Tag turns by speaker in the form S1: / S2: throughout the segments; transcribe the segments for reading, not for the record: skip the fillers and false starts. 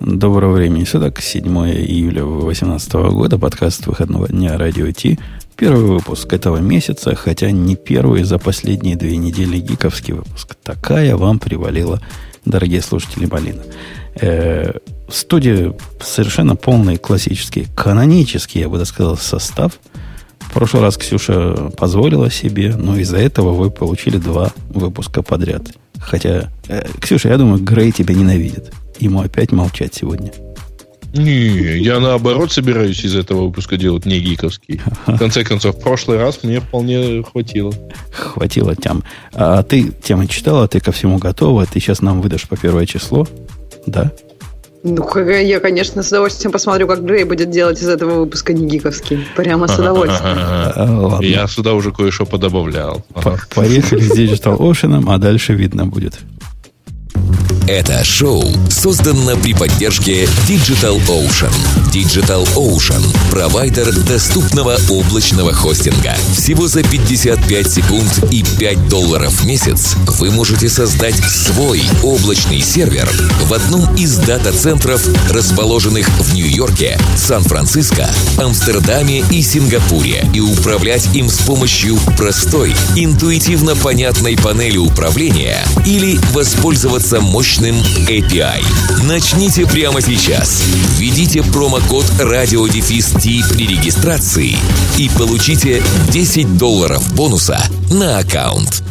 S1: Доброго времени суток, 7 июля 2018 года, подкаст выходного дня Радио Ти. Первый выпуск этого месяца, хотя не первый за последние 2 недели гиковский выпуск. Такая вам привалила, дорогие слушатели, малина. В студии совершенно полный классический, канонический, я бы так сказал, состав. В прошлый раз Ксюша позволила себе, но из-за этого вы получили 2 выпуска подряд. Хотя, Ксюша, я думаю, Грей тебя ненавидит. Ему опять молчать сегодня.
S2: Не, я наоборот собираюсь из этого выпуска делать не гиковский. В конце концов, в прошлый раз мне вполне хватило.
S1: Хватило тем. А ты темы читала, ты ко всему готова, ты сейчас нам выдашь по 1 число, да?
S3: Ну, я, конечно, с удовольствием посмотрю, как Грей будет делать из этого выпуска не гиковский. Прямо с удовольствием.
S1: Ладно.
S2: Я сюда уже кое-что подобавлял.
S1: Поехали с Digital Ocean, а дальше видно будет.
S4: Это шоу создано при поддержке Digital Ocean. Digital Ocean – провайдер доступного облачного хостинга. Всего за 55 секунд и $5 в месяц вы можете создать свой облачный сервер в одном из дата-центров, расположенных в Нью-Йорке, Сан-Франциско, Амстердаме и Сингапуре, и управлять им с помощью простой, интуитивно понятной панели управления или воспользоваться мощным API. Начните прямо сейчас. Введите промокод RadioDefist при регистрации и получите $10 бонуса на аккаунт.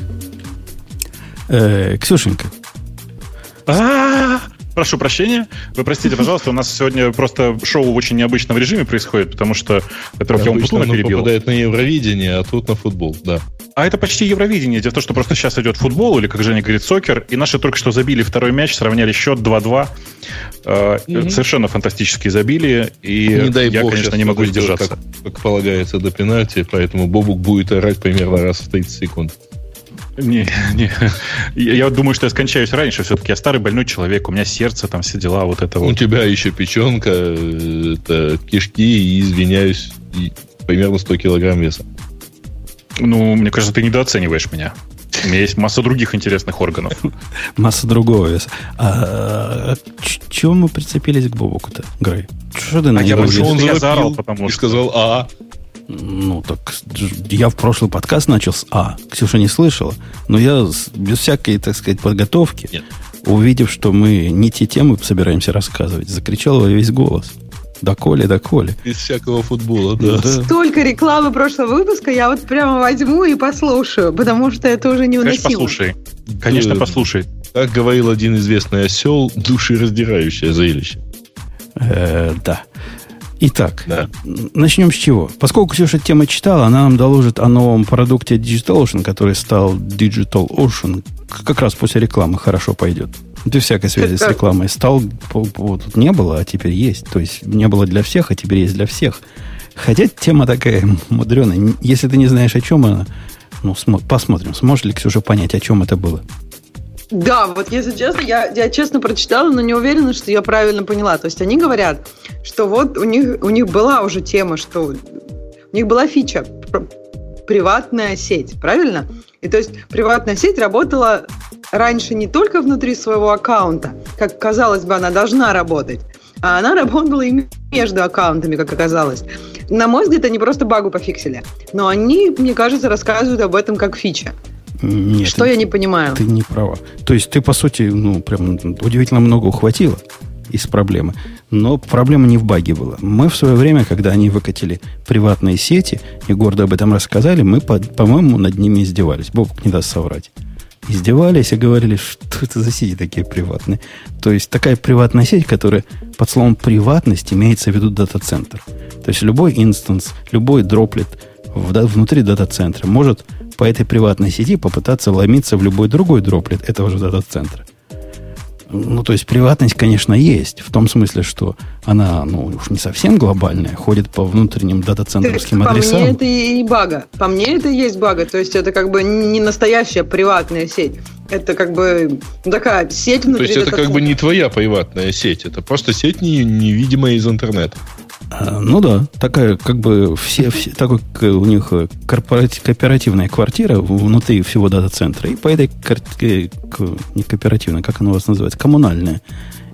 S1: Ксюшенька.
S5: Прошу прощения. Вы простите, пожалуйста, у нас сегодня просто шоу в очень необычном режиме происходит, потому что, во-первых, я Умпутуна перебил.
S2: Попадает на Евровидение, а тут на футбол, да.
S5: А это почти Евровидение. Дело в том, что просто сейчас идет футбол, или, как Женя говорит, сокер, и наши только что забили 2-й мяч, сравняли счет 2-2. Совершенно фантастические забили, и
S2: не дай
S5: я,
S2: бог,
S5: конечно, не могу сдержаться.
S2: Как полагается до пенальти, поэтому Бобук будет орать примерно раз в 30 секунд.
S5: Не. Я думаю, что я скончаюсь раньше. Все-таки я старый больной человек. У меня сердце, там все дела, вот это вот.
S2: У тебя еще печенка, это кишки и, извиняюсь, примерно 100 килограмм веса.
S5: Ну, мне кажется, ты недооцениваешь меня. У меня есть масса других интересных органов.
S1: Масса другого веса. Чего мы прицепились к Бобуку-то, Грей? Что ты на него
S5: я заорал, потому
S2: и
S5: что...
S2: сказал «А».
S1: Ну, так я в прошлый подкаст начал с «А». Ксюша не слышала. Но я без всякой, так сказать, подготовки, увидев, что мы не те темы собираемся рассказывать, закричал во весь голос. Доколе.
S2: Без всякого футбола, да.
S3: Столько рекламы прошлого выпуска я вот прямо возьму и послушаю, потому что это уже невыносимо.
S5: Конечно, послушай.
S2: Как говорил один известный осел, душераздирающее зрелище.
S1: Да. Итак, начнем с чего? Поскольку Ксюша тему читала, она нам доложит о новом продукте Digital Ocean, который стал Digital Ocean. Как раз после рекламы хорошо пойдет. Без всякой связи с рекламой. Стал, тут не было, а теперь есть. То есть не было для всех, а теперь есть для всех. Хотя тема такая мудреная. Если ты не знаешь, о чем она, посмотрим, сможет ли Ксюша понять, о чем это было.
S3: Да, вот если честно, я честно прочитала, но не уверена, что я правильно поняла. То есть они говорят, что вот у них была уже тема, что у них была фича приватная сеть, правильно? И то есть приватная сеть работала раньше не только внутри своего аккаунта, как казалось бы, она должна работать, а она работала и между аккаунтами, как оказалось. На мой взгляд, они просто багу пофиксили. Но они, мне кажется, рассказывают об этом как фича.
S1: Нет,
S3: что я не понимаю?
S1: Ты не права. То есть ты, по сути, прям удивительно много ухватила из проблемы. Но проблема не в баге была. Мы в свое время, когда они выкатили приватные сети и гордо об этом рассказали, мы, по-моему, над ними издевались. Бобок не даст соврать. Издевались и говорили, что это за сети такие приватные. То есть такая приватная сеть, которая под словом «приватность» имеется в виду дата-центр. То есть любой инстанс, любой дроплет внутри дата-центра может по этой приватной сети попытаться ломиться в любой другой дроплет этого же дата-центра. Ну, то есть приватность, конечно, есть. В том смысле, что она, уж не совсем глобальная, ходит по внутренним дата-центровским адресам.
S3: По мне это и бага. По мне это и есть бага. То есть это как бы не настоящая приватная сеть. Это как бы такая сеть внутри.
S2: То есть это как бы не твоя приватная сеть. Это просто сеть невидимая из интернета.
S1: Ну да, такая как бы такой у них кооперативная квартира внутри всего дата-центра. И по этой не кооперативной, как она у вас называется, коммунальная.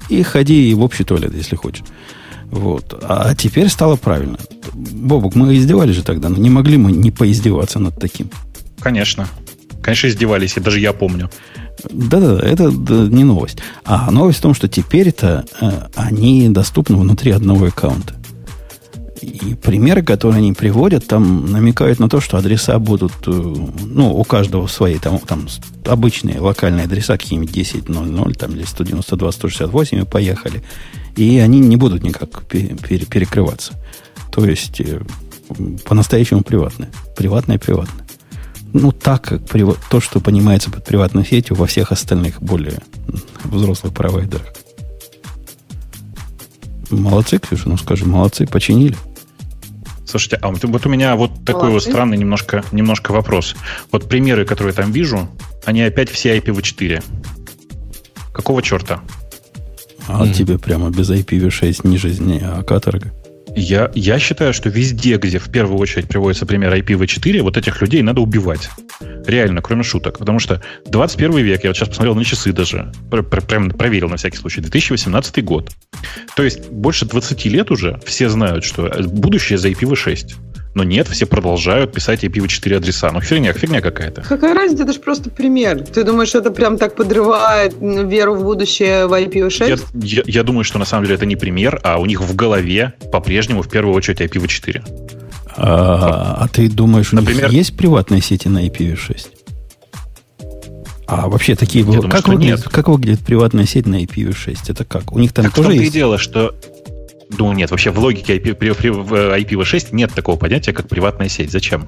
S1: и ходи в общий туалет, если хочешь. Вот. А теперь стало правильно. Бобук, мы издевались же тогда, но не могли мы не поиздеваться над таким.
S5: Конечно. Конечно, издевались, и даже я помню.
S1: Да-да, это не новость. А новость в том, что теперь-то они доступны внутри одного аккаунта. И примеры, которые они приводят, там намекают на то, что адреса будут, у каждого свои, там обычные локальные адреса, какие-нибудь 10.00, там, или 192.168, и поехали. И они не будут никак перекрываться. То есть, по-настоящему приватные. Приватное. Так, как то, что понимается под приватной сетью во всех остальных более взрослых провайдерах. Молодцы, Ксюша, скажи, молодцы, починили.
S5: Слушайте, а вот у меня вот такой вот странный немножко вопрос. Вот примеры, которые я там вижу, они опять все IPv4. Какого черта?
S1: А тебе прямо без IPv6 не жизнь, а каторга.
S5: Я считаю, что везде, где в первую очередь приводится пример IPv4, вот этих людей надо убивать. Реально, кроме шуток. Потому что 21 век, я вот сейчас посмотрел на часы даже, прям проверил на всякий случай, 2018 год. То есть больше 20 лет уже все знают, что будущее за IPv6. Но нет, все продолжают писать IPv4 адреса. Ну, фигня какая-то.
S3: Какая разница? Это же просто пример. Ты думаешь, что это прям так подрывает веру в будущее в IPv6?
S5: Я думаю, что на самом деле это не пример, а у них в голове по-прежнему в первую очередь IPv4.
S1: А ты думаешь, например, у них есть приватные сети на IPv6? А вообще такие... Как выглядит приватная сеть на IPv6? Это как? У них там тоже есть...
S5: В том-то и дело, что... Думаю, нет. Вообще в логике IPv6 нет такого понятия, как приватная сеть. Зачем?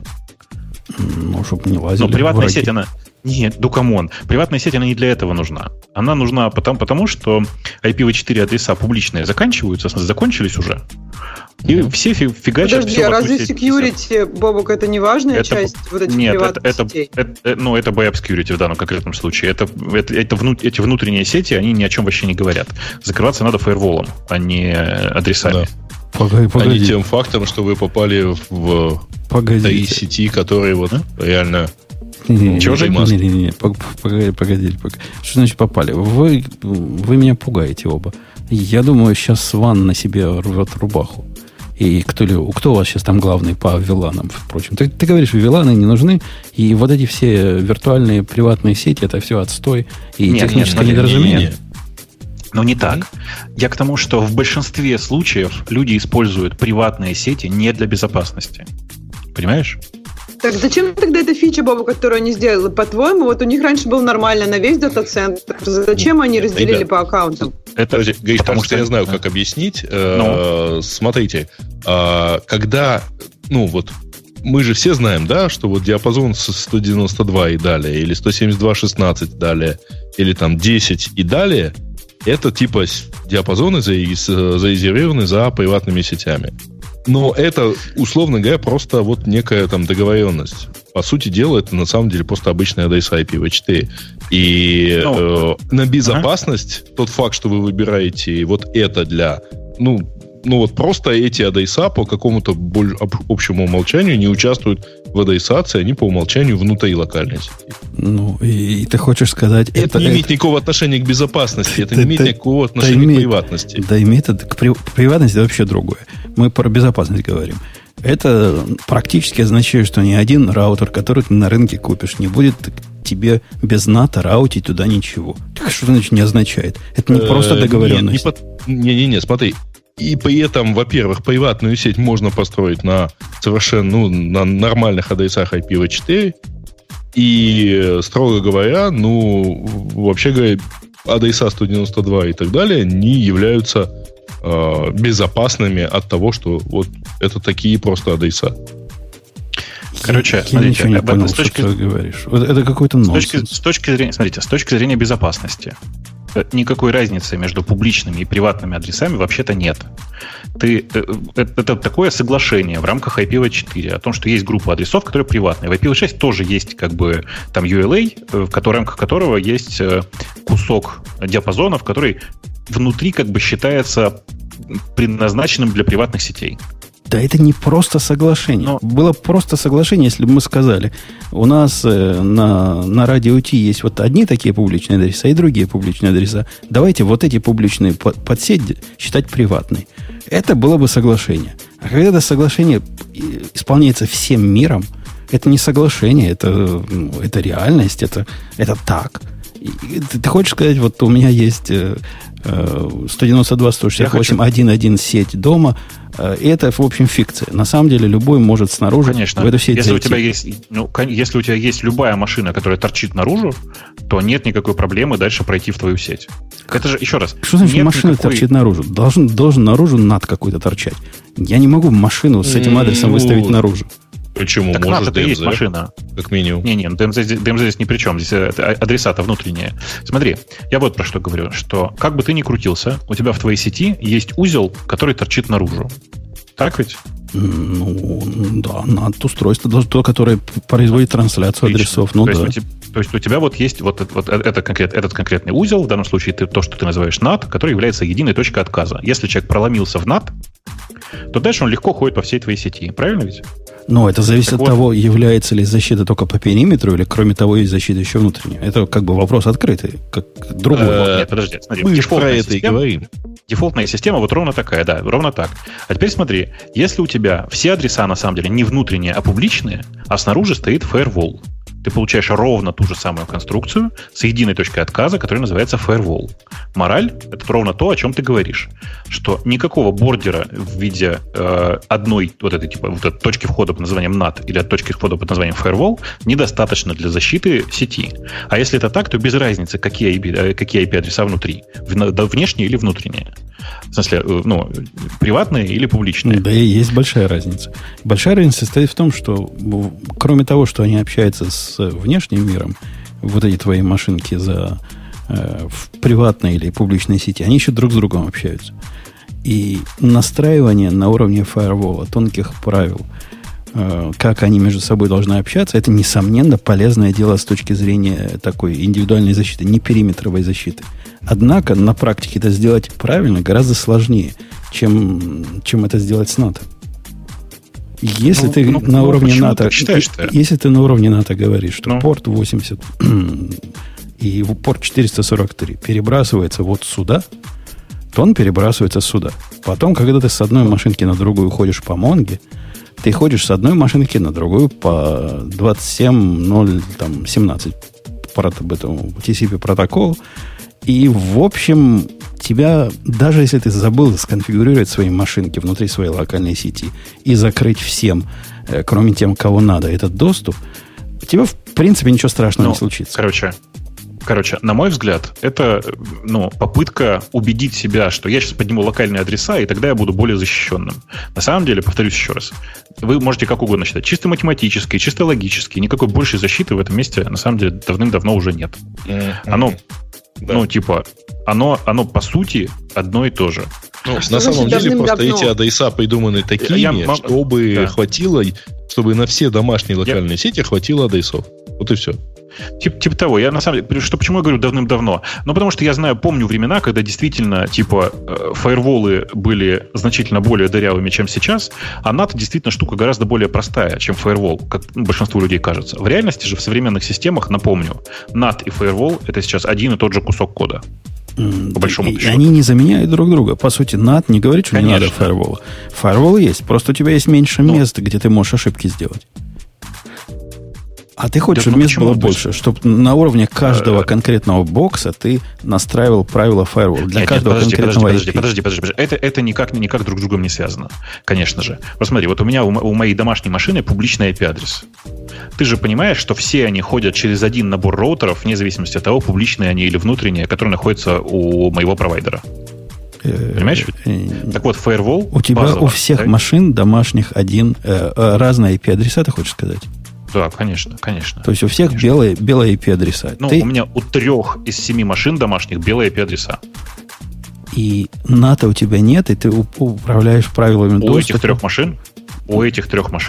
S1: Чтобы не лазили.
S5: Но приватная сеть, она... Нет, камон. Приватная сеть, она не для этого нужна. Она нужна потому что IPv4 адреса публичные закончились уже. И все фигачат...
S3: Подожди, а разве security, Бобок, это не важная часть вот этих приватных сетей?
S5: Это by security в данном конкретном случае. Эти внутренние сети, они ни о чем вообще не говорят. Закрываться надо фаерволом, а не адресами.
S2: Да. А не тем фактом, что вы попали в такие сети, которые вот реально...
S1: Чего же? Погоди. Что значит попали? Вы меня пугаете оба. Я думаю, сейчас Ван на себе рвет рубаху. И кто у вас сейчас там главный по виланам, впрочем? Ты говоришь, виланы не нужны, и вот эти все виртуальные приватные сети, это все отстой и техническое недоразумение.
S5: Но не так. Я к тому, что в большинстве случаев люди используют приватные сети не для безопасности. Понимаешь?
S3: Так зачем тогда эта фича, Боба, которую они сделали? По-твоему, вот у них раньше был нормально на весь дата-центр. Зачем они разделили по аккаунтам?
S2: Гриш, потому что я знаю, как объяснить. Смотрите, когда, мы же все знаем, да, что вот диапазон с 192 и далее, или 172.16 далее, или там 10 и далее, это типа диапазоны зарезервированы за приватными сетями. Но это, условно говоря, просто вот некая там договоренность. По сути дела, это на самом деле просто обычная адреса IPv4. И на безопасность тот факт, что вы выбираете вот это для... вот просто эти адреса по какому-то общему умолчанию не участвуют в адресации, они по умолчанию внутри локальной сети.
S1: И ты хочешь сказать...
S2: Это не имеет никакого отношения к безопасности, это не имеет никакого отношения к приватности.
S1: Да, имеет это к приватности, это вообще другое. Мы про безопасность говорим. Это практически означает, что ни один раутер, который ты на рынке купишь, не будет тебе без НАТО раутить туда ничего. Так что значит не означает? Это не просто договоренность.
S2: Не, смотри. И при этом, во-первых, приватную сеть можно построить на совершенно на нормальных адресах IPv4. И, строго говоря, вообще говоря, адреса 192 и так далее не являются безопасными от того, что вот это такие просто адреса.
S5: Короче,
S1: я
S5: смотрите,
S1: ничего не понял, что ты говоришь. Это какой-то нонсенс.
S5: С точки зрения безопасности, никакой разницы между публичными и приватными адресами вообще-то нет. Это такое соглашение в рамках IPv4 о том, что есть группа адресов, которые приватные. В IPv6 тоже есть там ULA, в рамках которого есть кусок диапазонов, который внутри считается предназначенным для приватных сетей.
S1: Да это не просто соглашение. Было просто соглашение, если бы мы сказали, у нас на радио Ти есть вот одни такие публичные адреса и другие публичные адреса. Давайте вот эти публичные под сеть считать приватной. Это было бы соглашение. А когда это соглашение исполняется всем миром, это не соглашение, это реальность, это так. Ты хочешь сказать, вот у меня есть 192.168.1.1 сеть дома, и это, в общем, фикция. На самом деле, любой может снаружи в эту сеть
S5: если
S1: зайти.
S5: Если у тебя есть любая машина, которая торчит наружу, то нет никакой проблемы дальше пройти в твою сеть. Это же, еще раз...
S1: Что значит машина торчит наружу? Должен наружу NAT какой-то торчать. Я не могу машину с этим адресом выставить наружу.
S2: Почему?
S5: Так
S2: можешь
S5: это
S2: DMZ,
S5: есть машина.
S2: Как минимум.
S5: Не, DMZ здесь ни при чем. Здесь адреса-то внутренние. Смотри, я вот про что говорю, что как бы ты ни крутился, у тебя в твоей сети есть узел, который торчит наружу. Так ведь?
S1: Ну, да, NAT-устройство, то, которое производит трансляцию адресов. Ну,
S5: то есть у тебя вот есть вот этот конкретный узел, в данном случае то, что ты называешь NAT, который является единой точкой отказа. Если человек проломился в NAT, то дальше он легко ходит по всей твоей сети. Правильно ведь?
S1: Но это зависит от того, является ли защита только по периметру, или, кроме того, есть защита еще внутренняя. Это как бы вопрос открытый, как другой.
S5: Нет, подожди, смотри.
S2: Мы про это и говорим.
S5: Дефолтная система вот ровно такая, да, ровно так. А теперь смотри, если у тебя все адреса, на самом деле, не внутренние, а публичные, а снаружи стоит firewall, ты получаешь ровно ту же самую конструкцию с единой точкой отказа, которая называется firewall. Мораль — это ровно то, о чем ты говоришь. Что никакого бордера в виде одной вот этой точки входа под названием NAT или точки входа под названием firewall недостаточно для защиты сети. А если это так, то без разницы, какие IP-адреса внутри. Внешние или внутренние. В смысле, приватные или публичные.
S1: Да и есть большая разница. Большая разница состоит в том, что кроме того, что они общаются с внешним миром, вот эти твои машинки в приватной или публичной сети, они еще друг с другом общаются. И настраивание на уровне фаервола, тонких правил, как они между собой должны общаться, это, несомненно, полезное дело с точки зрения такой индивидуальной защиты, не периметровой защиты. Однако на практике это сделать правильно гораздо сложнее, чем это сделать с НАТО. Если ты на уровне НАТО, если ты на уровне НАТО говоришь, что порт 80 и порт 443 перебрасывается вот сюда, то он перебрасывается сюда. Потом, когда ты с одной машинки на другую ходишь по Монге, ты ходишь с одной машинки на другую по 27.0.17 TCP протоколу. И, в общем, тебя, даже если ты забыл сконфигурировать свои машинки внутри своей локальной сети и закрыть всем, кроме тем, кого надо, этот доступ, у тебя, в принципе, ничего страшного не случится.
S5: Короче, на мой взгляд, это попытка убедить себя, что я сейчас подниму локальные адреса, и тогда я буду более защищенным. На самом деле, повторюсь еще раз, вы можете как угодно считать, чисто математически, чисто логически, никакой большей защиты в этом месте, на самом деле, давным-давно уже нет. Оно по сути одно и то же.
S2: На самом деле, просто эти адреса придуманы такими, чтобы хватило, чтобы на все домашние локальные сети хватило адресов. Вот и все.
S5: Типа того. Я на самом деле, почему я говорю давным-давно? Потому что я помню времена, когда действительно, фаерволы были значительно более дырявыми, чем сейчас, а NAT действительно штука гораздо более простая, чем фаервол, как большинству людей кажется. В реальности же в современных системах, напомню, NAT и фаервол — это сейчас один и тот же кусок кода. По большому счету.
S1: Они не заменяют друг друга. По сути, NAT не говорит, что не надо фаервола. Фаервол есть, просто у тебя есть меньше места, где ты можешь ошибки сделать. А ты хочешь, чтобы мест было больше, чтобы на уровне каждого конкретного бокса ты настраивал правила firewall для каждого конкретного IP.
S5: Подожди. Это никак друг с другом не связано. Конечно же. Вот смотри, вот у меня у моей домашней машины публичный IP-адрес. Ты же понимаешь, что все они ходят через один набор роутеров, вне зависимости от того, публичные они или внутренние, которые находятся у моего провайдера. Понимаешь? Так вот, firewall
S1: у тебя базово, у всех машин домашних разные IP-адреса, ты хочешь сказать?
S5: Да, конечно.
S1: То есть у всех белые IP-адреса.
S5: У меня у 3 из 7 машин домашних белые IP-адреса.
S1: И НАТО у тебя нет, и ты управляешь правилами доступа.
S5: У этих трех машин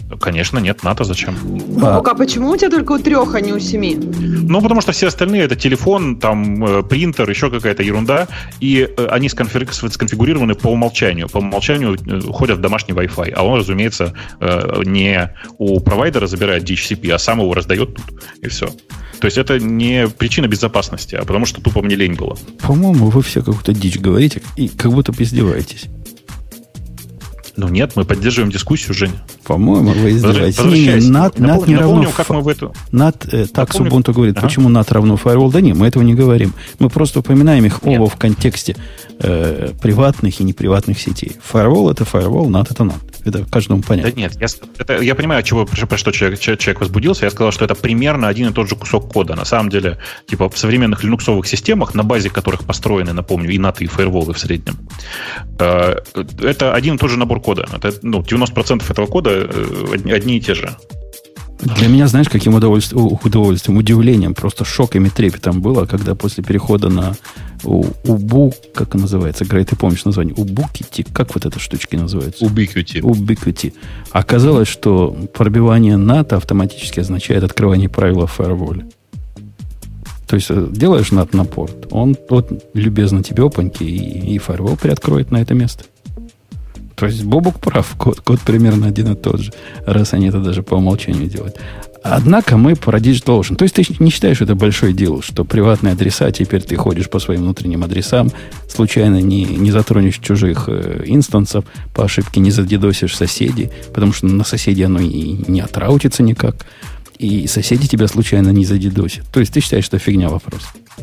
S5: Конечно, нет, НАТО зачем?
S3: А почему у тебя только у 3, а не у 7?
S5: Ну, потому что все остальные это телефон, там, принтер, еще какая-то ерунда, и они сконфигурированы по умолчанию. По умолчанию ходят в домашний Wi-Fi, а он, разумеется, не у провайдера забирает DHCP, а сам его раздает тут, и все. То есть это не причина безопасности, а потому что тупо мне лень было.
S1: По-моему, вы все какую-то дичь говорите и как будто издеваетесь.
S5: Ну нет, мы поддерживаем дискуссию, Женя.
S1: По-моему, вы издеваетесь. NAT не равно...
S5: как мы в эту...
S1: NAT, так Ubuntu говорит, почему NAT равно firewall? Да нет, мы этого не говорим. Мы просто упоминаем их оба в контексте приватных и неприватных сетей. Firewall это firewall, NAT это NAT. Это каждому понятно.
S5: Да нет, я понимаю, про что человек возбудился. Я сказал, что это примерно один и тот же кусок кода. На самом деле, типа в современных линуксовых системах, на базе которых построены, напомню, и NAT, и фаерволы в среднем, это один и тот же набор кода. Это, 90% этого кода одни и те же.
S1: Для меня, знаешь, каким удовольствием, удивлением, просто шоком и трепетом было, когда после перехода на Ubuntu, как он называется, Грей, ты помнишь название? Ubiquiti, как вот эта штучка называется? Ubiquiti. Оказалось, что пробивание NAT автоматически означает открывание правила в firewall. То есть делаешь NAT на порт, он любезно тебе опаньки и firewall приоткроет на это место. То есть Бобук прав, код примерно один и тот же, раз они это даже по умолчанию делают. Однако мы про Digital Ocean. То есть ты не считаешь, что это большой дел, что приватные адреса, теперь ты ходишь по своим внутренним адресам, случайно не затронешь чужих инстансов, по ошибке не задедосишь соседей, потому что на соседей оно и не отраутится никак, и соседи тебя случайно не задедосят. То есть ты считаешь, что фигня вопрос?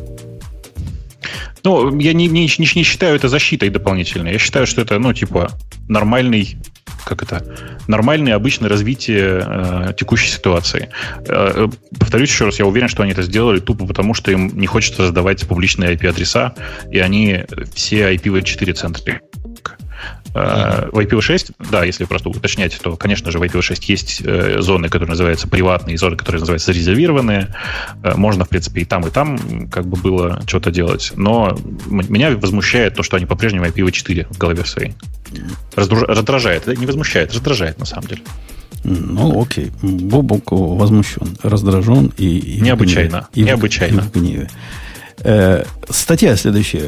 S5: Ну, я не считаю это защитой дополнительной. Я считаю, что это, нормальное обычное развитие текущей ситуации. Повторюсь еще раз, я уверен, что они это сделали тупо потому, что им не хочется раздавать публичные IP-адреса, и они все IPv4 центры. В IPv6, да, если просто уточнять, то, конечно же, в IPv6 есть зоны, которые называются приватные, и зоны, которые называются зарезервированные. Можно, в принципе, и там как бы было что-то делать. Но меня возмущает то, что они по-прежнему IPv4 в голове своей. Раздражает. Не возмущает, раздражает на самом деле.
S1: Ну, окей. Бобук возмущен, раздражен и
S5: необычайно.
S1: И в гневе. Статья следующая.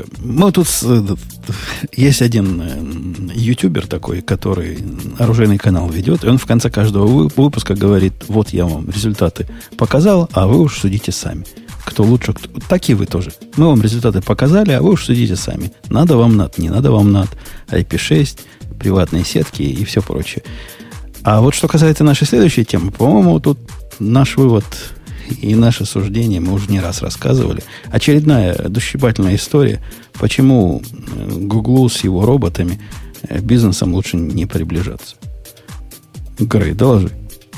S1: Есть один ютубер такой, который оружейный канал ведет, и он в конце каждого выпуска говорит: вот я вам результаты показал, а вы уж судите сами. Кто лучше, так и вы тоже. Мы вам результаты показали, а вы уж судите сами. Надо вам NAT, не надо вам NAT, IP6, приватные сетки и все прочее. А вот что касается нашей следующей темы, по-моему, тут наш вывод и наше суждение мы уже не раз рассказывали. Очередная душещипательная история, почему Гуглу с его роботами бизнесом лучше не приближаться. Грей, доложи.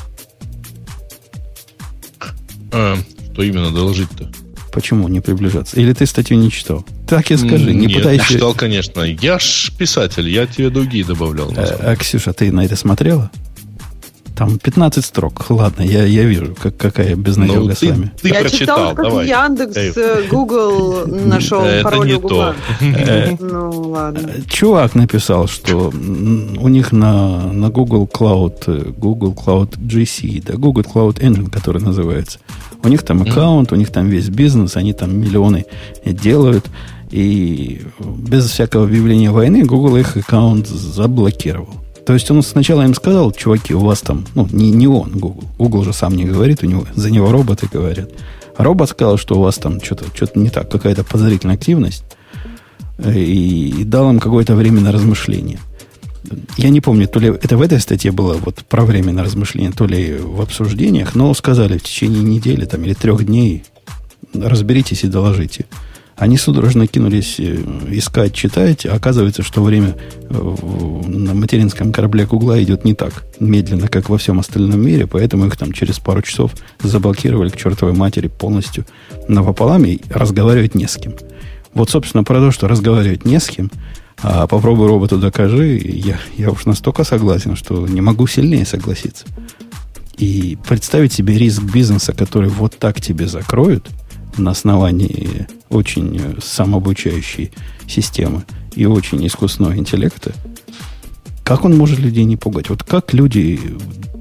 S2: Что именно доложить-то?
S1: Почему не приближаться? Или ты статью не читал? Так и скажи. Не пытайся...
S2: я читал, конечно. Я ж писатель, я тебе другие добавлял.
S1: Ксюша, ты на это смотрела? Там 15 строк. Ладно, я вижу, какая безнадега с вами.
S2: Ты
S3: я
S2: прочитал,
S3: читал, как
S2: давай.
S3: Яндекс, Google нашел пароль у Гугла. Ну, ладно.
S1: Чувак написал, что у них на Google Cloud GC, да, Google Cloud Engine, который называется, у них там аккаунт, у них там весь бизнес, они там миллионы делают, и без всякого объявления войны Google их аккаунт заблокировал. То есть он сначала им сказал: чуваки, у вас там, не он, Google. Google же сам не говорит, за него роботы говорят. А робот сказал, что у вас там что-то не так, какая-то подозрительная активность. И дал им какое-то время на размышление. Я не помню, то ли это в этой статье было вот про время на размышление, то ли в обсуждениях, но сказали в течение недели там, или 3 дней разберитесь и доложите. Они судорожно кинулись искать, читать, а оказывается, что время на материнском корабле Гугла идет не так медленно, как во всем остальном мире, поэтому их там через пару часов заблокировали к чертовой матери полностью напополам, и разговаривать не с кем. Вот, собственно, про то, что разговаривать не с кем, а попробуй роботу докажи, я уж настолько согласен, что не могу сильнее согласиться. И представить себе риск бизнеса, который вот так тебе закроют на основании очень самообучающей системы и очень искусственного интеллекта, как он может людей не пугать? Вот как люди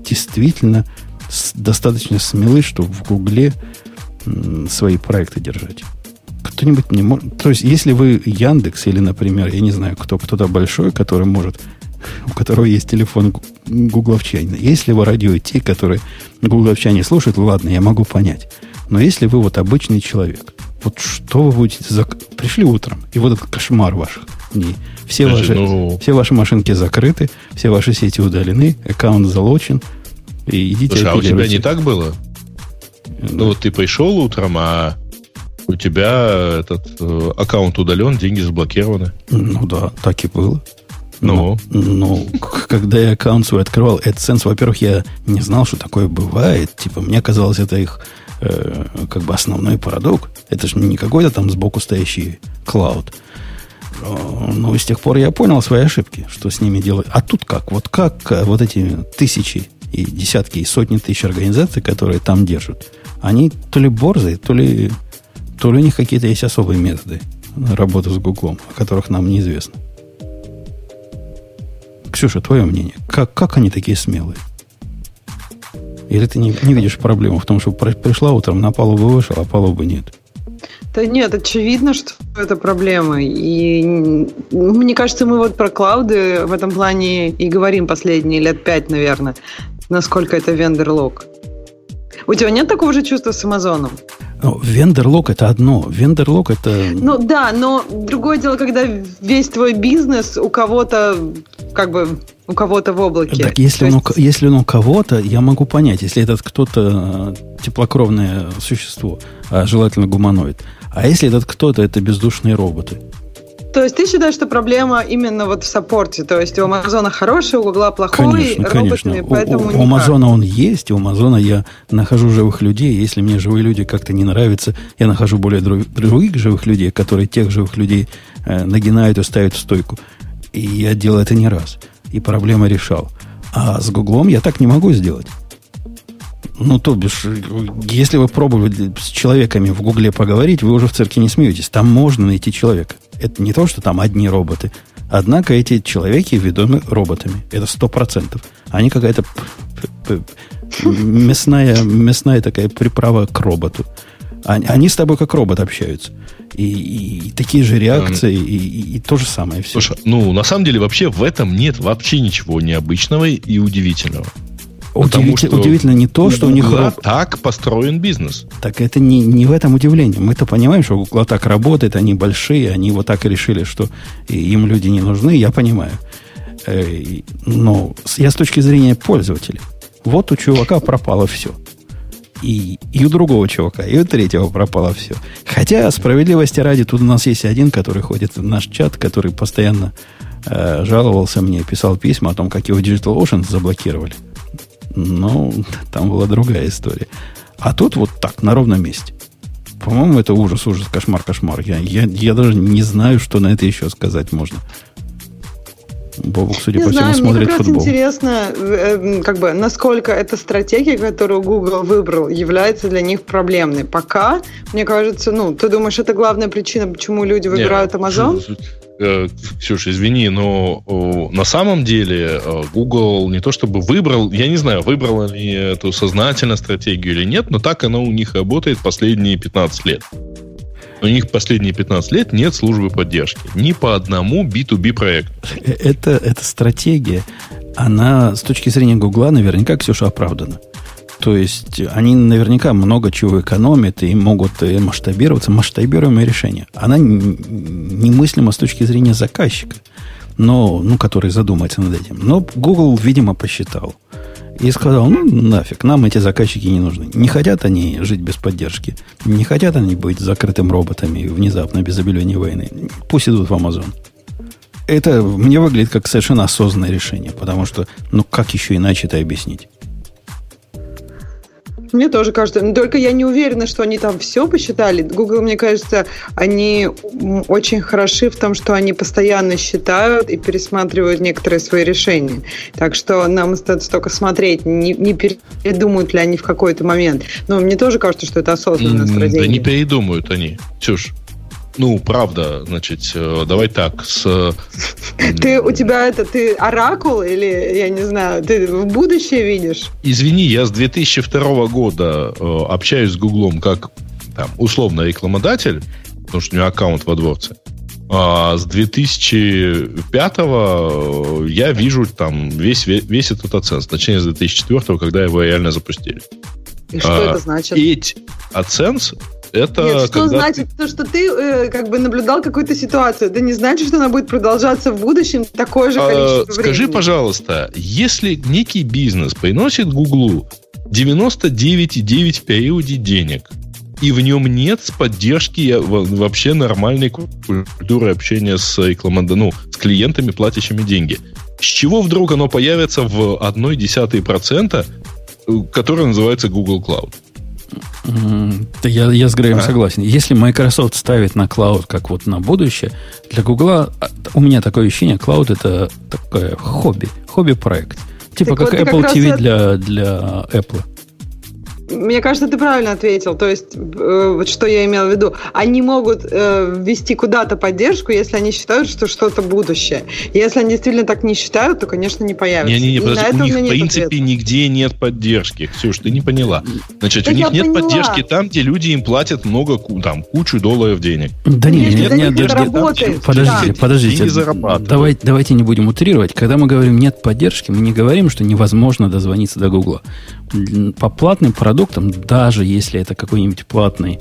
S1: действительно достаточно смелы, чтобы в Гугле свои проекты держать. Кто-нибудь не может... То есть, если вы Яндекс или, например, я не знаю, кто-то большой, который может... У которого есть телефон гугловчанина. Если вы радио Ти, который гугловчане слушает, ладно, я могу понять. Но если вы вот обычный человек, вот что вы будете... Пришли утром, и вот этот кошмар ваших дней. Все ваши машинки закрыты, все ваши сети удалены, аккаунт залочен. И идите.
S2: Слушай, а у тебя не так было? Да. Ну, вот ты пришел утром, а у тебя этот аккаунт удален, деньги заблокированы.
S1: Ну да, так и было. Но когда я аккаунт свой открывал, AdSense, во-первых, я не знал, что такое бывает. Типа, мне казалось, это их как бы основной продукт. Это же не какой-то там сбоку стоящий клауд. Но с тех пор я понял свои ошибки, что с ними делать. А тут как? Вот как вот эти тысячи и десятки и сотни тысяч организаций, которые там держат, они то ли борзые, то ли у них какие-то есть особые методы работы с Гуглом, о которых нам неизвестно. Ксюша, твое мнение, как они такие смелые? Или ты не видишь проблему в том, что пришла утром, на палубу вышел, а палубы нет?
S3: Да нет, очевидно, что это проблема. И мне кажется, мы вот про клауды в этом плане и говорим последние лет 5, наверное, насколько это вендор-лок. У тебя нет такого же чувства с Амазоном?
S1: Вендор-лок это одно. Вендор-лок это...
S3: Ну да, но другое дело, когда весь твой бизнес у кого-то в облаке.
S1: Так если он у кого-то, я могу понять, если этот кто-то теплокровное существо, а желательно гуманоид. А если этот кто-то, это бездушные роботы?
S3: То есть ты считаешь, что проблема именно вот в саппорте? То есть у Амазона хороший, у Гугла плохой, роботами, поэтому
S1: у Амазона он есть, у Амазона я нахожу живых людей. Если мне живые люди как-то не нравятся, я нахожу более других живых людей, которые тех живых людей нагинают и ставят в стойку. И я делал это не раз. И проблемы решал. А с Гуглом я так не могу сделать. Ну, то бишь, если вы пробовали с человеками в Гугле поговорить, вы уже в цирке не смеетесь. Там можно найти человека. Это не то, что там одни роботы. Однако эти человеки ведомы роботами. Это 100%. Они какая-то мясная такая приправа к роботу. Они с тобой как робот общаются. И такие же реакции, и то же самое все.
S2: Слушай, на самом деле вообще в этом нет вообще ничего необычного и удивительного.
S1: Удивительно не то, что у них...
S2: так построен бизнес.
S1: Так это не в этом удивление. Мы-то понимаем, что Google так работает, они большие, они вот так и решили, что им люди не нужны, я понимаю. Но я с точки зрения пользователей. Вот у чувака пропало все. И у другого чувака, и у третьего пропало все. Хотя, справедливости ради, тут у нас есть один, который ходит в наш чат, который постоянно жаловался мне, писал письма о том, как его DigitalOcean заблокировали. Но там была другая история. А тут вот так, на ровном месте. По-моему, это ужас, кошмар. Я даже не знаю, что на это еще сказать можно. Бобук, судя по всему, смотрит футбол.
S3: Мне как раз интересно, насколько эта стратегия, которую Google выбрал, является для них проблемной. Пока, мне кажется, ты думаешь, это главная причина, почему люди выбирают Amazon?
S2: Ксюша, извини, но на самом деле Google не то чтобы выбрал, я не знаю, выбрал они эту сознательно стратегию или нет, но так она у них работает последние 15 лет. У них последние 15 лет нет службы поддержки. Ни по одному B2B проекту.
S1: Эта стратегия, она с точки зрения Гугла наверняка, Ксюша, оправдана. То есть они наверняка много чего экономят и могут масштабироваться. Масштабируемое решение. Она немыслима с точки зрения заказчика, который задумается над этим. Но Google, видимо, посчитал. И сказал, нафиг, нам эти заказчики не нужны. Не хотят они жить без поддержки. Не хотят они быть закрытым роботами внезапно, без объявления войны. Пусть идут в Amazon. Это мне выглядит как совершенно осознанное решение. Потому что, как еще иначе это объяснить?
S3: Мне тоже кажется. Только я не уверена, что они там все посчитали. Google, мне кажется, они очень хороши в том, что они постоянно считают и пересматривают некоторые свои решения. Так что нам остается только смотреть, не передумают ли они в какой-то момент. Но мне тоже кажется, что это осознанная стратегия.
S2: Да не передумают они. Ксюш, правда, значит, давай так,
S3: Ты оракул или, я не знаю, ты в будущее видишь?
S2: Извини, я с 2002 года общаюсь с Гуглом как, там, условно, рекламодатель, потому что у него аккаунт в AdWords. А с 2005 я вижу там весь этот AdSense, точнее, с 2004, когда его реально запустили.
S3: И что это значит?
S2: AdSense это...
S3: Нет, что значит? То, что ты как бы наблюдал какую-то ситуацию. Это не значит, что она будет продолжаться в будущем такое же количество времени.
S2: Скажи, пожалуйста, если некий бизнес приносит Гуглу 99,9 в периоде денег, и в нем нет поддержки вообще нормальной культуры общения с с клиентами, платящими деньги, с чего вдруг оно появится в 0,1%, которое называется Google Cloud?
S1: Я с Греем согласен. Если Microsoft ставит на клауд как вот на будущее, для Гугла у меня такое ощущение, клауд это такое хобби-проект. Типа так как вот Apple TV для Apple.
S3: Мне кажется, ты правильно ответил. То есть, вот что я имел в виду. Они могут ввести куда-то поддержку, если они считают, что что-то будущее. Если они действительно так не считают, то, конечно, не появится.
S2: Не, подожди, у них, в принципе, нигде нет поддержки. Ксюш, ты не поняла. Значит, у них нет поддержки там, где люди им платят кучу долларов денег.
S1: Да нет, подождите. Давайте не будем утрировать. Когда мы говорим «нет поддержки», мы не говорим, что невозможно дозвониться до Гугла. По платным продуктам, даже если это какой-нибудь платный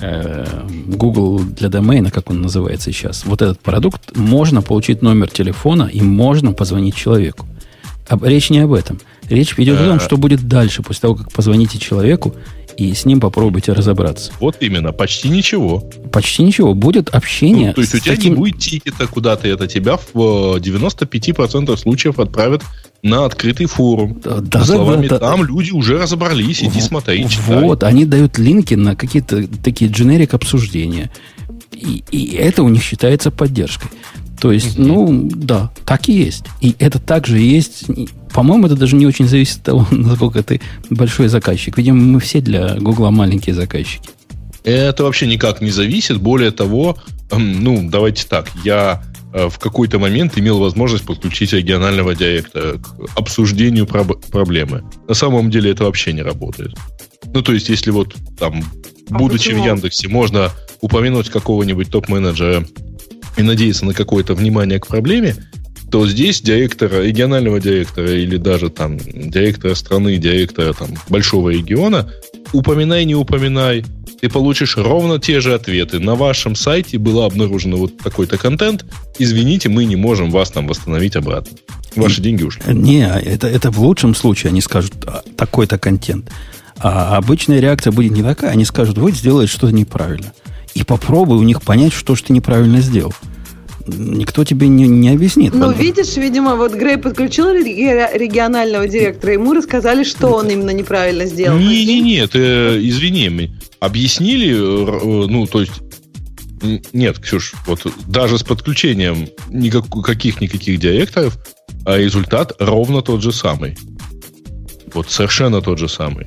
S1: Google для домена, как он называется сейчас, вот этот продукт, можно получить номер телефона и можно позвонить человеку. Речь не об этом. Речь идет о том, что будет дальше, после того, как позвоните человеку и с ним попробуйте разобраться.
S2: Вот именно, почти ничего.
S1: Почти ничего. Будет общение.
S2: То есть у тебя не будет тикета куда-то, это тебя в 95% случаев отправят на открытый форум. Со словами, там люди уже разобрались, иди смотри, читай.
S1: Вот, они дают линки на какие-то такие дженерик обсуждения. И это у них считается поддержкой. То есть, да, так и есть. И это также есть. По-моему, это даже не очень зависит от того, насколько ты большой заказчик. Видимо, мы все для Гугла маленькие заказчики.
S2: Это вообще никак не зависит. Более того, давайте так, я в какой-то момент имел возможность подключить регионального директора к обсуждению проблемы. На самом деле это вообще не работает. То есть, если вот там, будучи в Яндексе, можно упомянуть какого-нибудь топ-менеджера и надеяться на какое-то внимание к проблеме, то здесь регионального директора или даже там директора страны, директора там большого региона, упоминай, не упоминай, ты получишь ровно те же ответы. На вашем сайте было обнаружено вот такой-то контент. Извините, мы не можем вас там восстановить обратно. Ваши деньги ушли.
S1: Не, это в лучшем случае они скажут такой-то контент. А обычная реакция будет не такая. Они скажут, вы сделали что-то неправильно. И попробуй у них понять, что ж ты неправильно сделал. Никто тебе не объяснит.
S3: Видишь, видимо, вот Грей подключил регионального директора, ему рассказали, что он именно неправильно сделал.
S2: Нет, извини, объяснили, то есть нет, Ксюш, вот даже с подключением никаких директоров, а результат ровно тот же самый. Вот совершенно тот же самый.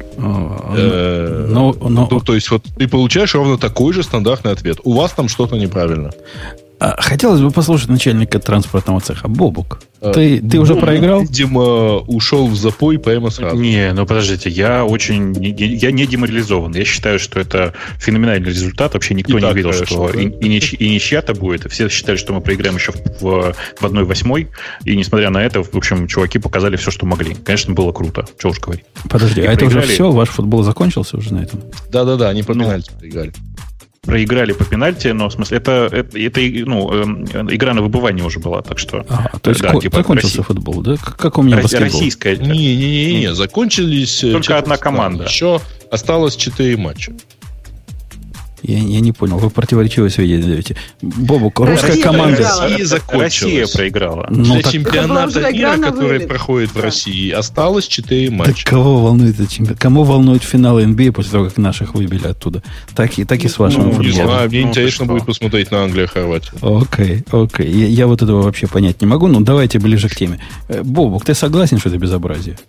S2: То есть вот ты получаешь ровно такой же стандартный ответ. У вас там что-то неправильно.
S1: Хотелось бы послушать начальника транспортного цеха. Бобук, ты уже проиграл?
S2: Видимо, ушел в запой прямо сразу.
S5: Подождите, я не деморализован. Я считаю, что это феноменальный результат. Вообще никто не верил, что и ничья-то будет. Все считали, что мы проиграем еще в 1/8. И несмотря на это, в общем, чуваки показали все, что могли. Конечно, было круто. Чего уж говорить.
S1: Подожди, это уже все? Ваш футбол закончился уже на этом?
S2: Да, они по пенальти проиграли.
S5: Проиграли по пенальти, но в смысле это игра на выбывание уже была, так что...
S1: то есть закончился футбол, да? Как у меня баскетбол?
S5: Российская.
S2: Не, закончились...
S5: Только одна команда.
S2: Еще осталось 4 матча.
S1: Я не понял, вы противоречивые сведения даете. Бобук, русская команда...
S5: Россия проиграла.
S2: Для чемпионата мира, который проходит в России, осталось 4 матча.
S1: Кого волнует этот чемпионат? Кому волнует финал NBA после того, как наших выбили оттуда? Так и с вашим футболом.
S2: Не знаю, мне интересно будет посмотреть на Англию и Хорватию.
S1: Окей. Я вот этого вообще понять не могу, но давайте ближе к теме. Бобук, ты согласен, что это безобразие?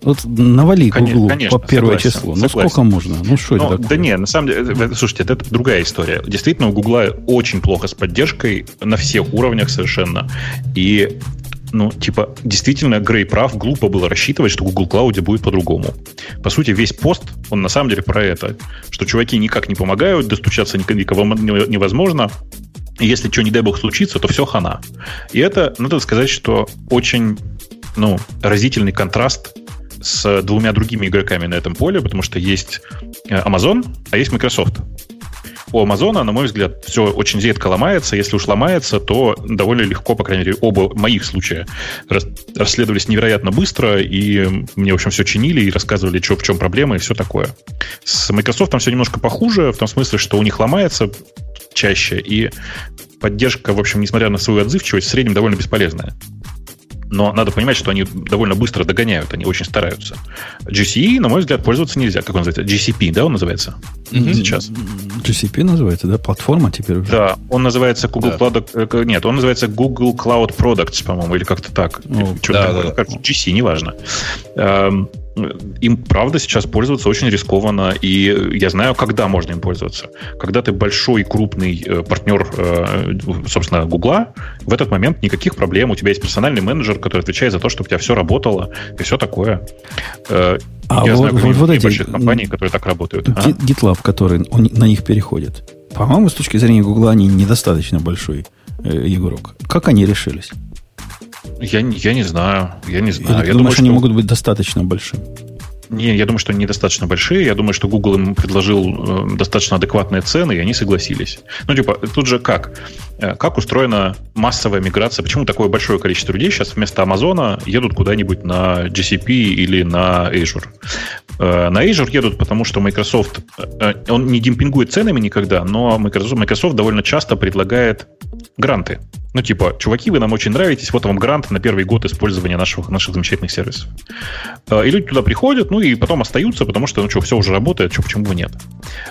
S1: Вот навали Гуглу по первое число. Ну, сколько можно? Ну, что это такое?
S5: Да не, на самом деле, слушайте, это другая история. Действительно, у Гугла очень плохо с поддержкой на всех уровнях совершенно. И, действительно, Грей прав, глупо было рассчитывать, что в Google Cloud будет по-другому. По сути, весь пост, он на самом деле про это, что чуваки никак не помогают, достучаться никого невозможно. И если что, не дай бог, случится, то все хана. И это, надо сказать, что очень, разительный контраст с двумя другими игроками на этом поле, потому что есть Amazon, а есть Microsoft. У Amazon, на мой взгляд, все очень редко ломается. Если уж ломается, то довольно легко, по крайней мере, оба моих случая расследовались невероятно быстро, и мне, в общем, все чинили и рассказывали, в чем проблема и все такое. С Microsoft там все немножко похуже, в том смысле, что у них ломается чаще, и поддержка, в общем, несмотря на свою отзывчивость, в среднем довольно бесполезная. Но надо понимать, что они довольно быстро догоняют, они очень стараются. GCE, на мой взгляд, пользоваться нельзя. Как он называется? GCP, да, он называется сейчас?
S1: GCP называется, да? Платформа теперь уже?
S5: Да, он называется Google Cloud... Нет, он называется Google Cloud Products, по-моему, или как-то так. GC, неважно. Им, правда, сейчас пользоваться очень рискованно, и я знаю, когда можно им пользоваться. Когда ты большой, крупный партнер, собственно, Гугла, в этот момент никаких проблем. У тебя есть персональный менеджер, который отвечает за то, чтобы у тебя все работало, и все такое. Я знаю небольших компаний, которые так работают.
S1: GitLab, который на них переходит. По-моему, с точки зрения Гугла, они недостаточно большой игрок. Как они решились?
S5: Я не знаю.
S1: Я думаю, что они могут быть достаточно большими.
S5: Не, я думаю, что они недостаточно большие. Я думаю, что Google им предложил достаточно адекватные цены, и они согласились. Тут же как? Как устроена массовая миграция? Почему такое большое количество людей сейчас вместо Амазона едут куда-нибудь на GCP или на Azure? На Azure едут, потому что Microsoft, он не демпингует ценами никогда, но Microsoft довольно часто предлагает гранты. Чуваки, вы нам очень нравитесь, вот вам грант на первый год использования наших замечательных сервисов. И люди туда приходят, и потом остаются, потому что, все уже работает, почему бы нет.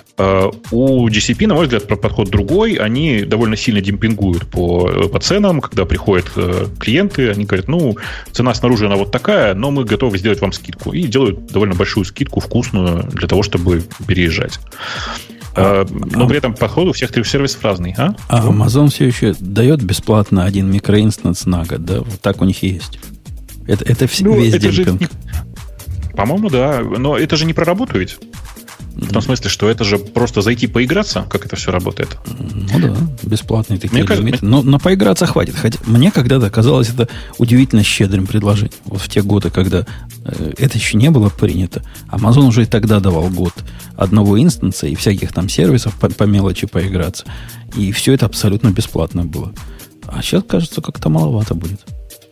S5: У GCP, на мой взгляд, подход другой. Они довольно сильно демпингуют по ценам, когда приходят клиенты, они говорят, цена снаружи она вот такая, но мы готовы сделать вам скидку. И делают довольно большую скидку, вкусную, для того, чтобы переезжать. Но при этом подход у всех трех сервисов разный. А
S1: Amazon все еще дает бесплатно 1 микроинстанс на год, да? Вот так у них и есть. Это весь демпинг.
S5: По-моему, да. Но это же не про работу ведь. В том смысле, что это же просто зайти поиграться, как это все работает.
S1: Да, бесплатные такие лимиты. Но на поиграться хватит. Хотя мне когда-то казалось это удивительно щедрым предложением. Вот в те годы, когда это еще не было принято, Amazon уже и тогда давал год одного инстанса и всяких там сервисов по мелочи поиграться. И все это абсолютно бесплатно было. А сейчас, кажется, как-то маловато будет.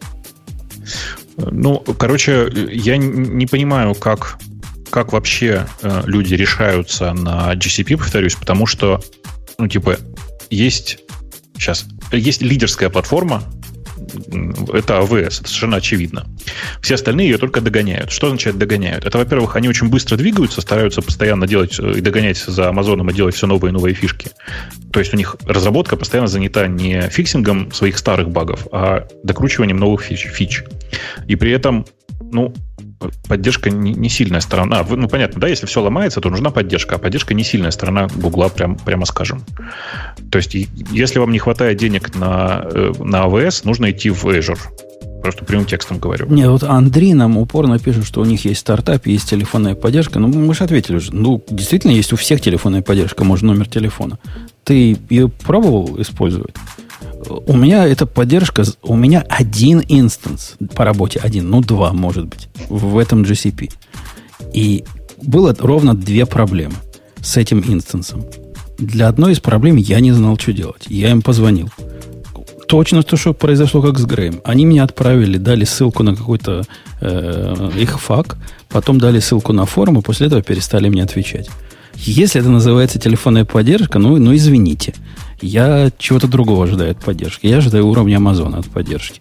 S5: Я не понимаю, как вообще люди решаются на GCP, повторюсь, потому что, есть лидерская платформа, это AWS, это совершенно очевидно. Все остальные ее только догоняют. Что означает догоняют? Это, во-первых, они очень быстро двигаются, стараются постоянно делать и догонять за Амазоном и делать все новые и новые фишки. То есть у них разработка постоянно занята не фиксингом своих старых багов, а докручиванием новых фич. И при этом, поддержка не сильная сторона. Понятно, да, если все ломается, то нужна поддержка, а поддержка не сильная сторона Гугла, прямо скажем. То есть, если вам не хватает денег на AWS, нужно идти в Azure. Просто прямым текстом говорю.
S1: Нет, вот Андрей нам упорно пишет, что у них есть стартап, есть телефонная поддержка. Мы же ответили уже. Действительно, есть у всех телефонная поддержка, может, номер телефона. Ты ее пробовал использовать? У меня эта поддержка, у меня один инстанс по работе, два, может быть, в этом GCP. И было ровно 2 проблемы с этим инстансом. Для одной из проблем я не знал, что делать. Я им позвонил. Точно то, что произошло, как с Греем. Они меня отправили, дали ссылку на какой-то их фак, потом дали ссылку на форум, и после этого перестали мне отвечать. Если это называется телефонная поддержка, извините. Я чего-то другого ожидаю от поддержки. Я ожидаю уровня Амазона от поддержки.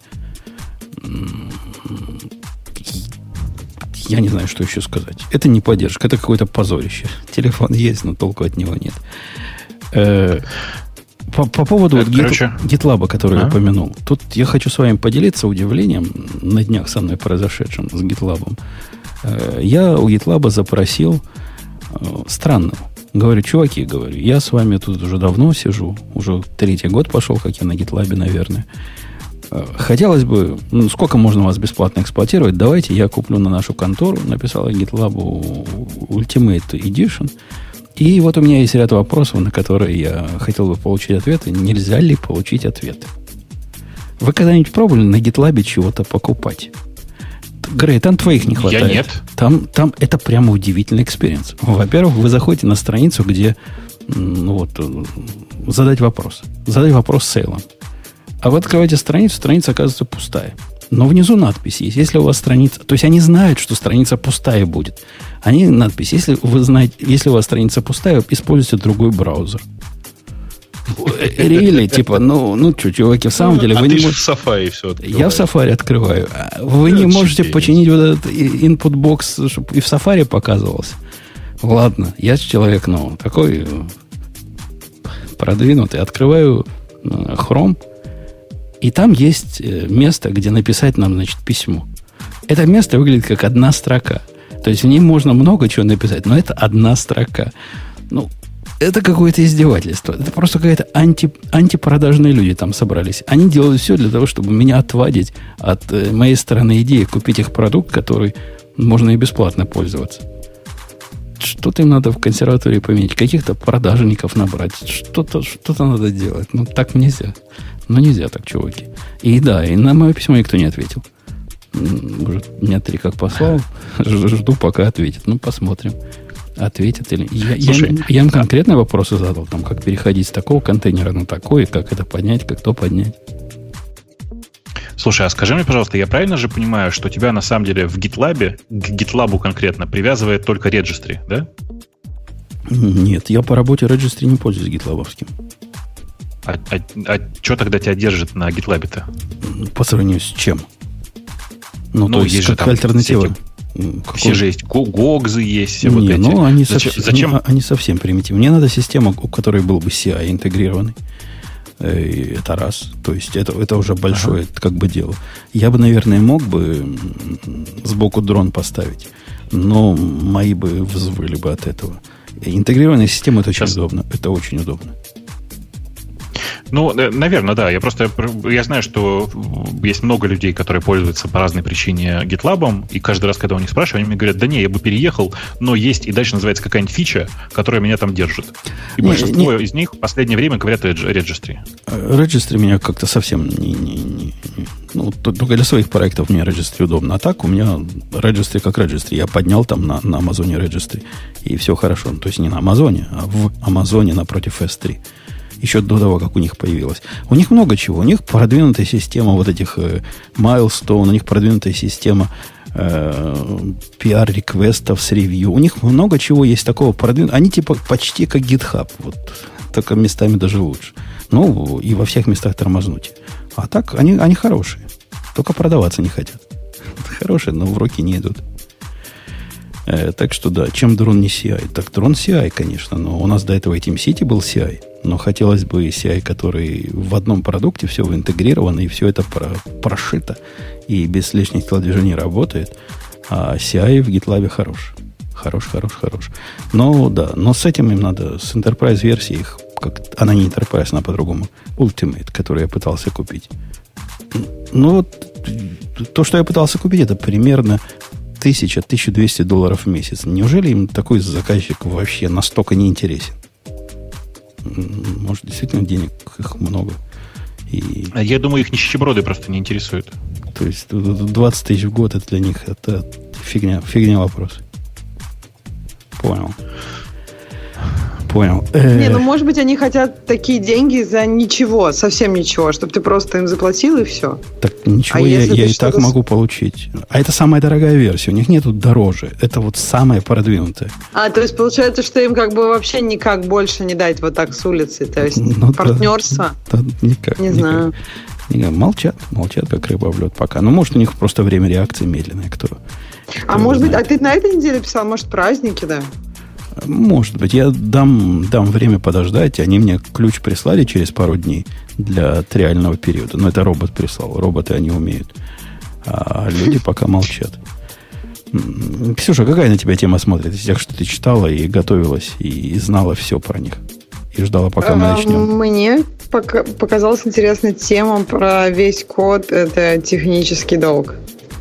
S1: Я не знаю, что еще сказать. Это не поддержка, это какое-то позорище. Телефон есть, но толку от него нет. По поводу GitLab, который я упомянул. Тут я хочу с вами поделиться удивлением на днях со мной произошедшим с GitLab. Я у GitLab запросил странного. Говорю, чуваки, я с вами тут уже давно сижу. Уже 3-й год пошел, как я на GitLab, наверное. Хотелось бы, сколько можно вас бесплатно эксплуатировать? Давайте я куплю на нашу контору. Написал я GitLab Ultimate Edition. И вот у меня есть ряд вопросов, на которые я хотел бы получить ответы. Нельзя ли получить ответы? Вы когда-нибудь пробовали на GitLab чего-то покупать? Грей, там твоих не хватает.
S5: Я нет.
S1: Там это прямо удивительный экспириенс. Во-первых, вы заходите на страницу, где задать вопрос. Задать вопрос с сейлом. А вы открываете страница оказывается пустая. Но внизу надпись есть. Если у вас страница... То есть они знают, что страница пустая будет. Они надпись. Если у вас страница пустая, используйте другой браузер. Really? Типа, что, чуваки, в самом деле...
S2: Вы не можете... в Safari все открываешь.
S1: Я в Safari открываю. Вы не можете починить вот этот input-бокс, чтобы и в Safari показывался. Ладно, я человек, такой продвинутый. Открываю Chrome, и там есть место, где написать нам, значит, письмо. Это место выглядит как одна строка. То есть в ней можно много чего написать, но это одна строка. Это какое-то издевательство. Это просто какие-то антипродажные люди там собрались. Они делают все для того, чтобы меня отвадить от моей стороны идеи купить их продукт, который можно и бесплатно пользоваться. Что-то им надо в консерватории поменять. Каких-то продажников набрать. Что-то надо делать. Так нельзя. Нельзя так, чуваки. И на мое письмо никто не ответил. Уже меня 3 как послал. Жду, пока ответит. Посмотрим. Ответят или... Я им конкретные вопросы задал, как переходить с такого контейнера на такой, как это поднять, как то поднять.
S5: Слушай, а скажи мне, пожалуйста, я правильно же понимаю, что тебя на самом деле в GitLab, к GitLab конкретно, привязывает только Registry, да?
S1: Нет, я по работе Registry не пользуюсь GitLab'овским.
S5: А что тогда тебя держит на GitLab-то?
S1: По сравнению с чем? То есть
S5: есть
S1: как
S5: же
S1: альтернатива.
S5: Все же есть, гогзы есть, все вот эти.
S1: Они
S5: зачем?
S1: Они совсем примитивны. Мне надо система, у которой был бы CI интегрированный. Это раз. То есть это уже большое дело. Я бы, наверное, мог бы сбоку дрон поставить, но мои бы взвыли бы от этого. Интегрированная система это очень удобно. Это очень удобно.
S5: Наверное, да. Я знаю, что есть много людей, которые пользуются по разной причине GitLab'ом, и каждый раз, когда у них спрашиваю, они мне говорят, я бы переехал, но есть, и дальше называется какая-нибудь фича, которая меня там держит. И большинство из них в последнее время говорят Registry.
S1: Registry меня как-то совсем не... только для своих проектов мне Registry удобно. А так у меня Registry как Registry. Я поднял там на Амазоне Registry, и все хорошо. То есть не на Амазоне, а в Амазоне напротив S3. Еще до того, как у них появилась. У них много чего. У них продвинутая система вот этих milestone, у них продвинутая система PR-реквестов с ревью. У них много чего есть такого продвинутого. Они почти как GitHub. Только местами даже лучше. И во всех местах тормознуть. А так, они хорошие. Только продаваться не хотят. Хорошие, но в руки не идут. Так что да, чем дрон не CI? Так дрон CI, конечно, но у нас до этого и TeamCity был CI. Но хотелось бы CI, который в одном продукте все интегрировано, и все это прошито, и без лишних телодвижений работает. А CI в GitLab хорош. Хорош. Но с этим им надо, с Enterprise версией, она не Enterprise, она по-другому, Ultimate, который я пытался купить. То, что я пытался купить, это примерно $1000-1200 в месяц. Неужели им такой заказчик вообще настолько не интересен? Может, действительно денег их много.
S5: Я думаю, их нищеброды просто не интересуют.
S1: То есть 20 тысяч в год это для них это фигня вопрос. Понял.
S3: Может быть, они хотят такие деньги за ничего, совсем ничего, чтобы ты просто им заплатил и все.
S1: Так ничего, я и так могу получить. А это самая дорогая версия. У них нету дороже. Это самая продвинутая.
S3: То есть получается, что им вообще никак больше не дать вот так с улицы. То есть партнерство?
S1: Да, никак.
S3: Не знаю.
S1: Молчат, как рыба в лед пока. Может, у них просто время реакции медленное.
S3: Может быть, ты на этой неделе писал, может, праздники, да?
S1: Может быть, я дам время подождать. Они мне ключ прислали через пару дней для триального периода. Но это робот прислал. Роботы они умеют. А люди пока молчат. Ксюша, какая на тебя тема смотрит? Из тех, что ты читала и готовилась, и знала все про них? И ждала, пока мы начнем.
S3: Мне показалась интересная тема про весь код. Это технический долг.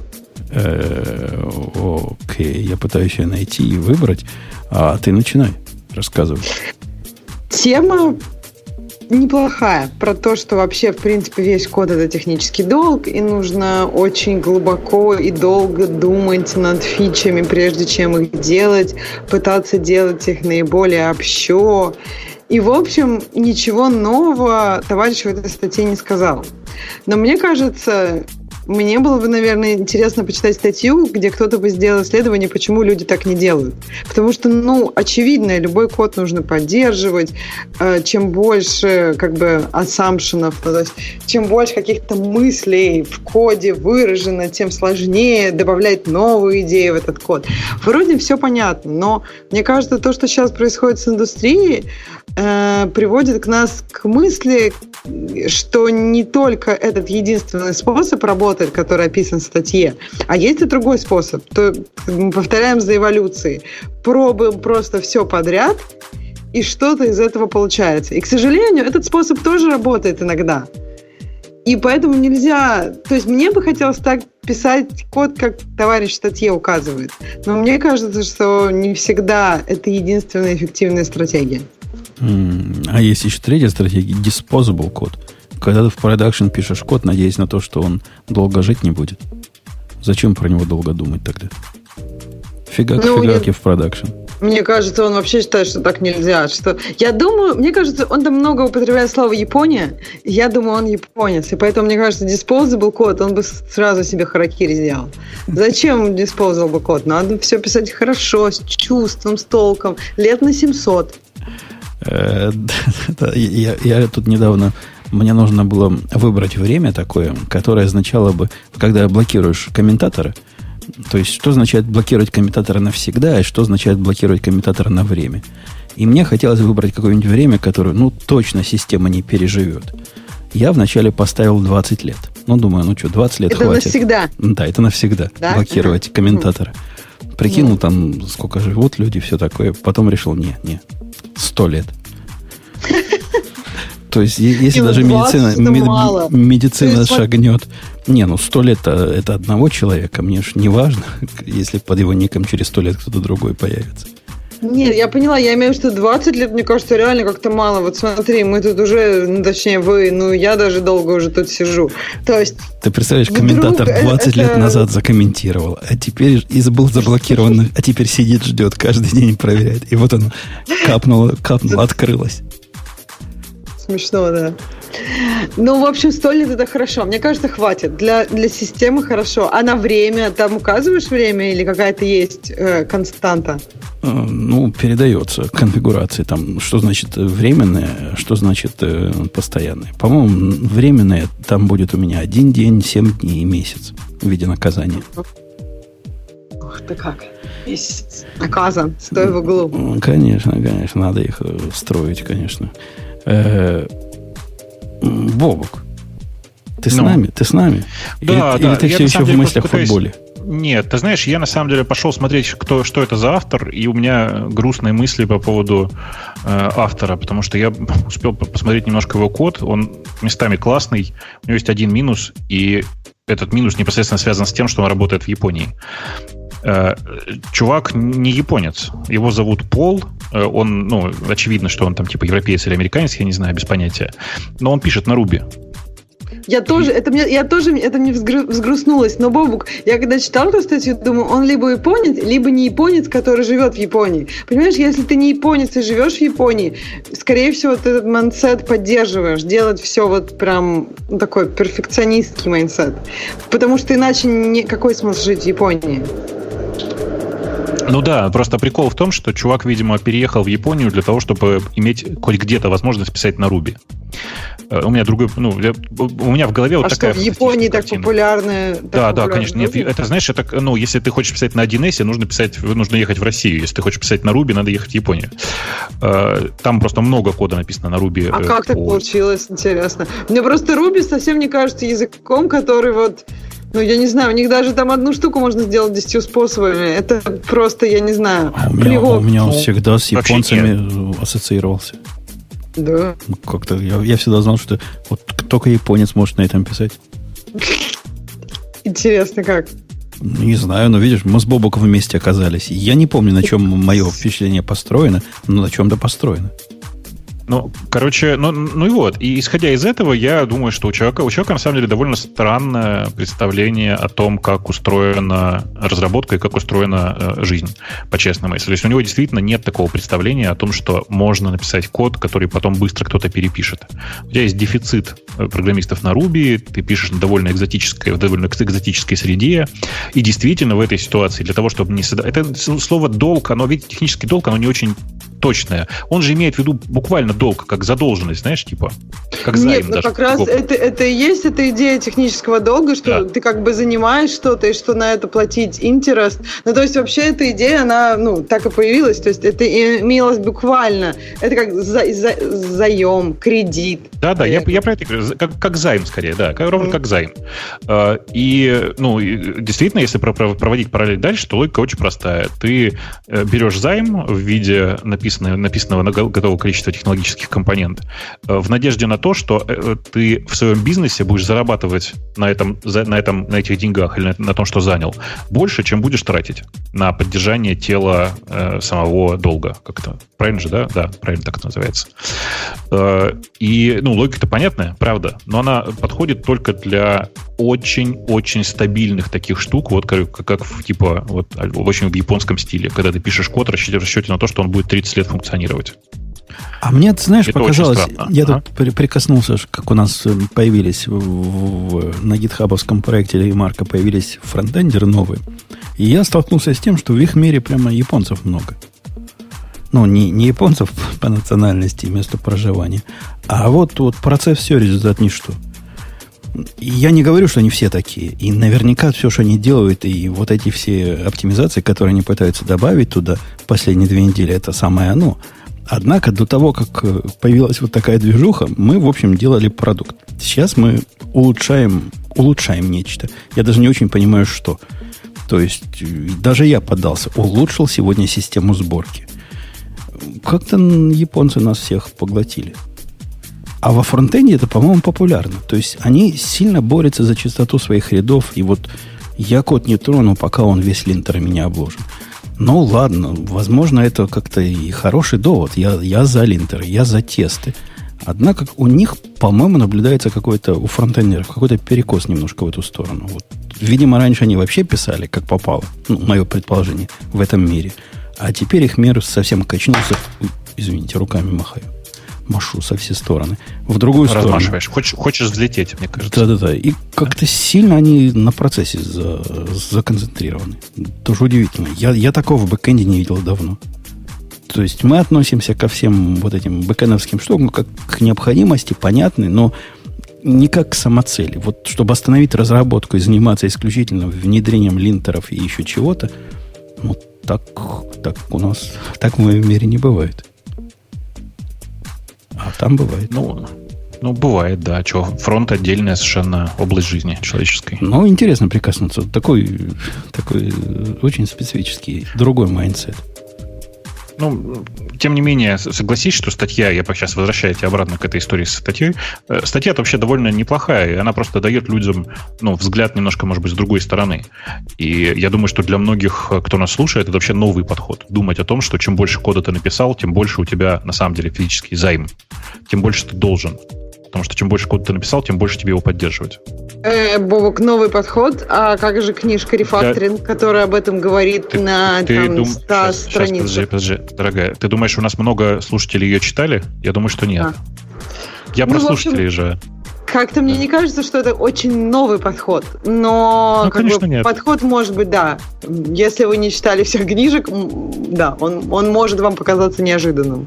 S1: Окей, я пытаюсь ее найти и выбрать. А ты начинай, рассказывай.
S3: Тема неплохая. Про то, что вообще, в принципе, весь код — это технический долг, и нужно очень глубоко и долго думать над фичами, прежде чем их делать, пытаться делать их наиболее общо. И, в общем, ничего нового товарищ в этой статье не сказал. Но мне кажется, мне было бы, наверное, интересно почитать статью, где кто-то бы сделал исследование, почему люди так не делают. Потому что, очевидно, любой код нужно поддерживать. Чем больше, ассампшенов, то есть чем больше каких-то мыслей в коде выражено, тем сложнее добавлять новые идеи в этот код. Вроде все понятно, но мне кажется, то, что сейчас происходит с индустрией, приводит нас к мысли, что не только этот единственный способ работает, который описан в статье, а есть и другой способ. То мы повторяем за эволюцией. Пробуем просто все подряд, и что-то из этого получается. И, к сожалению, этот способ тоже работает иногда. И поэтому нельзя... То есть мне бы хотелось так писать код, как товарищ в статье указывает. Но мне кажется, что не всегда это единственная эффективная стратегия.
S1: А есть еще третья стратегия – disposable код. Когда ты в продакшн пишешь код, надеясь на то, что он долго жить не будет. Зачем про него долго думать тогда? Фигаки в продакшн.
S3: Мне кажется, он вообще считает, что так нельзя. Я думаю, мне кажется, он там много употребляет слово «Япония». Я думаю, он японец. И поэтому, мне кажется, disposable код, он бы сразу себе харакири сделал. Зачем disposable код? Надо все писать хорошо, с чувством, с толком. Лет на 700.
S1: Я тут недавно... Мне нужно было выбрать время такое, которое означало бы, когда блокируешь комментатора, то есть, что означает блокировать комментатора навсегда, и что означает блокировать комментатора на время. И мне хотелось выбрать какое-нибудь время, которое, точно система не переживет. Я вначале поставил 20 лет. Думаю, 20 лет
S3: это
S1: хватит. Это
S3: навсегда?
S1: Да, это навсегда. Да? Блокировать комментатора. Прикинул, там, сколько живут люди, все такое. Потом решил, не, 100 лет. То есть, если даже медицина шагнет... 100 лет это одного человека. Мне ж не важно, если под его ником через 100 лет кто-то другой появится.
S3: Нет, я поняла. Я имею в виду, что 20 лет, мне кажется, реально как-то мало. Вот смотри, мы тут уже, точнее вы, я даже долго уже тут сижу. То есть...
S1: Ты представляешь, комментатор 20 лет назад закомментировал, а теперь был заблокирован, а теперь сидит, ждет, каждый день проверяет. И вот оно капнуло, открылось.
S3: Смешно, да. В общем, 100 лет это хорошо. Мне кажется, хватит. Для системы хорошо. А на время, там указываешь время или какая-то есть константа?
S1: Передается конфигурации. Там, что значит временное, что значит постоянное. По-моему, временное там будет у меня 1 день, 7 дней и месяц в виде наказания.
S3: Ух ты как. Месяц. Наказан. Стой в углу.
S1: Конечно. Надо их строить, конечно. Бобук, ты с нами? Ты с нами?
S5: Да,
S1: или ты все еще в мыслях о футболе?
S5: Нет, ты знаешь, я на самом деле пошел смотреть, что это за автор, и у меня грустные мысли по поводу автора, потому что я успел посмотреть немножко его код, он местами классный, у него есть один минус, и этот минус непосредственно связан с тем, что он работает в Японии. Чувак не японец. Его зовут Пол. Он, очевидно, что он там типа европеец или американец, я не знаю, без понятия. Но он пишет на Руби.
S3: Это мне взгрустнулось. Но, Бобук, я когда читал эту статью, думаю, он либо японец, либо не японец, который живет в Японии. Понимаешь, если ты не японец и живешь в Японии, скорее всего, ты этот майндсет поддерживаешь, делать все вот прям такой перфекционистский майндсет. Потому что иначе какой смысл жить в Японии?
S5: Да, просто прикол в том, что чувак, видимо, переехал в Японию для того, чтобы иметь хоть где-то возможность писать на Руби. У меня у меня в голове вот такая...
S3: А что, в Японии так популярная?
S5: Да, конечно. Нет, это, знаешь, если ты хочешь писать на 1С, нужно ехать в Россию. Если ты хочешь писать на Руби, надо ехать в Японию. Там просто много кода написано на Руби.
S3: А как так получилось, интересно? Мне просто Руби совсем не кажется языком, который вот... Ну, я не знаю, у них даже там одну штуку можно сделать 10 способами. Это просто, я не знаю,
S1: у меня он всегда с японцами ассоциировался.
S3: Да.
S1: Как-то я всегда знал, что вот только японец может на этом писать.
S3: Интересно, как?
S1: Не знаю, но видишь, мы с Бобоком вместе оказались. Я не помню, на чем мое впечатление построено, но на чем-то построено.
S5: Ну, короче, ну и вот. И исходя из этого, я думаю, что у человека на самом деле довольно странное представление о том, как устроена разработка и как устроена жизнь, по-честному. Если то есть у него действительно нет такого представления о том, что можно написать код, который потом быстро кто-то перепишет. У тебя есть дефицит программистов на Ruby, ты пишешь в довольно экзотической среде, и действительно в этой ситуации для того, чтобы не... Это слово «долг», оно, видите, технический долг, оно не очень точное. Он же имеет в виду буквально долг, как задолженность, знаешь, типа, как займ.
S3: Нет, даже. Как раз это и есть эта идея технического долга, что ты как бы занимаешь что-то, и что на это платить интерес. Ну, то есть вообще эта идея, она, так и появилась, то есть это имелось буквально. Это как заем, кредит.
S5: Да, я про это говорю, как займ скорее, да, ровно как займ. И, действительно, если проводить параллель дальше, то логика очень простая. Ты берешь займ в виде написанного на готового количества технологических компонентов в надежде на то, что ты в своем бизнесе будешь зарабатывать на этих деньгах или на том, что занял, больше, чем будешь тратить на поддержание тела самого долга. Как-то. Правильно же, да? Да, правильно так это называется. И, логика-то понятная, правда, но она подходит только для очень-очень стабильных таких штук, вот как в очень в японском стиле, когда ты пишешь код в расчете на то, что он будет 30 лет функционировать.
S1: А мне, знаешь, это показалось, я тут прикоснулся, как у нас появились на гитхабовском проекте Ремарка появились фронтендеры новые, и я столкнулся с тем, что в их мире прямо японцев много. Не японцев по национальности и месту проживания, а вот процесс все, результат ничто. Я не говорю, что они все такие. И наверняка все, что они делают, и вот эти все оптимизации, которые они пытаются добавить туда последние 2 недели, это самое оно. Однако до того, как появилась вот такая движуха, мы, в общем, делали продукт. Сейчас мы улучшаем нечто. Я даже не очень понимаю, что. То есть, даже я поддался. Улучшил сегодня систему сборки. Как-то японцы нас всех поглотили. А во фронтенде это, по-моему, популярно. То есть они сильно борются за чистоту своих рядов. И вот я код не трону, пока он весь линтерами не обложен. Ну, ладно, возможно, это как-то и хороший довод. Я за линтеры, я за тесты. Однако у них, по-моему, наблюдается у фронтендеров какой-то перекос немножко в эту сторону. Вот. Видимо, раньше они вообще писали, как попало. Мое предположение, в этом мире. А теперь их мир совсем качнулся. Извините, руками махаю. Машу со все стороны. В другую сторону.
S5: Размашиваешь. Хочешь взлететь, мне кажется.
S1: Да. И как-то сильно они на процессе законцентрированы. Тоже удивительно. Я такого в бэкэнде не видел давно. То есть мы относимся ко всем вот этим бэкэндовским штукам как к необходимости, понятной, но не как к самоцели. Вот чтобы остановить разработку и заниматься исключительно внедрением линтеров и еще чего-то, так у нас, так в моем мире не бывает. А там бывает.
S5: Бывает, да. Фронт отдельная совершенно область жизни человеческой.
S1: Интересно прикоснуться. Такой очень специфический, другой майндсет.
S5: Тем не менее, согласись, что статья, я сейчас возвращаюсь обратно к этой истории со статьей, статья-то вообще довольно неплохая, и она просто дает людям, взгляд немножко, может быть, с другой стороны. И я думаю, что для многих, кто нас слушает, это вообще новый подход. Думать о том, что чем больше кода ты написал, тем больше у тебя, на самом деле, физический займ. Тем больше ты должен. Потому что чем больше кода ты написал, тем больше тебе его поддерживать.
S3: Бобок, новый подход. А как же книжка «Рефакторинг», которая об этом говорит на 100 страницах?
S5: Подожди, дорогая. Ты думаешь, у нас много слушателей ее читали? Я думаю, что нет. Я про слушателей же.
S3: Как-то мне не кажется, что это очень новый подход. Но
S5: нет.
S3: Подход может быть, да. Если вы не читали всех книжек, да, он может вам показаться неожиданным.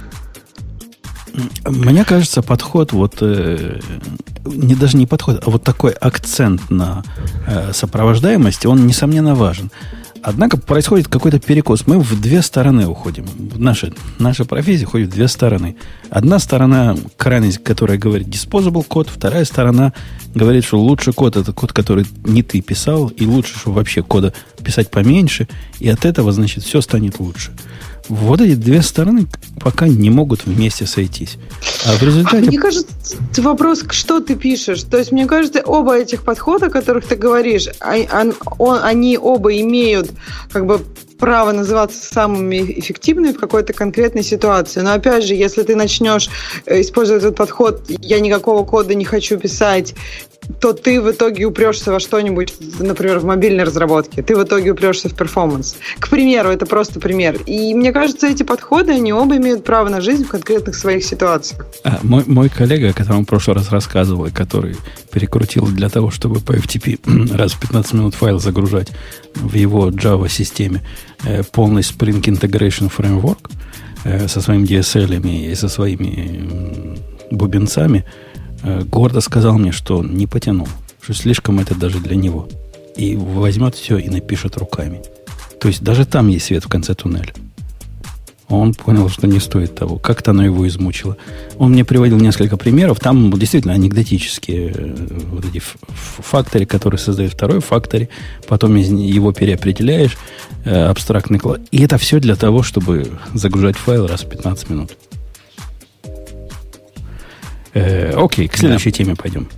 S1: Мне кажется, подход даже не подход, а вот такой акцент на сопровождаемости, он, несомненно, важен. Однако происходит какой-то перекос. Мы в две стороны уходим. Наша профессия ходит в две стороны. Одна сторона крайность, которая говорит disposable код, вторая сторона говорит, что лучший код это код, который не ты писал, и лучше, что вообще кода писать поменьше, и от этого, значит, все станет лучше. Вот эти две стороны пока не могут вместе сойтись. А в результате...
S3: Мне кажется, вопрос, что ты пишешь. То есть, мне кажется, оба этих подхода, о которых ты говоришь, они оба имеют как бы право называться самыми эффективными в какой-то конкретной ситуации. Но опять же, если ты начнешь использовать этот подход, я никакого кода не хочу писать, то ты в итоге упрешься во что-нибудь, например, в мобильной разработке. Ты в итоге упрешься в перформанс. К примеру, это просто пример. И мне кажется, эти подходы, они оба имеют право на жизнь в конкретных своих ситуациях.
S1: Мой коллега, о котором в прошлый раз рассказывал, который перекрутил для того, чтобы по FTP раз в 15 минут файл загружать в его Java-системе, полный Spring Integration Framework со своими DSL-ами и со своими бубенцами, гордо сказал мне, что он не потянул, что слишком это даже для него. И возьмет все и напишет руками. То есть даже там есть свет в конце туннеля. Он понял, что не стоит того. Как-то оно его измучило. Он мне приводил несколько примеров. Там действительно анекдотические вот эти факторы, которые создают второй фактор. Потом из его переопределяешь. Абстрактный класс. И это все для того, чтобы загружать файл раз в 15 минут. Окей, к следующей теме пойдем.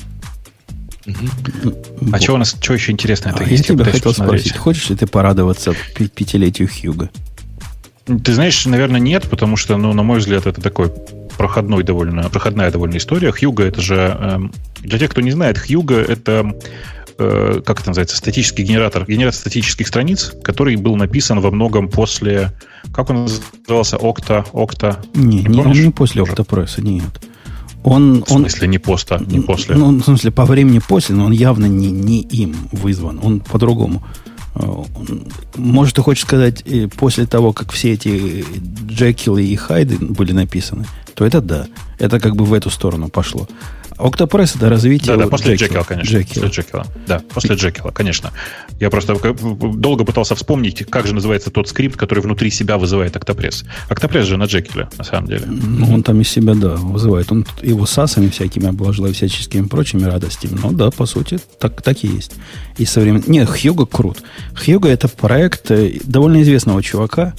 S5: А что у нас, что еще интересное?
S1: Я тебя хотел спросить, хочешь ли ты порадоваться пятилетию Хьюго?
S5: Ты знаешь, наверное, нет, потому что, на мой взгляд, это такой проходная довольно история. Хьюго это же, для тех, кто не знает, Хьюго это, как это называется, статический генератор статических страниц, который был написан во многом после, как он назывался, Окта?
S1: Не после Октопресса, нет.
S5: В смысле, не после?
S1: В смысле, по времени после, но он явно не им вызван. Он по-другому. Может, ты хочешь сказать, после того, как все эти Джекилы и Хайды были написаны, то это да. Это как бы в эту сторону пошло. Октопресс это развитие...
S5: Да, после Джекила, конечно. После Джекила. Да, после Джекила, конечно. Я просто долго пытался вспомнить, как же называется тот скрипт, который внутри себя вызывает Октопресс. Октопресс же на Джекиле, на самом деле.
S1: Он там из себя, да, вызывает. Он его сасами всякими обложил и всяческими прочими радостями. Но да, по сути, так и есть. И современно... Нет, Хьюго крут. Хьюго это проект довольно известного чувака,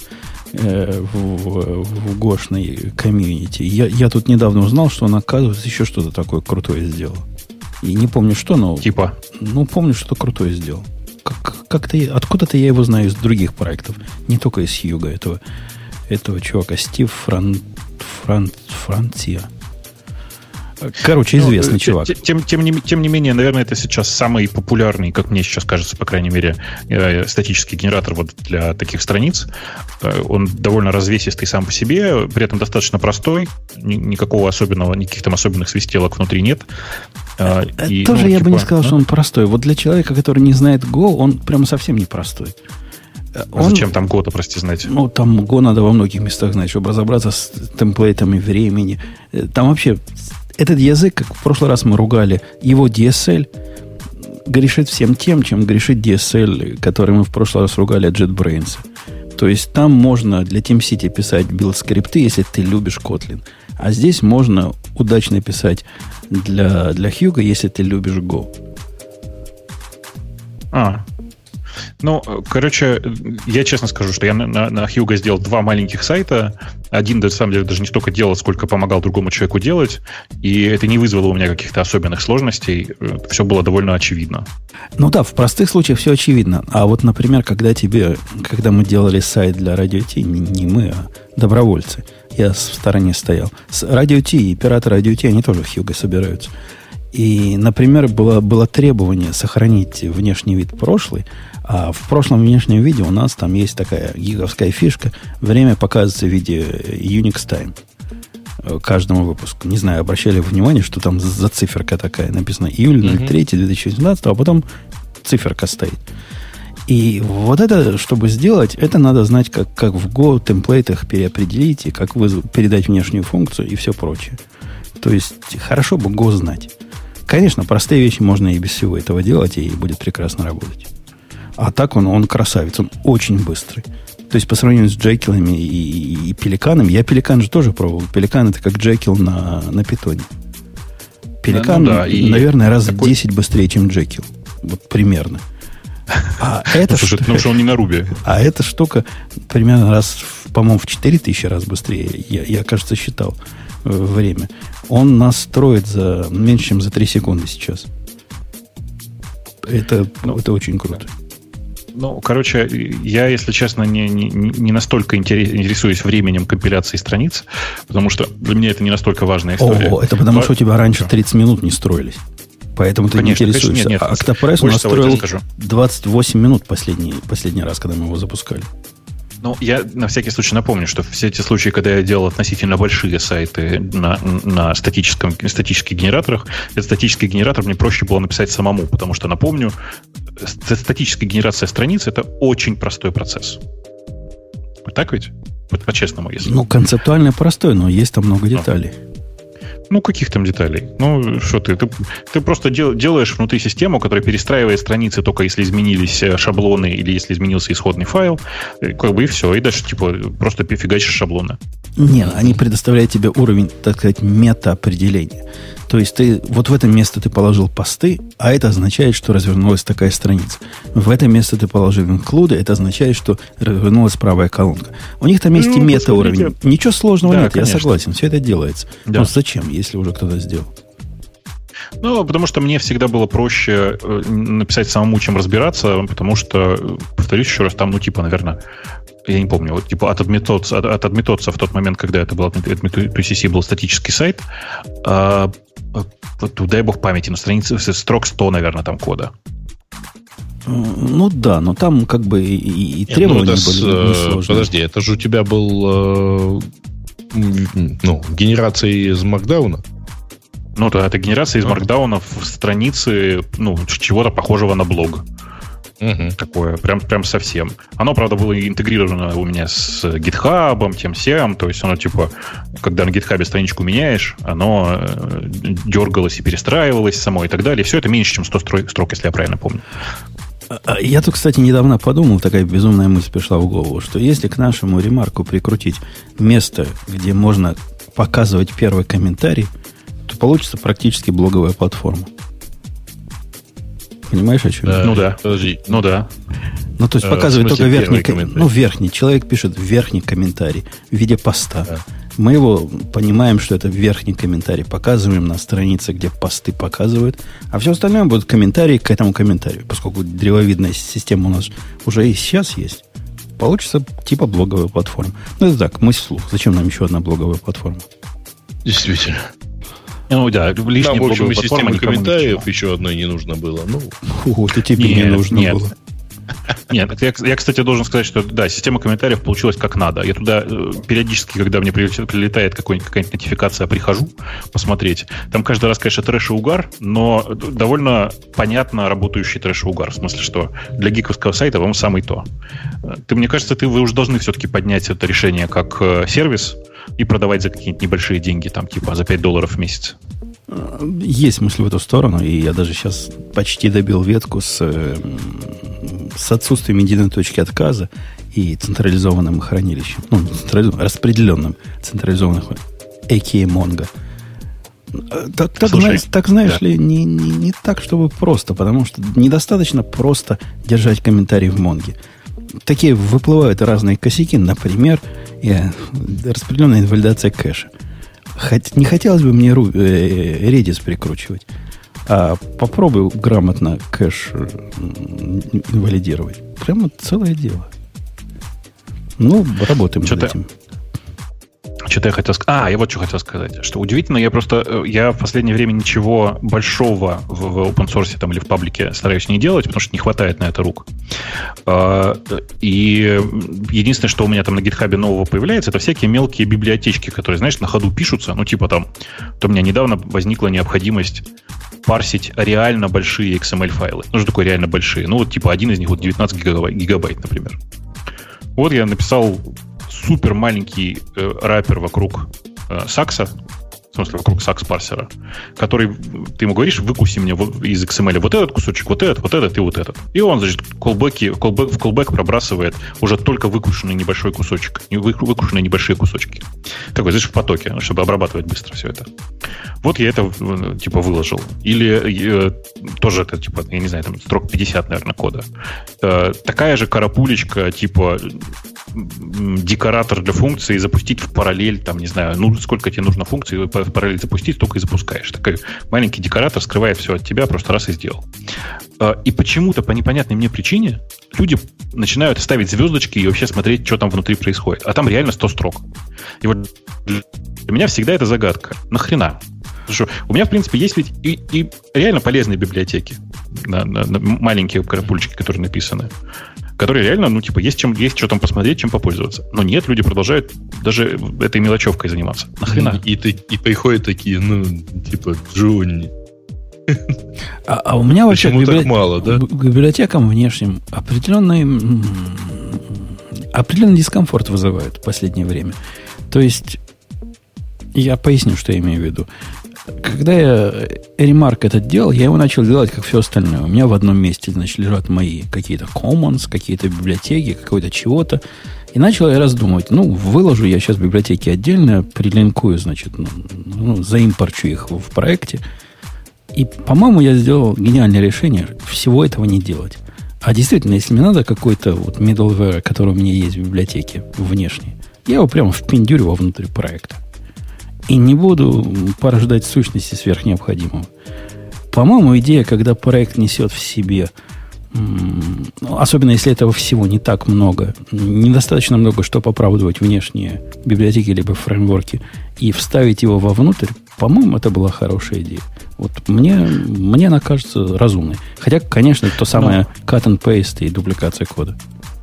S1: в гошной комьюнити. Я тут недавно узнал, что он, оказывается, еще что-то такое крутое сделал. И не помню, что, но...
S5: Типа?
S1: Помню, что крутое сделал. Откуда-то я его знаю из других проектов. Не только из Хьюго, этого чувака. Стив Франтия. Короче, известный чувак.
S5: Тем не менее, наверное, это сейчас самый популярный, как мне сейчас кажется, по крайней мере, статический генератор вот для таких страниц. Он довольно развесистый сам по себе, при этом достаточно простой. Никаких там особенных свистелок внутри нет.
S1: Тоже я бы не сказал, что он простой. Вот для человека, который не знает Go, он прямо совсем не простой.
S5: Зачем там Go-то, прости, знать?
S1: Там Go надо во многих местах знать, чтобы разобраться с темплейтами времени. Там вообще... Этот язык, как в прошлый раз мы ругали, его DSL грешит всем тем, чем грешит DSL, который мы в прошлый раз ругали от JetBrains. То есть там можно для TeamCity писать билд-скрипты, если ты любишь Kotlin. А здесь можно удачно писать для Hugo, если ты любишь Go.
S5: Короче, я честно скажу, что я на Hugo сделал 2 маленьких сайта. Один, на самом деле, даже не столько делал, сколько помогал другому человеку делать. И это не вызвало у меня каких-то особенных сложностей. Все было довольно очевидно.
S1: В простых случаях все очевидно. А вот, например, когда мы делали сайт для Radio T, не мы, а добровольцы, я в стороне стоял. Radio T и пираты Radio T, они тоже в Hugo собираются. И, например, было требование сохранить внешний вид прошлый, а в прошлом внешнем виде у нас там есть такая гиговская фишка. Время показывается в виде Unix Time каждому выпуску. Не знаю, обращали внимание, что там за циферка такая написано июль 03 2017, а потом циферка стоит. И вот это, чтобы сделать, это надо знать, как в Go темплейтах переопределить, и как передать внешнюю функцию и все прочее. То есть, хорошо бы Go знать. Конечно, простые вещи можно и без всего этого делать, и будет прекрасно работать. А так он красавец, он очень быстрый. То есть по сравнению с Джекилами и Пеликанами, я Пеликан же тоже пробовал. Пеликан это как Джекил на питоне. Пеликан, наверное, раз в 10 быстрее, чем Джекил. Вот примерно. А это
S5: потому что он не на Руби.
S1: А эта штука примерно по-моему, в 4000 раз быстрее. Я, кажется, считал время. Он нас строит за меньше, чем за 3 секунды сейчас. Это очень круто.
S5: Ну, короче, я, если честно, не настолько интересуюсь временем компиляции страниц, потому что для меня это не настолько важная история.
S1: Это потому что у тебя раньше 30 минут не строились. Поэтому ты не интересуешься.
S5: Нет,
S1: Octopress у нас строил 28 минут последний раз, когда мы его запускали.
S5: Ну, я на всякий случай напомню, что все эти случаи, когда я делал относительно большие сайты на статических генераторах, этот статический генератор мне проще было написать самому, потому что, напомню, статическая генерация страниц – это очень простой процесс. Так ведь? Вот по-честному, если.
S1: Ну, концептуально простой, но есть там много деталей.
S5: Ну, каких там деталей? Ну, что ты просто делаешь внутри систему, которая перестраивает страницы только если изменились шаблоны или если изменился исходный файл, как бы и все. И дальше, типа, просто фигачишь шаблоны.
S1: Нет, они предоставляют тебе уровень, так сказать, мета-определения. То есть ты вот в это место ты положил посты, а это означает, что развернулась такая страница. В это место ты положил инклюды, это означает, что развернулась правая колонка. У них там есть и мета-уровень. Ничего сложного нет, конечно. Я согласен, все это делается. Да. Но зачем, если уже кто-то сделал?
S5: Ну, потому что мне всегда было проще написать самому, чем разбираться, потому что, повторюсь еще раз, там, наверное, я не помню, вот типа от Admitots в тот момент, когда это был Admit2CC, был статический сайт, вот, дай бог памяти, на странице строк 100, наверное, там кода.
S1: Ну да, но там как бы и требования были несложные.
S2: Подожди, это же у тебя был генерация из Markdown?
S5: Ну да, это генерация из Markdown в странице, чего-то похожего на блог. Такое, прям совсем. Оно, правда, было интегрировано у меня с GitHub, тем всем. То есть оно, типа, когда на GitHub страничку меняешь, оно дергалось и перестраивалось само и так далее. Все это меньше, чем 100 строк, если я правильно помню.
S1: Я тут, кстати, недавно подумал, такая безумная мысль пришла в голову, что если к нашему ремарку прикрутить место, где можно показывать первый комментарий, то получится практически блоговая платформа. Понимаешь, о чем я?
S5: Ну да. Подожди. Ну да.
S1: Ну, то есть показывает только верхний комментарий. Ну, верхний. Человек пишет верхний комментарий в виде поста. Да. Мы его понимаем, что это верхний комментарий. Показываем на странице, где посты показывают. А все остальное будут комментарии к этому комментарию. Поскольку древовидная система у нас уже и сейчас есть. Получится типа блоговая платформа. Ну, это так, мысль вслух. Зачем нам еще одна блоговая платформа?
S2: Действительно.
S5: Ну да, лишняя
S2: в общем,
S5: блоговая платформа.
S2: Система комментариев еще одной не нужно было.
S1: Это тебе не нужно было.
S5: Нет, я, кстати, должен сказать, что да, система комментариев получилась как надо. Я туда периодически, когда мне прилетает какая-нибудь нотификация, прихожу посмотреть. Там каждый раз, конечно, трэш и угар, но довольно понятно работающий трэш и угар. В смысле, что для гиковского сайта вам самый то. Мне кажется, вы уже должны все-таки поднять это решение как сервис и продавать за какие-нибудь небольшие деньги, там типа за $5 в месяц.
S1: Есть мысли в эту сторону, и я даже сейчас почти добил ветку с отсутствием единой точки отказа и централизованным хранилищем. Распределенным централизованным, a.k.a. Mongo. Так знаешь ли, не так, чтобы просто, потому что недостаточно просто держать комментарии в Монге. Такие выплывают разные косяки, например, распределенная инвалидация кэша. Не хотелось бы мне Redis прикручивать, а попробуй грамотно кэш инвалидировать. Прямо целое дело. Работаем над этим.
S5: Что-то я хотел сказать. Я вот что хотел сказать. Что удивительно, я в последнее время ничего большого в open source там, или в паблике стараюсь не делать, потому что не хватает на это рук. И единственное, что у меня там на GitHub нового появляется, это всякие мелкие библиотечки, которые, знаешь, на ходу пишутся. У меня недавно возникла необходимость парсить реально большие XML-файлы. Что такое реально большие? Один из них 19 гигабайт, например. Вот я написал супер маленький раппер вокруг сакса, в смысле, вокруг сакс-парсера, который, ты ему говоришь, выкуси мне из XML вот этот кусочек, вот этот и вот этот. И он, значит, в callback пробрасывает уже только выкушенный небольшой кусочек, выкушенные небольшие кусочки. Такой, знаешь, в потоке, чтобы обрабатывать быстро все это. Вот я это, типа, выложил. Или тоже это, типа, я не знаю, там строк 50, наверное, кода. Такая же карапулечка, типа, декоратор для функции запустить в параллель, там, не знаю, ну, сколько тебе нужно функций в параллель запустить, столько и запускаешь. Такой маленький декоратор скрывает все от тебя, просто раз и сделал. И почему-то по непонятной мне причине люди начинают ставить звездочки и вообще смотреть, что там внутри происходит. А там реально 100 строк. И вот для меня всегда это загадка. Нахрена? Потому что у меня, в принципе, есть ведь и реально полезные библиотеки. На маленькие карапульчики, которые написаны. Которые реально, ну, типа, есть что там посмотреть, чем попользоваться. Но нет, люди продолжают даже этой мелочевкой заниматься. Нахрена?
S2: И приходят такие, ну, типа, Джонни.
S1: А у меня вообще
S2: так мало, да?
S1: К библиотекам внешним определенный дискомфорт вызывает в последнее время. То есть, я поясню, что я имею в виду. Когда я ремарк этот делал, я его начал делать, как все остальное. У меня в одном месте, значит, лежат мои какие-то commons, какие-то библиотеки, какое-то чего-то. И начал я раздумывать. Ну, выложу я сейчас библиотеки отдельно, прилинкую, значит, заимпорчу их в проекте. И, по-моему, я сделал гениальное решение всего этого не делать. А действительно, если мне надо какой-то вот middleware, который у меня есть в библиотеке внешний, я его прямо впендюрю вовнутрь проекта. И не буду порождать сущности сверх необходимого. По-моему, идея, когда проект несет в себе, особенно если этого всего не так много, недостаточно много, чтобы оправдывать внешние библиотеки либо фреймворки, и вставить его вовнутрь, по-моему, это была хорошая идея. Вот мне она кажется разумной. Хотя, конечно, то самое cut and paste и дубликация кода.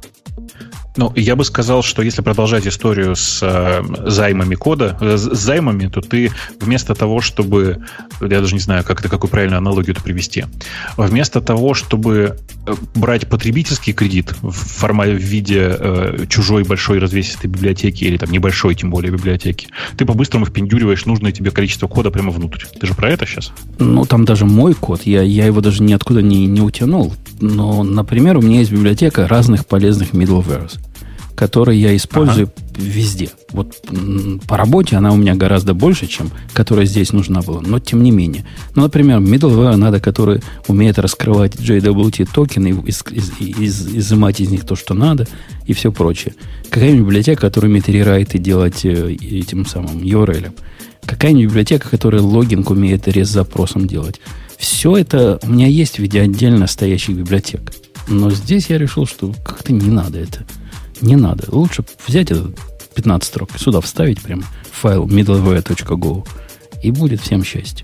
S5: Ну, я бы сказал, что если продолжать историю с займами кода, с займами, то ты вместо того, чтобы... Я даже не знаю, какую правильную аналогию это привести. Вместо того, чтобы брать потребительский кредит в виде чужой большой развесистой библиотеки или там небольшой, тем более, библиотеки, ты по-быстрому впендюриваешь нужное тебе количество кода прямо внутрь. Ты же про это сейчас? Ну,
S1: там даже мой код, я его даже ниоткуда не утянул. Но, например, у меня есть библиотека разных полезных middlewares, которые я использую везде. Вот по работе она у меня гораздо больше, чем которая здесь нужна была. Но тем не менее. Ну, например, middleware надо, который умеет раскрывать JWT токены, изымать из них то, что надо, и все прочее. Какая-нибудь библиотека, которая умеет рерайты делать этим самым URL. Какая-нибудь библиотека, которая логинг умеет рез-запросом делать. Все это у меня есть в виде отдельно стоящих библиотек. Но здесь я решил, что как-то не надо это. Не надо. Лучше взять этот 15 строк, сюда вставить прям файл middleware.go, и будет всем счастье.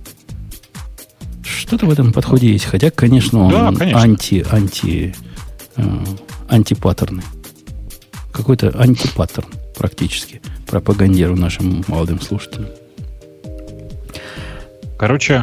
S1: Что-то в этом подходе есть. Хотя, конечно, он антипаттерный. Какой-то антипаттерн практически пропагандирую нашим молодым слушателям.
S5: Короче,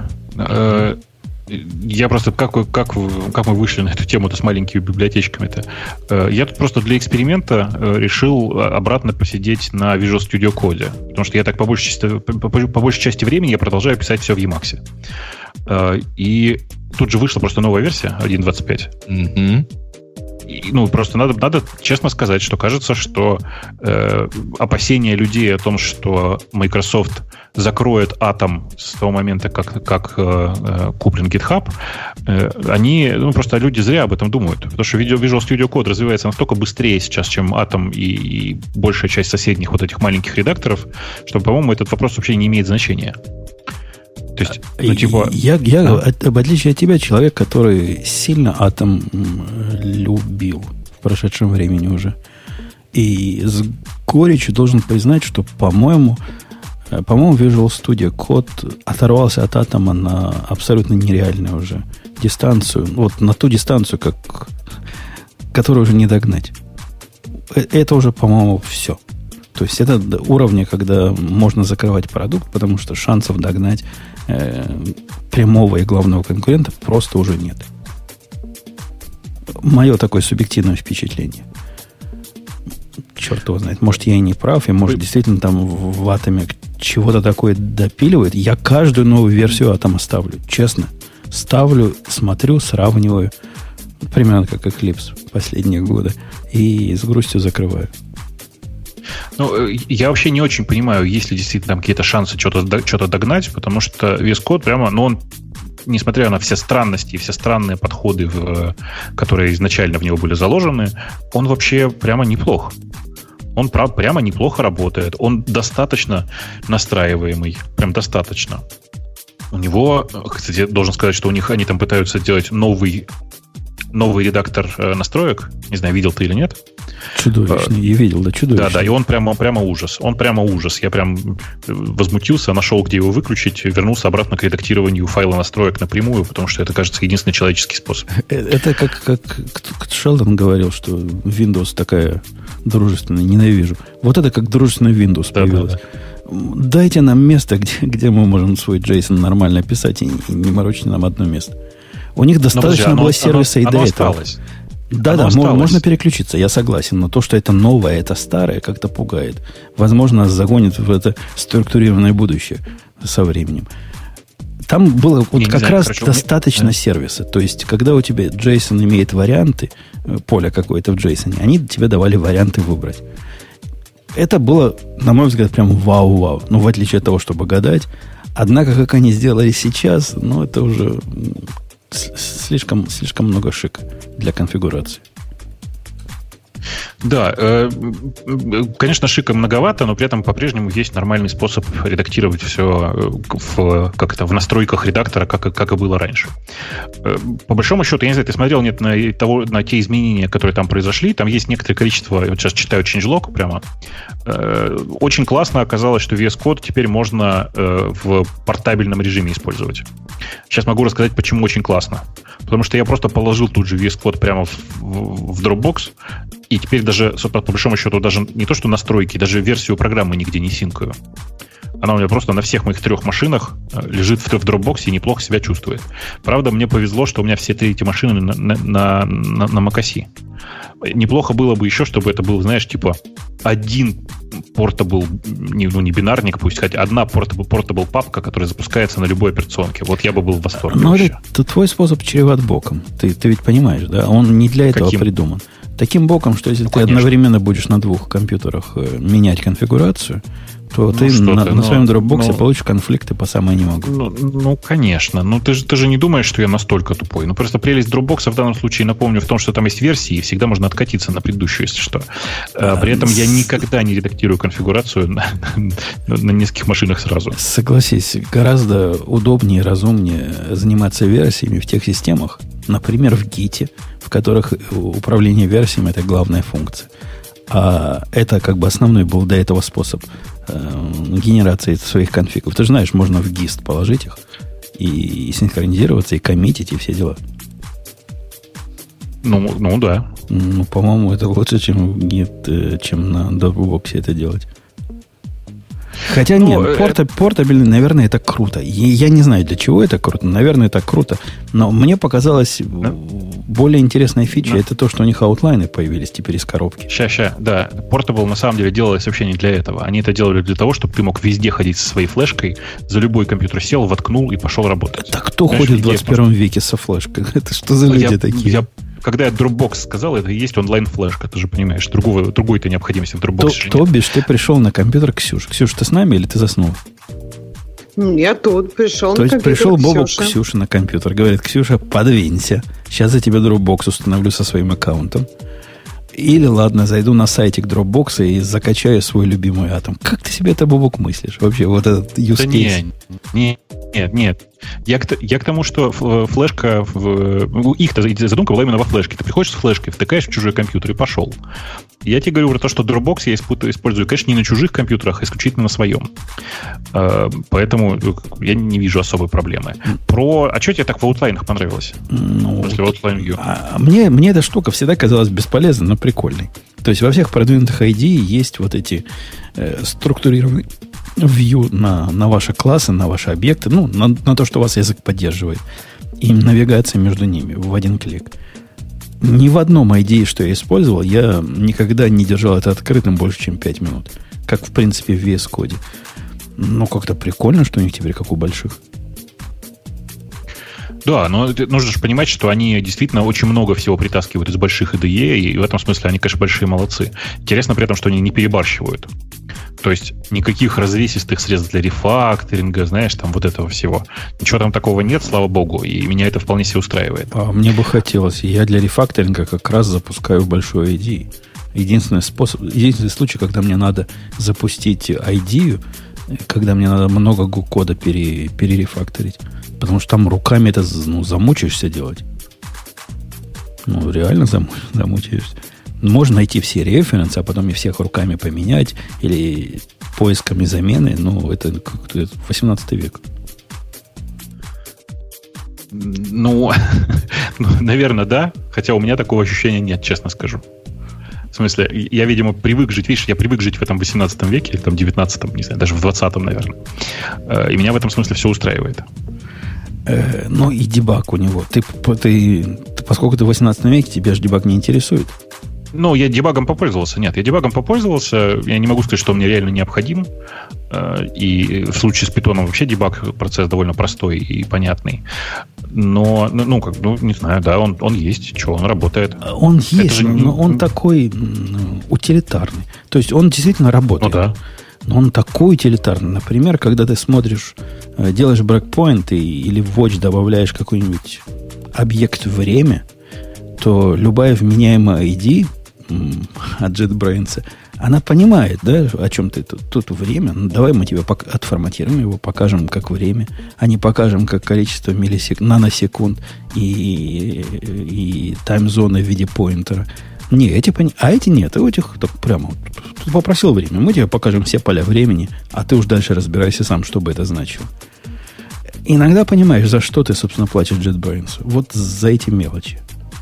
S5: я просто, как мы вышли на эту тему-то с маленькими библиотечками-то? Я тут просто для эксперимента решил обратно посидеть на Visual Studio Code. Потому что я так по большей части времени я продолжаю писать все в Emacs. И тут же вышла просто новая версия 1.25. И, просто надо честно сказать, что кажется, что опасения людей о том, что Microsoft закроет Atom с того момента, как куплен GitHub, они, просто люди зря об этом думают. Потому что Visual Studio Code развивается настолько быстрее сейчас, чем Atom и большая часть соседних вот этих маленьких редакторов, что, по-моему, этот вопрос вообще не имеет значения. То есть,
S1: Я, в отличие от тебя, человек, который сильно Atom любил в прошедшем времени уже. И с горечью должен признать, что, по-моему, Visual Studio Code оторвался от Atom на абсолютно нереальную уже дистанцию. Вот на ту дистанцию, которую уже не догнать. Это уже, по-моему, все. То есть это уровни, когда можно закрывать продукт, потому что шансов догнать прямого и главного конкурента просто уже нет. Мое такое субъективное впечатление. Черт его знает. Может, я и не прав, и может, действительно там в Атоме чего-то такое допиливает. Я каждую новую версию Atom ставлю, честно. Ставлю, смотрю, сравниваю. Примерно как Eclipse последние годы. И с грустью закрываю.
S5: Ну, я вообще не очень понимаю, есть ли действительно там какие-то шансы что-то догнать, потому что VS Code прямо, ну, он, несмотря на все странности и все странные подходы, которые изначально в него были заложены, он вообще прямо неплох. Он прямо неплохо работает. Он достаточно настраиваемый. Прям достаточно. У него, кстати, должен сказать, что у них они там пытаются делать новый редактор настроек. Не знаю, видел ты или нет.
S1: Чудовищный. Я видел, да, чудовищный.
S5: Да, и он прямо ужас. Он прямо ужас. Я прям возмутился, нашел, где его выключить, вернулся обратно к редактированию файла настроек напрямую, потому что это, кажется, единственный человеческий способ.
S1: Это как Шелдон говорил, что Windows такая дружественная, ненавижу. Вот это как дружественный Windows появилось. Да. Дайте нам место, где мы можем свой JSON нормально писать, и не морочите нам одно место. У них достаточно было сервиса и до этого. Осталось. Да, можно переключиться, я согласен. Но то, что это новое, это старое, как-то пугает. Возможно, нас загонит в это структурированное будущее со временем. Там было достаточно сервиса. То есть, когда у тебя JSON имеет варианты, поле какое-то в JSON, они тебе давали варианты выбрать. Это было, на мой взгляд, прям вау-вау. Ну, в отличие от того, чтобы гадать. Однако, как они сделали сейчас, ну, это уже слишком много шика для конфигурации.
S5: Да, конечно, шика многовато, но при этом по-прежнему есть нормальный способ редактировать все в настройках редактора, как и было раньше. По большому счету, я не знаю, ты смотрел нет на те изменения, которые там произошли. Там есть некоторое количество, я вот сейчас читаю changelog прямо. Очень классно оказалось, что VS Code теперь можно в портабельном режиме использовать. Сейчас могу рассказать, почему очень классно. Потому что я просто положил тут же VS Code прямо в Dropbox, и теперь даже, по большому счету, даже не то, что настройки, даже версию программы нигде не синкаю. Она у меня просто на всех моих 3 машинах лежит в Dropbox и неплохо себя чувствует. Правда, мне повезло, что у меня все 3 эти машины на macOS. Неплохо было бы еще, чтобы это был, знаешь, типа один портабл, не бинарник, пусть хоть одна портабл папка, которая запускается на любой операционке. Вот я бы был в восторге.
S1: Но это твой способ чреват боком. Ты ведь понимаешь, да? Он не для этого придуман. Таким боком, что если ты одновременно будешь на 2 компьютерах менять конфигурацию, то ты на своем Dropbox получишь конфликты по самое не могу.
S5: Ну, конечно. Но ты же не думаешь, что я настолько тупой. Ну, просто прелесть Dropbox в данном случае, напомню, в том, что там есть версии, и всегда можно откатиться на предыдущую, если что. При этом я никогда не редактирую конфигурацию на нескольких машинах сразу.
S1: Согласись, гораздо удобнее и разумнее заниматься версиями в тех системах, например, в Git, в которых управление версиями – это главная функция. А это как бы основной был до этого способ генерации своих конфигов. Ты же знаешь, можно в GIST положить их и синхронизироваться, и коммитить, и все дела.
S5: Ну да.
S1: Ну, по-моему, это лучше, чем в Git, чем на Dropbox это делать. Хотя нет, портабельный, наверное, это круто. Я не знаю, для чего это круто. Наверное, это круто. Но мне показалось более интересная фича. Это то, что у них аутлайны появились теперь из коробки.
S5: Ща, да. Portable на самом деле делалось вообще не для этого. Они это делали для того, чтобы ты мог везде ходить со своей флешкой, за любой компьютер сел, воткнул и пошел работать.
S1: Так кто ходит в 21 веке со флешкой? Это что за люди такие?
S5: Когда я Dropbox сказал, это и есть онлайн-флешка, ты же понимаешь. Другой-то необходимости в Dropbox.
S1: То бишь, ты пришел на компьютер Ксюши. Ксюш, ты с нами или ты заснул?
S3: Я тут пришел
S1: на компьютер. То есть пришел Бобок Ксюши на компьютер. Говорит, Ксюша, подвинься. Сейчас я тебе Dropbox установлю со своим аккаунтом. Или, ладно, зайду на сайтик Dropbox и закачаю свой любимый атом. Как ты себе это, Бобок, мыслишь? Вообще, вот этот use case.
S5: Нет. Я к тому, что флешка... Их-то задумка была именно во флешке. Ты приходишь с флешкой, втыкаешь в чужой компьютер и пошел. Я тебе говорю про то, что Dropbox я использую, конечно, не на чужих компьютерах, а исключительно на своем. Поэтому я не вижу особой проблемы. А что тебе так в аутлайнах понравилось?
S1: После Outline View. Мне эта штука всегда казалась бесполезной, но прикольной. То есть во всех продвинутых IDE есть вот эти структурированные view на ваши классы, на ваши объекты, на то, что у вас язык поддерживает. И навигация между ними в один клик. Ни в одном IDE, что я использовал, я никогда не держал это открытым больше, чем 5 минут. Как, в принципе, в VS Code. Ну, как-то прикольно, что у них теперь как у больших.
S5: Да, но нужно же понимать, что они действительно очень много всего притаскивают из больших IDE, и в этом смысле они, конечно, большие молодцы. Интересно при этом, что они не перебарщивают. То есть никаких развесистых средств для рефакторинга, знаешь, там вот этого всего. Ничего там такого нет, слава богу, и меня это вполне себе устраивает.
S1: А мне бы хотелось. Я для рефакторинга как раз запускаю большой IDE. Единственный случай, когда мне надо запустить IDE, когда мне надо много кода перерефакторить. Потому что там руками это замучаешься делать. Ну, реально замучаешься. Можно найти все референсы, а потом и всех руками поменять, или поисками замены. Ну, это как-то 18 век.
S5: Ну, наверное, да. Хотя у меня такого ощущения нет, честно скажу. В смысле, я, видимо, привык жить, видишь, я привык жить в этом 18 веке, или там 19-м, не знаю, даже в 20-м, наверное. И меня в этом смысле все устраивает.
S1: Ну, и дебаг у него. Поскольку ты в 18 веке, тебя же дебаг не интересует.
S5: Ну, я дебагом попользовался. Нет, я дебагом попользовался. Я не могу сказать, что он мне реально необходим. И в случае с Python вообще дебаг процесс довольно простой и понятный. Но, не знаю, да, он есть. Что, он работает.
S1: Он есть, но он такой утилитарный. То есть он действительно работает.
S5: Ну, да.
S1: Но он такой утилитарный. Например, когда ты смотришь, делаешь брейкпоинт или в Watch добавляешь какой-нибудь объект время, то любая вменяемая ID от JetBrains, она понимает, да, о чем ты тут время. Ну, давай мы тебе отформатируем его, покажем как время, а не покажем как количество наносекунд и таймзоны в виде поинтера. Не, эти а эти нет. И у этих так прямо ты попросил время. Мы тебе покажем все поля времени, а ты уж дальше разбирайся сам, что бы это значило. Иногда понимаешь, за что ты, собственно, платишь JetBrains. Вот за эти мелочи.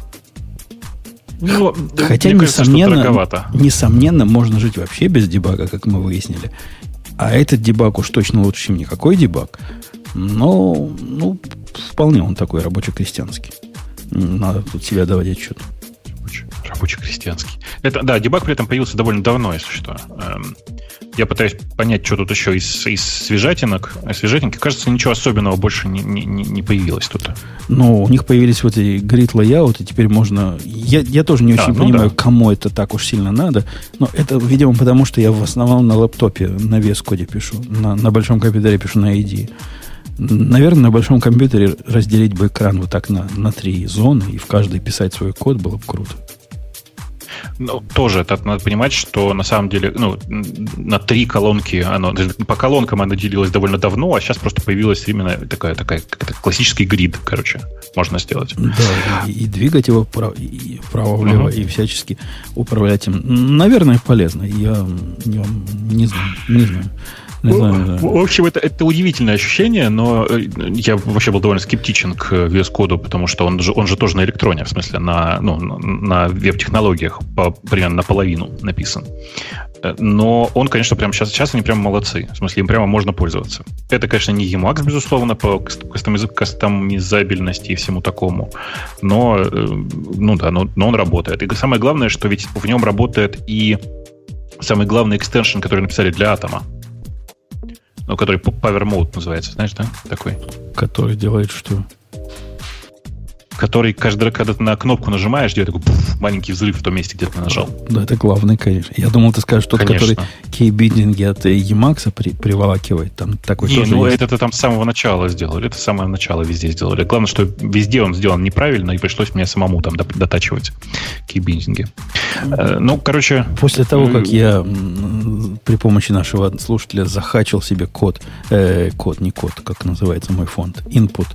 S5: Ну,
S1: хотя, несомненно, можно жить вообще без дебага, как мы выяснили. А этот дебаг уж точно лучше, чем никакой дебаг. Но, вполне он такой рабоче-крестьянский. Надо тут себя давать отчет.
S5: Рабоче-крестьянский. Да, дебаг при этом появился довольно давно, если что. Я пытаюсь понять, что тут еще из свежатинок. Свежатинки, кажется, ничего особенного больше не появилось тут.
S1: Ну, у них появились вот эти grid layout, и теперь можно... Я тоже не очень понимаю, кому это так уж сильно надо. Но это, видимо, потому что я в основном на лэптопе на VS Code пишу. На большом компьютере пишу на IDE. Наверное, на большом компьютере разделить бы экран вот так на 3 зоны, и в каждой писать свой код было бы круто.
S5: Ну, тоже это надо понимать, что на самом деле, на 3 колонки по колонкам оно делилось довольно давно, а сейчас просто появилась именно такая как-то классический грид, короче, можно сделать.
S1: Да, и двигать его вправо-влево, и всячески управлять им. Наверное, полезно. Я не знаю.
S5: В общем, это удивительное ощущение, но я вообще был довольно скептичен к VS Code, потому что он же тоже на электроне, в смысле, на веб-технологиях примерно наполовину написан. Но он, конечно, прямо сейчас они прямо молодцы. В смысле, им прямо можно пользоваться. Это, конечно, не Emacs, безусловно, по кастомизабельности и всему такому. Но он работает. И самое главное, что ведь в нем работает и самый главный экстеншн, который написали для Atom. Который Power Mode называется, знаешь, да? Такой.
S1: Который делает что?
S5: Который когда ты на кнопку нажимаешь, делает такой маленький взрыв в том месте, где ты нажал.
S1: Да, это главный, конечно. Я думал, ты скажешь тот, который кейбиндинги от Emacs приволакивает. Там такой тоже есть.
S5: Это там с самого начала сделали. Это с самого начала везде сделали. Главное, что везде он сделан неправильно, и пришлось мне самому там дотачивать кейбиндинги.
S1: После того, как я при помощи нашего слушателя захачил себе как называется мой фонд, input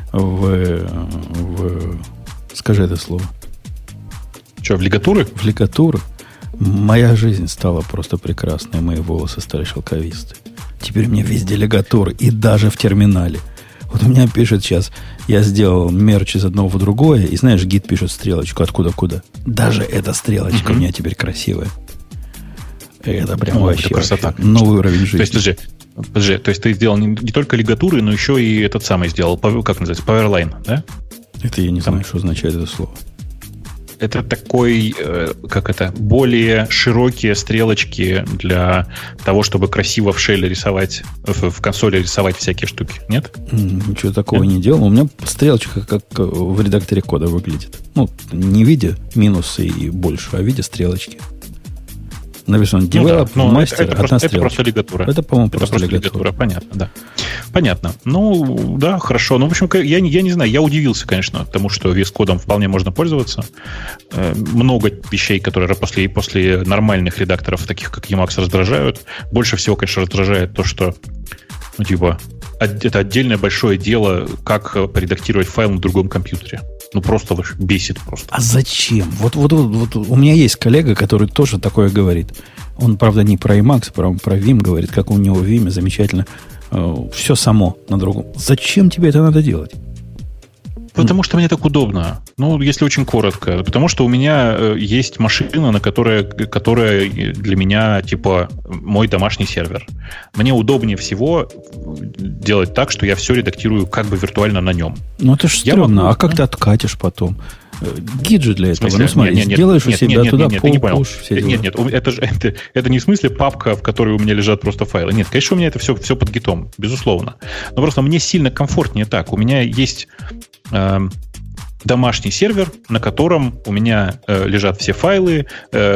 S1: скажи это слово.
S5: Что, в лигатуры?
S1: В лигатуры. Моя жизнь стала просто прекрасной, мои волосы стали шелковистые. Теперь у меня везде лигатуры, и даже в терминале. Вот у меня пишет сейчас, я сделал мерч из одного в другое, и знаешь, гид пишет стрелочку откуда куда. Даже эта стрелочка у меня теперь красивая. Это прям вообще новый уровень жизни.
S5: То есть, подожди, то есть ты сделал не только лигатуры, но еще и этот самый сделал, как называется, Powerline, да?
S1: Это я не знаю, что означает это слово.
S5: Это такой, более широкие стрелочки для того, чтобы красиво в шеле рисовать, в консоли рисовать всякие штуки, нет?
S1: Ничего такого не делал. У меня стрелочка как в редакторе кода выглядит. Ну, не в виде минусы и больше, а в виде стрелочки. Написано develop, мастер, одна стрелочка.
S5: Это просто лигатура.
S1: Это, по-моему, просто лигатура.
S5: Понятно, да. Понятно. Ну, да, хорошо. Ну, в общем, я не знаю, я удивился, конечно, тому, что VS Code вполне можно пользоваться. Много вещей, которые после нормальных редакторов, таких как Emacs, раздражают. Больше всего, конечно, раздражает то, что, это отдельное большое дело, как поредактировать файл на другом компьютере. Ну, просто бесит просто.
S1: А зачем? Вот у меня есть коллега, который тоже такое говорит. Он, правда, не про Emacs, про Vim говорит, как у него в Vim замечательно. Все само на другом. Зачем тебе это надо делать?
S5: Потому что мне так удобно. Ну, если очень коротко. Потому что у меня есть машина, которая для меня, мой домашний сервер. Мне удобнее всего делать так, что я все редактирую как бы виртуально на нем.
S1: Ну, это ж стрёмно. А как ты откатишь потом? Гид же для этого. Ну, смотри, сделаешь у себя туда push, все дела.
S5: Нет, это не в смысле папка, в которой у меня лежат просто файлы. Нет, конечно, у меня это все под гитом, безусловно. Но просто мне сильно комфортнее так. У меня есть домашний сервер, на котором у меня лежат все файлы,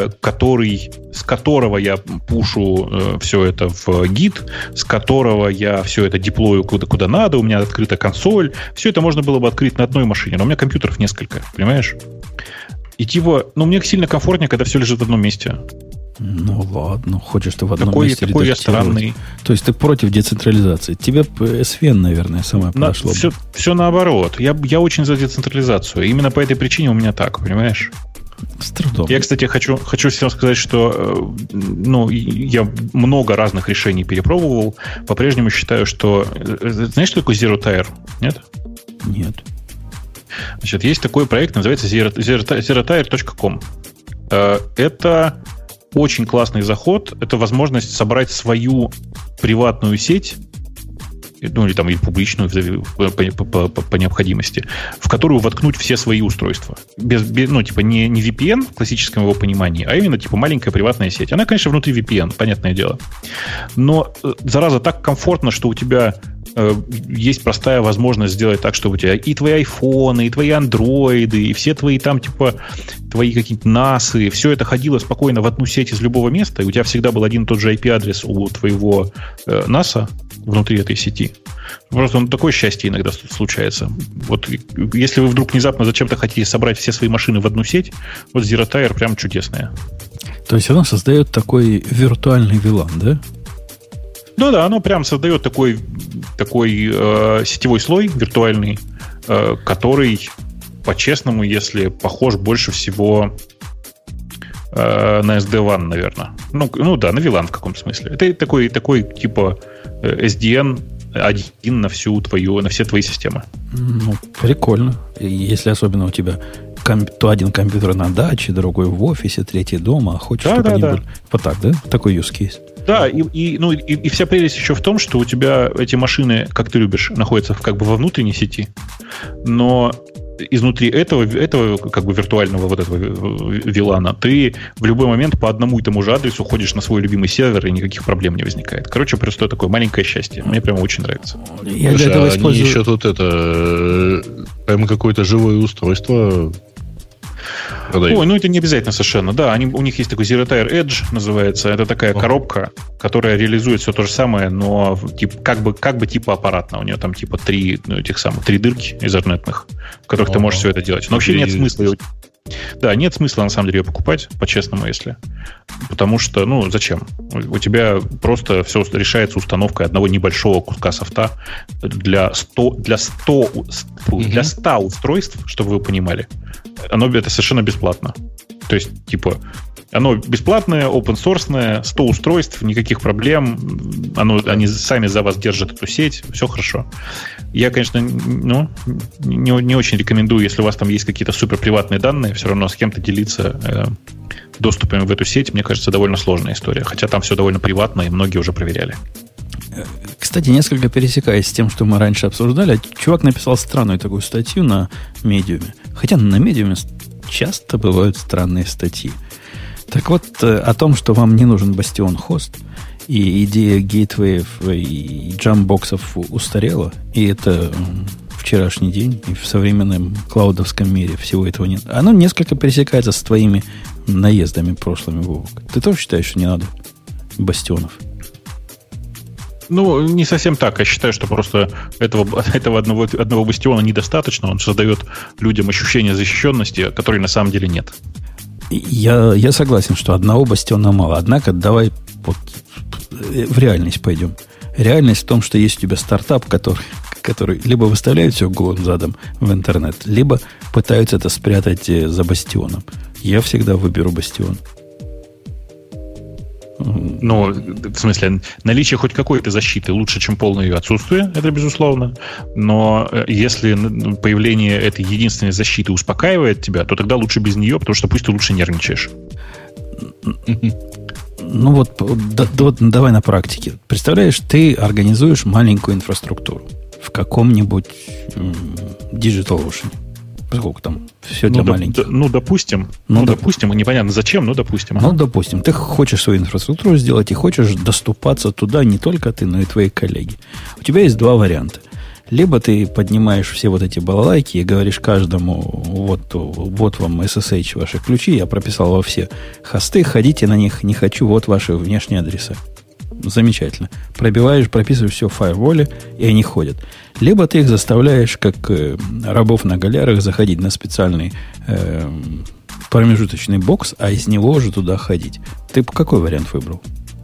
S5: с которого я пушу все это в гид, с которого я все это деплою куда надо, у меня открыта консоль. Все это можно было бы открыть на одной машине, но у меня компьютеров несколько, понимаешь? И мне сильно комфортнее, когда все лежит в одном месте.
S1: Ну ладно, хочешь ты в одном месте
S5: редактировать. Такой я странный.
S1: То есть ты против децентрализации. Тебе SVN, наверное, самое подошло.
S5: Все наоборот. Я очень за децентрализацию. Именно по этой причине у меня так, понимаешь?
S1: С трудом.
S5: Я, кстати, хочу всем сказать, что я много разных решений перепробовал. По-прежнему считаю, что... Знаешь, что такое Zero Tire? Нет?
S1: Нет.
S5: Значит, есть такой проект, называется zerotire.com. Это очень классный заход. Это возможность собрать свою приватную сеть, или публичную по необходимости, в которую воткнуть все свои устройства. Не VPN в классическом его понимании, а именно маленькая приватная сеть. Она, конечно, внутри VPN, понятное дело. Но, зараза, так комфортно, что у тебя есть простая возможность сделать так, чтобы у тебя и твои айфоны, и твои андроиды, и все твои твои какие-то NAS, все это ходило спокойно в одну сеть из любого места, и у тебя всегда был один и тот же IP-адрес у твоего NAS внутри этой сети. Просто такое счастье иногда случается. Вот если вы вдруг внезапно зачем-то хотите собрать все свои машины в одну сеть, вот Zero Tire прям чудесная.
S1: То есть оно создает такой виртуальный VLAN, да?
S5: Ну да, оно прям создает такой сетевой слой виртуальный, который, по-честному, если похож больше всего на SD-WAN, наверное. Ну да, на VLAN в каком-то смысле. Это такой типа SDN один на все твои системы.
S1: Ну, прикольно. Если особенно у тебя то один компьютер на даче, другой в офисе, третий дома, а хочешь, чтобы они были... Вот так, да? Такой use case.
S5: Да, и вся прелесть еще в том, что у тебя эти машины, как ты любишь, находятся как бы во внутренней сети, но изнутри этого как бы виртуального вот этого VLAN ты в любой момент по одному и тому же адресу ходишь на свой любимый сервер, и никаких проблем не возникает. Короче, просто такое маленькое счастье. Мне прямо очень нравится.
S2: Я для этого использую... Они еще тут прямо какое-то живое устройство...
S5: Ой, это не обязательно совершенно. Да, у них есть такой Zero Tire Edge, называется. Это такая коробка, которая реализует все то же самое, но как бы типа аппаратно. У нее там типа три дырки этherнетных, в которых ты можешь все это делать. Но вообще нет смысла. Да, нет смысла на самом деле ее покупать, по-честному, если. Потому что, зачем? У тебя просто все решается установкой одного небольшого куска софта для 100 устройств, чтобы вы понимали. Это совершенно бесплатно. То есть, оно бесплатное, open-source, 100 устройств, никаких проблем. Они сами за вас держат эту сеть, все хорошо. Я, конечно, не очень рекомендую, если у вас там есть какие-то суперприватные данные, все равно с кем-то делиться доступами в эту сеть, мне кажется, довольно сложная история. Хотя там все довольно приватно, и многие уже проверяли.
S1: Кстати, несколько пересекаясь с тем, что мы раньше обсуждали, чувак написал странную такую статью на Медиуме. Хотя на Медиуме часто бывают странные статьи. Так вот, о том, что вам не нужен бастион хост, и идея гейтвеев и джамбоксов устарела, и это вчерашний день, и в современном клаудовском мире всего этого нет. Оно несколько пересекается с твоими наездами прошлыми, Вовок. Ты тоже считаешь, что не надо бастионов?
S5: Ну, не совсем так. Я считаю, что просто этого одного бастиона недостаточно. Он создает людям ощущение защищенности, которой на самом деле нет.
S1: Я согласен, что одного бастиона мало. Однако давай вот в реальность пойдем. Реальность в том, что есть у тебя стартап, который либо выставляет все голым задом в интернет, либо пытаются это спрятать за бастионом. Я всегда выберу бастион.
S5: Ну, в смысле, наличие хоть какой-то защиты лучше, чем полное ее отсутствие, это безусловно. Но если появление этой единственной защиты успокаивает тебя, то тогда лучше без нее, потому что пусть ты лучше нервничаешь.
S1: Ну вот, давай на практике. Представляешь, ты организуешь маленькую инфраструктуру в каком-нибудь DigitalOcean. Сколько там? Все для маленьких.
S5: Допустим. Допустим. Непонятно зачем, но допустим.
S1: Ну, допустим. Ты хочешь свою инфраструктуру сделать и хочешь доступаться туда не только ты, но и твои коллеги. У тебя есть два варианта. Либо ты поднимаешь все вот эти балалайки и говоришь каждому, вот вам SSH, ваши ключи, я прописал во все хосты, ходите на них, не хочу, вот ваши внешние адреса. Замечательно. Прописываешь все в фаерволе, и они ходят. Либо ты их заставляешь, как рабов на галерах, заходить на специальный промежуточный бокс, а из него уже туда ходить. Ты какой вариант выбрал?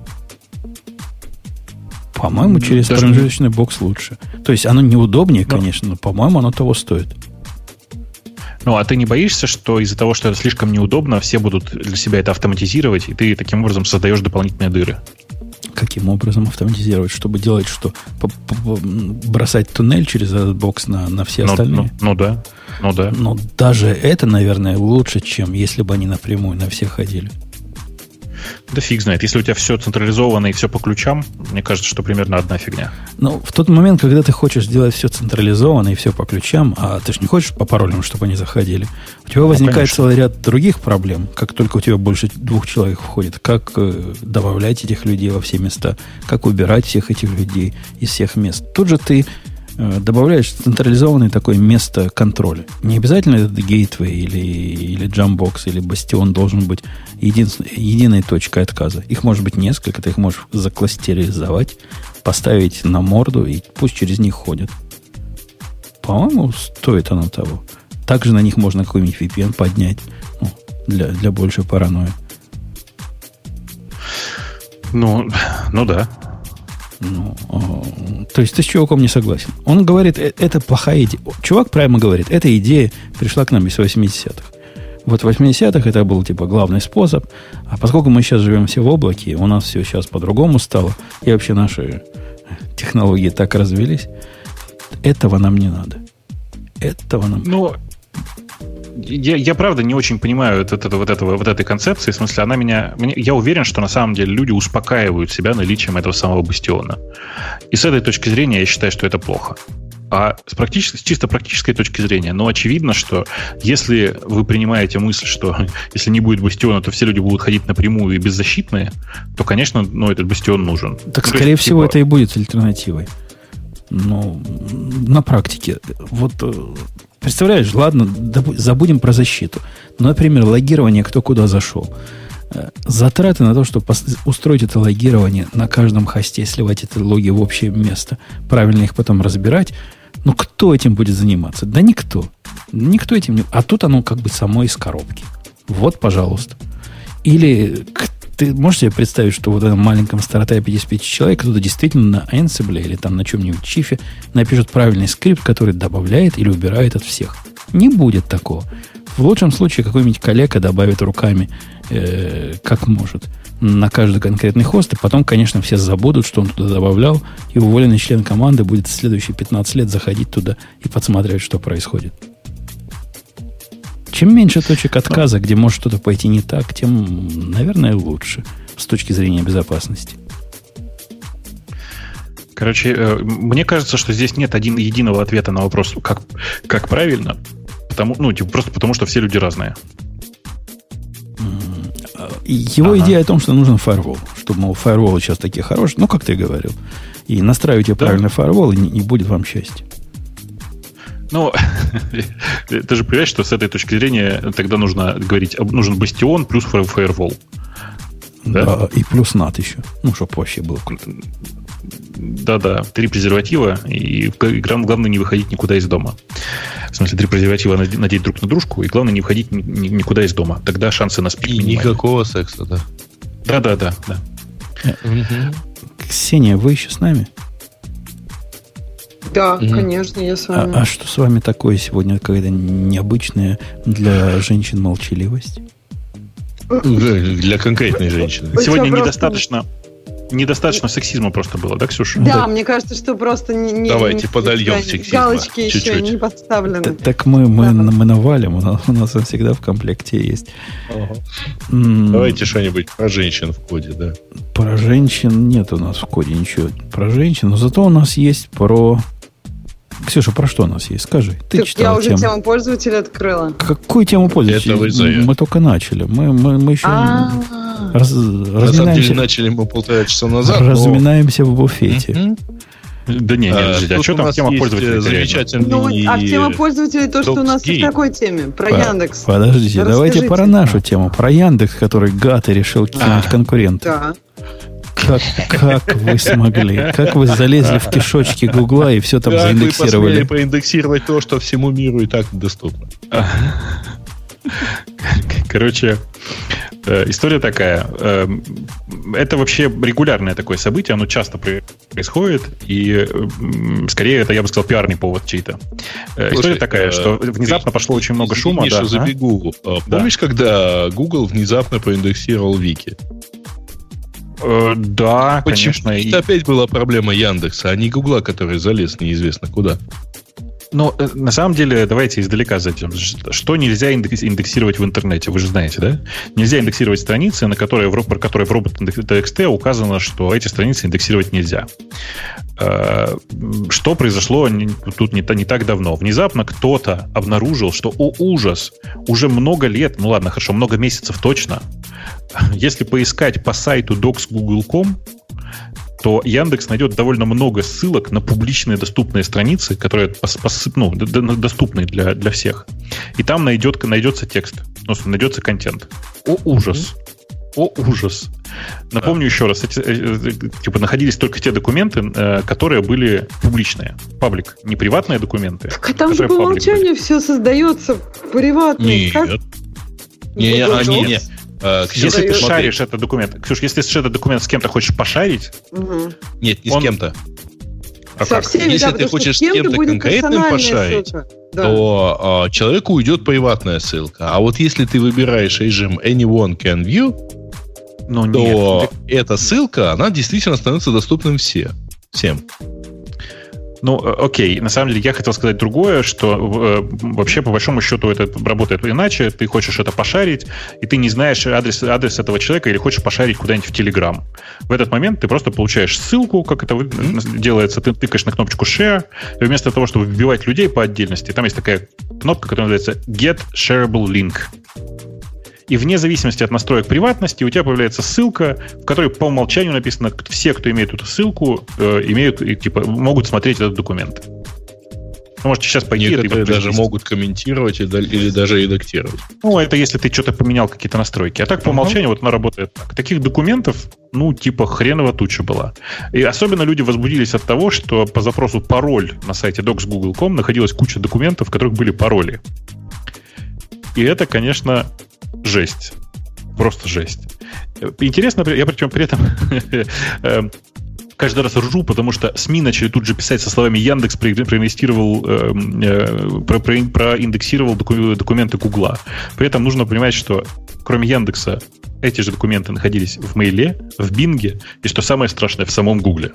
S1: По-моему, через промежуточный бокс лучше. То есть оно неудобнее, конечно, но, по-моему, оно того стоит.
S5: Ну, а ты не боишься, что из-за того, что это слишком неудобно, все будут для себя это автоматизировать, и ты таким образом создаешь дополнительные дыры?
S1: Каким образом автоматизировать? Чтобы делать что? Бросать туннель через этот бокс на все остальные?
S5: Ну да.
S1: Но даже это, наверное, лучше, чем если бы они напрямую на все ходили.
S5: Да фиг знает. Если у тебя все централизовано и все по ключам, мне кажется, что примерно одна фигня.
S1: Ну, в тот момент, когда ты хочешь сделать все централизованно и все по ключам, а ты же не хочешь по паролям, чтобы они заходили, у тебя возникает целый ряд других проблем. Как только у тебя больше 2 человек входит, как добавлять этих людей во все места, как убирать всех этих людей из всех мест. Тут же ты добавляешь централизованное такое место контроля. Не обязательно этот гейтвей или джамбокс или бастион должен быть единой точкой отказа. Их может быть несколько, ты их можешь закластеризовать, поставить на морду, и пусть через них ходят. По-моему, стоит оно того. Также на них можно какой-нибудь VPN поднять, для большей паранойи.
S5: Ну да.
S1: То есть ты с чуваком не согласен. Он говорит, это плохая идея. Чувак прямо говорит, эта идея пришла к нам из 80-х. Вот в 80-х это был типа главный способ. А поскольку мы сейчас живем все в облаке, у нас все сейчас по-другому стало, и вообще наши технологии так развились, этого нам не надо.
S5: Я правда не очень понимаю этой концепции. В смысле, я уверен, что на самом деле люди успокаивают себя наличием этого самого бастиона. И с этой точки зрения я считаю, что это плохо. А с чисто практической точки зрения, очевидно, что если вы принимаете мысль, что если не будет бастиона, то все люди будут ходить напрямую и беззащитные, то, конечно, этот бастион нужен.
S1: Так, скорее всего, это и будет альтернативой. На практике. Вот представляешь, ладно, забудем про защиту. Например, логирование, кто куда зашел. Затраты на то, чтобы устроить это логирование на каждом хосте, сливать эти логи в общее место, правильно их потом разбирать. Кто этим будет заниматься? Да никто. Никто этим не... А тут оно как бы само из коробки. Вот, пожалуйста. Или ты можешь себе представить, что вот в этом маленьком стартапе 10 человек кто-то действительно на Ansible или там на чем-нибудь чифе напишет правильный скрипт, который добавляет или убирает от всех. Не будет такого. В лучшем случае какой-нибудь коллега добавит руками, как может, на каждый конкретный хост, и потом, конечно, все забудут, что он туда добавлял, и уволенный член команды будет в следующие 15 лет заходить туда и подсматривать, что происходит. Чем меньше точек отказа, где может что-то пойти не так, тем, наверное, лучше с точки зрения безопасности.
S5: Короче, мне кажется, что здесь нет единого ответа на вопрос, как правильно. просто потому, что все люди разные.
S1: Его идея о том, что нужен фаервол. Чтобы, мол, фаерволы сейчас такие хорошие, как ты говорил. И настраивайте правильный фаервол, и будет вам счастье.
S5: Ты же понимаешь, что с этой точки зрения тогда нужно говорить, нужен бастион плюс фаервол.
S1: Да, и плюс NAT еще. Чтобы вообще было круто.
S5: Да-да, 3 презерватива, и главное не выходить никуда из дома. В смысле, 3 презерватива надеть друг на дружку, и главное не выходить никуда из дома. Тогда шансы на спид минимальны.
S2: Никакого секса, да.
S5: Да.
S1: Ксения, вы еще с нами?
S3: Да, конечно, я с вами.
S1: А что с вами такое сегодня, какая-то необычная для женщин молчаливость?
S2: Для конкретной женщины.
S5: Сегодня недостаточно сексизма просто было, да, Ксюша?
S3: Да, мне кажется, что просто
S2: давайте подольем сексизма.
S3: Галочки чуть-чуть. Еще не подставлены.
S1: Так мы навалим, у нас он всегда в комплекте есть.
S2: Давайте что-нибудь про женщин в коде, да.
S1: Про женщин нет у нас в коде ничего. Про женщин, но зато у нас есть про... Ксюша, про что у нас есть? Скажи. Ты читала
S3: я уже тему пользователя открыла.
S1: Какую тему пользователя? Мы только начали. Мы еще
S2: на самом деле начали мы 1,5 часа назад.
S1: Разминаемся в буфете.
S5: Да не, а что там тема пользователя?
S3: Замечательный тема пользователей то, что у нас в такой теме. Про Яндекс.
S1: Подождите, давайте про нашу тему. Про Яндекс, который гад и решил кинуть конкурента. Да. Как вы смогли? Как вы залезли в кишочки Гугла и все там заиндексировали?
S2: Вы посмели проиндексировать то, что всему миру и так доступно.
S5: Короче, история такая. Это вообще регулярное такое событие, оно часто происходит, и скорее это, я бы сказал, пиарный повод чей-то. История такая, что внезапно пошло очень много шума.
S2: Миша, забегу. Помнишь, когда Google внезапно проиндексировал Вики?
S5: Да, конечно.
S2: Это опять была проблема Яндекса, а не Гугла, который залез неизвестно куда.
S5: Но на самом деле, давайте издалека зайдем. Что нельзя индексировать в интернете? Вы же знаете, да? Нельзя индексировать страницы, про которые в robots.txt указано, что эти страницы индексировать нельзя. Что произошло тут не так давно? Внезапно кто-то обнаружил, что, ужас, уже много лет, много месяцев точно, если поискать по сайту docs.google.com, то Яндекс найдет довольно много ссылок на публичные доступные страницы, которые доступны для всех. И там найдется текст, найдется контент. О, ужас! Напомню еще раз, находились только те документы, которые были публичные. Паблик, не приватные документы.
S3: Так, там же по умолчанию все создается приватно.
S2: Нет.
S5: Нет. Если ты шаришь этот документ, Ксюш, если ты этот документ с кем-то хочешь пошарить...
S2: Нет, не с кем-то.
S3: Если
S2: ты хочешь с кем-то конкретным пошарить, то человеку уйдет приватная ссылка. А вот если ты выбираешь режим Anyone Can View, то эта ссылка, она действительно становится доступным всем.
S5: Окей. На самом деле, я хотел сказать другое, что вообще, по большому счету, это работает иначе. Ты хочешь это пошарить, и ты не знаешь адрес этого человека или хочешь пошарить куда-нибудь в Telegram. В этот момент ты просто получаешь ссылку, как это делается, ты тыкаешь на кнопочку Share, и вместо того, чтобы вбивать людей по отдельности, там есть такая кнопка, которая называется Get Shareable Link. И вне зависимости от настроек приватности у тебя появляется ссылка, в которой по умолчанию написано, все, кто имеет эту ссылку, могут смотреть этот документ. Вы можете сейчас пойти...
S2: Некоторые даже могут комментировать или даже редактировать.
S5: Это если ты что-то поменял, какие-то настройки. А так по умолчанию она работает так. Таких документов, хренова туча была. И особенно люди возбудились от того, что по запросу пароль на сайте docs.google.com находилась куча документов, в которых были пароли. И это, конечно... жесть. Просто жесть. Интересно, я причем при этом каждый раз ржу, потому что СМИ начали тут же писать со словами «Яндекс проиндексировал документы Гугла». При этом нужно понимать, что кроме Яндекса эти же документы находились в Мейле, в Бинге и, что самое страшное, в самом Гугле.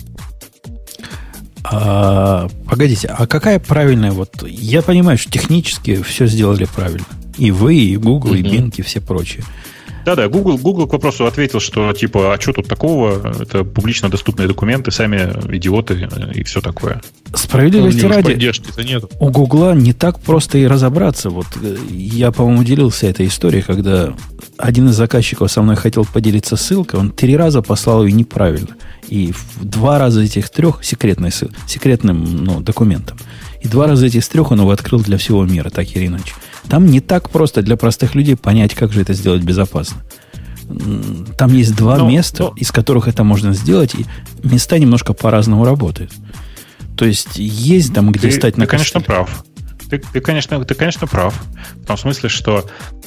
S1: Погодите, а какая правильная... Я понимаю, что технически все сделали правильно. И вы, и Google, и Bing, и все прочие.
S5: Да, Google к вопросу ответил, что типа, а что тут такого? Это публично доступные документы, сами идиоты и все такое.
S1: Справедливости ради, у Гугла не так просто и разобраться. Вот я, по-моему, делился этой историей, когда один из заказчиков со мной хотел поделиться ссылкой, он 3 раза послал ее неправильно. И 2 раза этих 3 секретным документом. И 2 раза этих 3 он его открыл для всего мира, так или иначе. Там не так просто для простых людей понять, как же это сделать безопасно. Там есть 2 места, из которых это можно сделать, и места немножко по-разному работают. То есть там, где стать на костыль.
S5: Конечно, прав. Ты, конечно, прав. В том смысле, что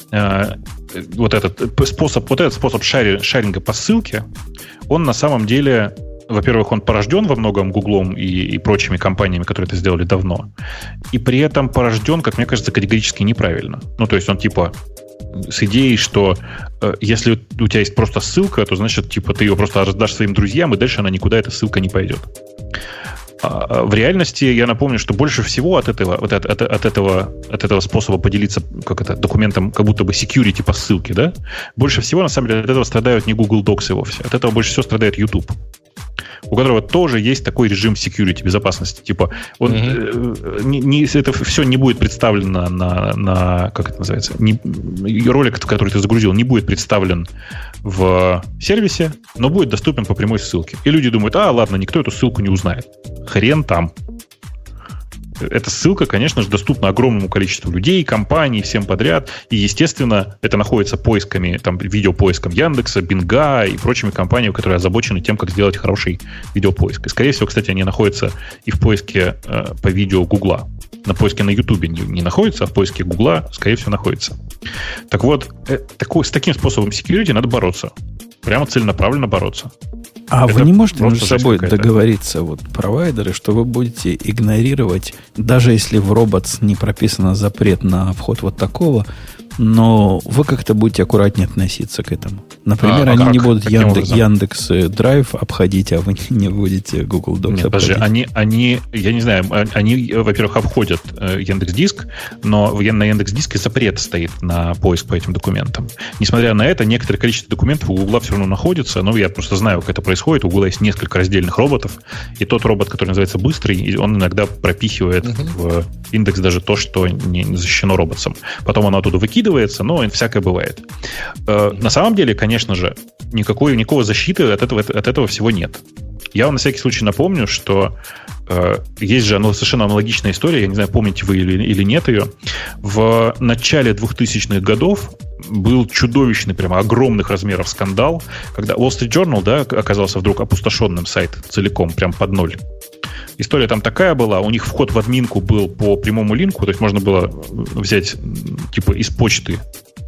S5: вот этот способ шаринга по ссылке, он на самом деле, во-первых, он порожден во многом Гуглом и прочими компаниями, которые это сделали давно. И при этом порожден, как мне кажется, категорически неправильно. Ну, то есть он типа с идеей, что если у тебя есть просто ссылка, то значит, типа, ты ее просто раздашь своим друзьям, и дальше она никуда, эта ссылка, не пойдет. В реальности я напомню, что больше всего от этого способа поделиться документом, как будто бы security по ссылке, да, больше всего, на самом деле, от этого страдают не Google Docs вовсе. От этого больше всего страдает YouTube, у которого тоже есть такой режим security, безопасности. Типа, он это все не будет представлено на как это называется, ролик, который ты загрузил, не будет представлен в сервисе, но будет доступен по прямой ссылке. И люди думают, ладно, никто эту ссылку не узнает. Хрен там. Эта ссылка, конечно же, доступна огромному количеству людей, компаний, всем подряд. И, естественно, это находится поисками, там, видеопоиском Яндекса, Бинга и прочими компаниями, которые озабочены тем, как сделать хороший видеопоиск. И, скорее всего, кстати, они находятся и в поиске по видео Гугла. На поиске на Ютубе не находится, а в поиске Гугла, скорее всего, находится. Так вот, с таким способом security надо бороться. Прямо целенаправленно бороться.
S1: А вы не можете между собой договориться, вот, провайдеры, что вы будете игнорировать, даже если в Robots не прописано запрет на вход вот такого, но вы как-то будете аккуратнее относиться к этому. Например, они не будут Яндекс Драйв обходить, а вы не будете Google Docs
S5: обходить. Подожди, они, я не знаю, они, во-первых, обходят Яндекс.Диск, но на Яндекс.Диске запрет стоит на поиск по этим документам. Несмотря на это, некоторое количество документов у Гугла все равно находится, но я просто знаю, как это происходит. У Гугла есть несколько раздельных роботов, и тот робот, который называется Быстрый, он иногда пропихивает в индекс даже то, что не защищено роботом. Потом оно оттуда выкидывается, но всякое бывает. На самом деле, конечно же, никакой защиты от этого всего нет. Я вам на всякий случай напомню, что есть же совершенно аналогичная история, я не знаю, помните вы или нет ее. В начале 2000-х годов был чудовищный, прямо огромных размеров скандал, когда Wall Street Journal, да, оказался вдруг опустошенным сайт целиком, прям под ноль. История там такая была, у них вход в админку был по прямому линку, то есть можно было взять типа из почты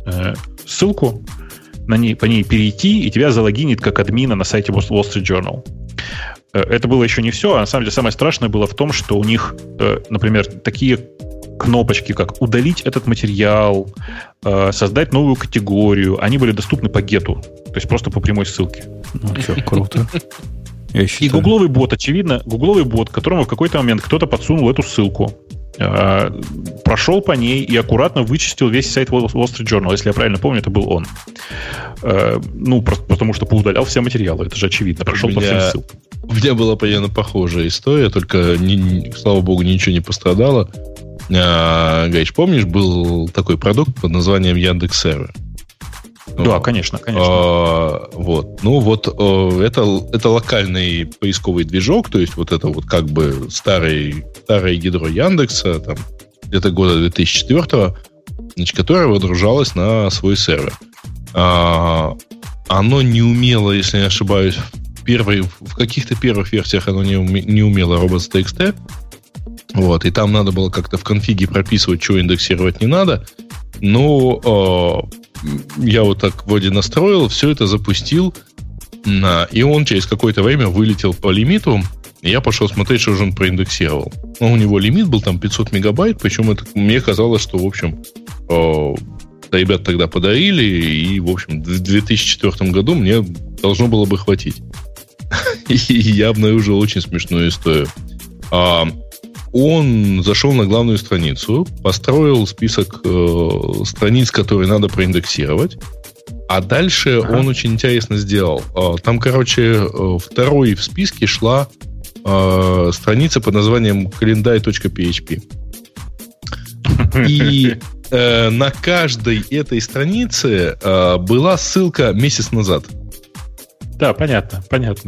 S5: ссылку, по ней перейти, и тебя залогинит как админа на сайте Wall Street Journal. Это было еще не все, а на самом деле самое страшное было в том, что у них, например, такие кнопочки, как удалить этот материал, создать новую категорию, они были доступны по гету, то есть просто по прямой ссылке.
S1: Ну, что, круто.
S5: И гугловый бот, очевидно, которому в какой-то момент кто-то подсунул эту ссылку, прошел по ней и аккуратно вычистил весь сайт Wall Street Journal. Если я правильно помню, это был он. Потому что поудалял все материалы, это же очевидно. Прошел по всем ссылкам.
S2: У меня была примерно похожая история, только, слава богу, ничего не пострадало. Гаич, помнишь, был такой продукт под названием Яндекс.Сервер?
S5: Да, конечно.
S2: Это локальный поисковый движок, то есть вот это вот как бы старое ядро Яндекса, там, где-то года 2004, значит, которое выгружалось на свой сервер. Оно не умело, если не ошибаюсь, в каких-то первых версиях оно не умело robots.txt. Вот, и там надо было как-то в конфиге прописывать, что индексировать не надо. Но я вот так вроде настроил, все это запустил, и он через какое-то время вылетел по лимиту, и я пошел смотреть, что же он проиндексировал. Но у него лимит был там 500 мегабайт, причем это, мне казалось, что, в общем, ребят тогда подарили, и, в общем, в 2004 году мне должно было бы хватить. И я обнаружил очень смешную историю. Он зашел на главную страницу, построил список страниц, которые надо проиндексировать, А дальше он очень интересно сделал. Там, короче, второй в списке шла страница под названием calendar.php. И на каждой этой странице была ссылка месяц назад.
S5: Да, понятно.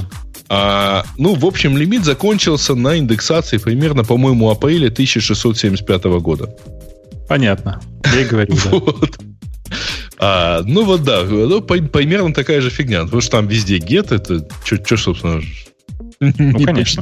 S2: В общем, лимит закончился на индексации примерно, по-моему, апреля 1675 года.
S5: Понятно. Я и говорю, да.
S2: Вот. Примерно такая же фигня. Потому что там везде get, это что, собственно...
S5: конечно.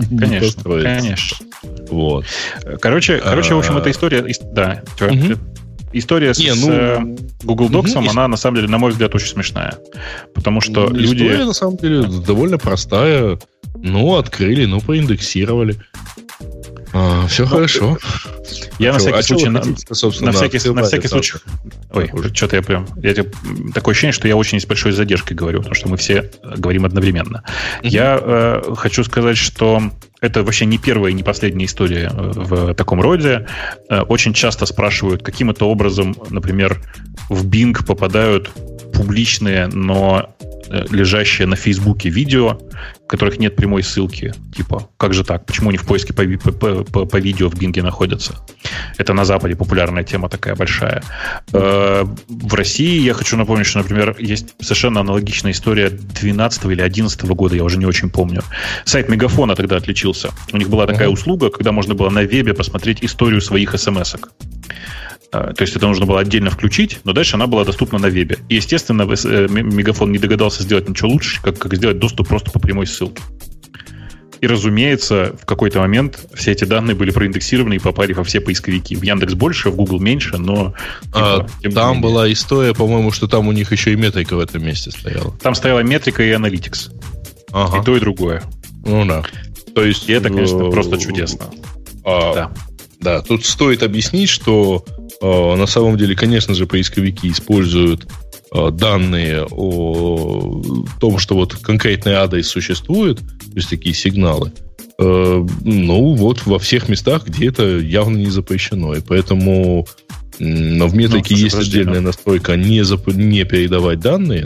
S2: Вот.
S5: Короче, в общем, эта история... Да, история с Google Docs, она, на самом деле, на мой взгляд, очень смешная. Потому что люди...
S2: История, на самом деле, довольно простая. Открыли, проиндексировали. Все хорошо.
S5: Я на всякий случай... На всякий случай... Ой, что-то я прям... Такое ощущение, что я очень с большой задержкой говорю, потому что мы все говорим одновременно. Я хочу сказать, что это вообще не первая и не последняя история в таком роде. Очень часто спрашивают, каким это образом, например, в Bing попадают публичные, но лежащие на Фейсбуке видео, в которых нет прямой ссылки. Типа, как же так? Почему они в поиске по видео в Бинге находятся? Это на Западе популярная тема такая большая. В России я хочу напомнить, что, например, есть совершенно аналогичная история 2012 или 2011 года, я уже не очень помню. Сайт Мегафона тогда отличился. У них была такая услуга, когда можно было на вебе посмотреть историю своих смс-ок. То есть это нужно было отдельно включить, но дальше она была доступна на вебе. И, естественно, Мегафон не догадался сделать ничего лучше, как сделать доступ просто по прямой ссылке. И, разумеется, в какой-то момент все эти данные были проиндексированы и попали во все поисковики. В Яндекс больше, в Google меньше, но...
S2: Там была история, по-моему, что там у них еще и метрика в этом месте стояла.
S5: Там стояла метрика и Analytics. И то, и другое.
S2: Да. То есть...
S5: И это, конечно, просто чудесно.
S2: Да, тут стоит объяснить, что на самом деле, конечно же, поисковики используют данные о том, что вот конкретный адрес существует, то есть такие сигналы, во всех местах, где это явно не запрещено. И поэтому в метрике есть отдельная настройка не передавать данные,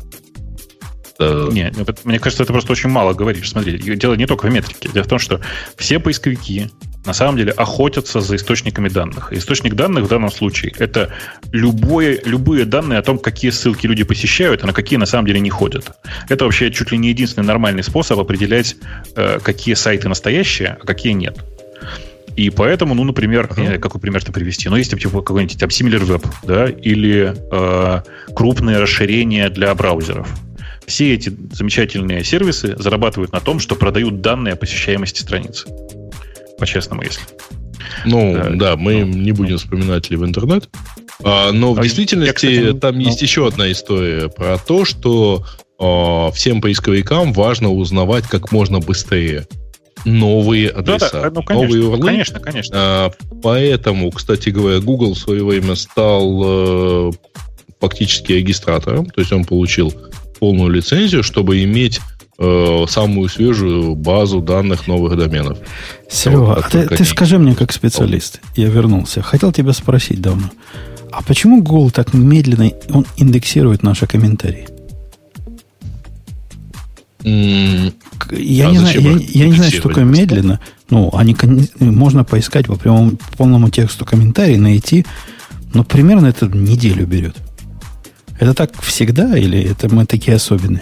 S5: мне кажется, это просто очень мало говоришь. Смотри, дело не только в метрике. Дело в том, что все поисковики на самом деле охотятся за источниками данных. И источник данных в данном случае — это любые данные о том, какие ссылки люди посещают, а на какие на самом деле не ходят. Это вообще чуть ли не единственный нормальный способ определять, какие сайты настоящие, а какие нет. И поэтому, например, какой пример-то привести? Есть типа какой-нибудь SimilarWeb, да, или крупные расширения для браузеров. Все эти замечательные сервисы зарабатывают на том, что продают данные о посещаемости страницы. По-честному, если.
S2: Мы не будем вспоминать ли в интернет. Но в действительности там есть еще одна история про то, что всем поисковикам важно узнавать как можно быстрее новые адреса, новые URL.
S5: Конечно.
S2: Поэтому, кстати говоря, Google в свое время стал фактически регистратором, то есть он получил полную лицензию, чтобы иметь самую свежую базу данных новых доменов.
S1: Серега, ты скажи мне как специалист, я вернулся, хотел тебя спросить давно, а почему Google так медленно он индексирует наши комментарии? Я не знаю, что такое медленно. Можно поискать по полному тексту комментарий, найти, но примерно это неделю берет. Это так всегда или это мы такие особенные?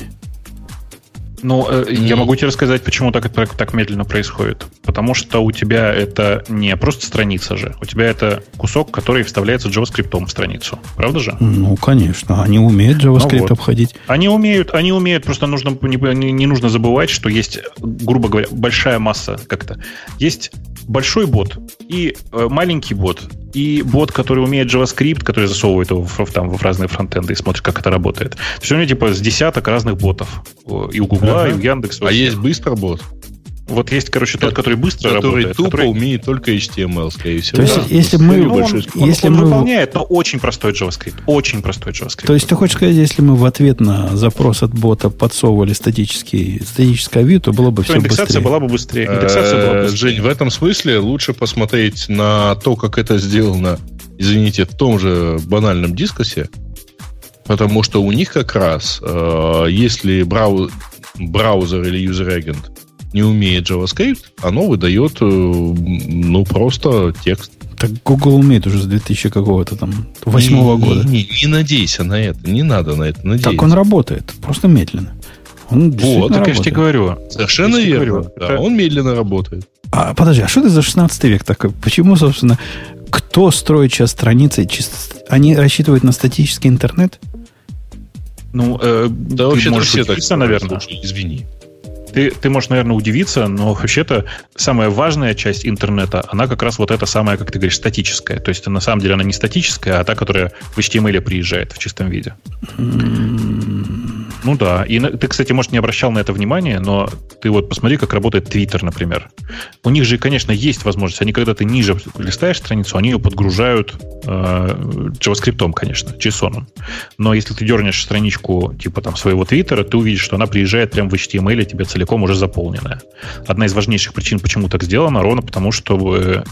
S5: Я могу тебе рассказать, почему так медленно происходит. Потому что у тебя это не просто страница же. У тебя это кусок, который вставляется JavaScript в страницу. Правда же?
S1: Конечно. Они умеют JavaScript обходить.
S5: Они умеют. Просто не нужно забывать, что есть, грубо говоря, большая масса как-то. Есть большой бот и маленький бот. И бот, который умеет JavaScript, который засовывает его в разные фронтенды и смотрит, как это работает. То есть у него с десяток разных ботов. И у Гугла, и у Яндекса.
S2: А есть быстро бот?
S5: Вот есть, тот, который быстро работает.
S2: Который тупо умеет только HTML, скорее всего.
S1: То есть, если
S5: он выполняет, но очень простой JavaScript. Очень простой JavaScript.
S1: То есть, ты хочешь сказать, если мы в ответ на запрос от бота подсовывали статическое view, то было бы все
S5: индексация
S1: быстрее.
S5: Была бы быстрее.
S2: Жень, в этом смысле лучше посмотреть на то, как это сделано, извините, в том же банальном дискосе, Потому что у них как раз, если браузер или user-agent не умеет JavaScript, оно выдает, просто текст.
S1: Так Google умеет уже с 2000 какого-то там 8-го года.
S2: Не надейся на это, не надо на это надеяться.
S1: Так он работает, просто медленно. Он
S5: вот, так я же тебе говорю.
S2: Совершенно верно. Да, он медленно работает.
S1: Подожди, а что это за 16 век такой? Почему, собственно, кто строит сейчас страницы? Они рассчитывают на статический интернет?
S5: Да вообще-то все так, наверное.
S2: Слушай, извини.
S5: Ты можешь, наверное, удивиться, но вообще-то самая важная часть интернета, она как раз вот эта самая, как ты говоришь, статическая. То есть, на самом деле, она не статическая, а та, которая в HTML приезжает в чистом виде. Ну да. И ты, кстати, может, не обращал на это внимания, но ты вот посмотри, как работает Twitter, например. У них же, конечно, есть возможность. Они, когда ты ниже листаешь страницу, они ее подгружают JavaScript, конечно, JSON. Но если ты дернешь страничку типа там своего Твиттера, ты увидишь, что она приезжает прямо в HTML тебе целиком уже заполненная. Одна из важнейших причин, почему так сделано, ровно потому, чтобы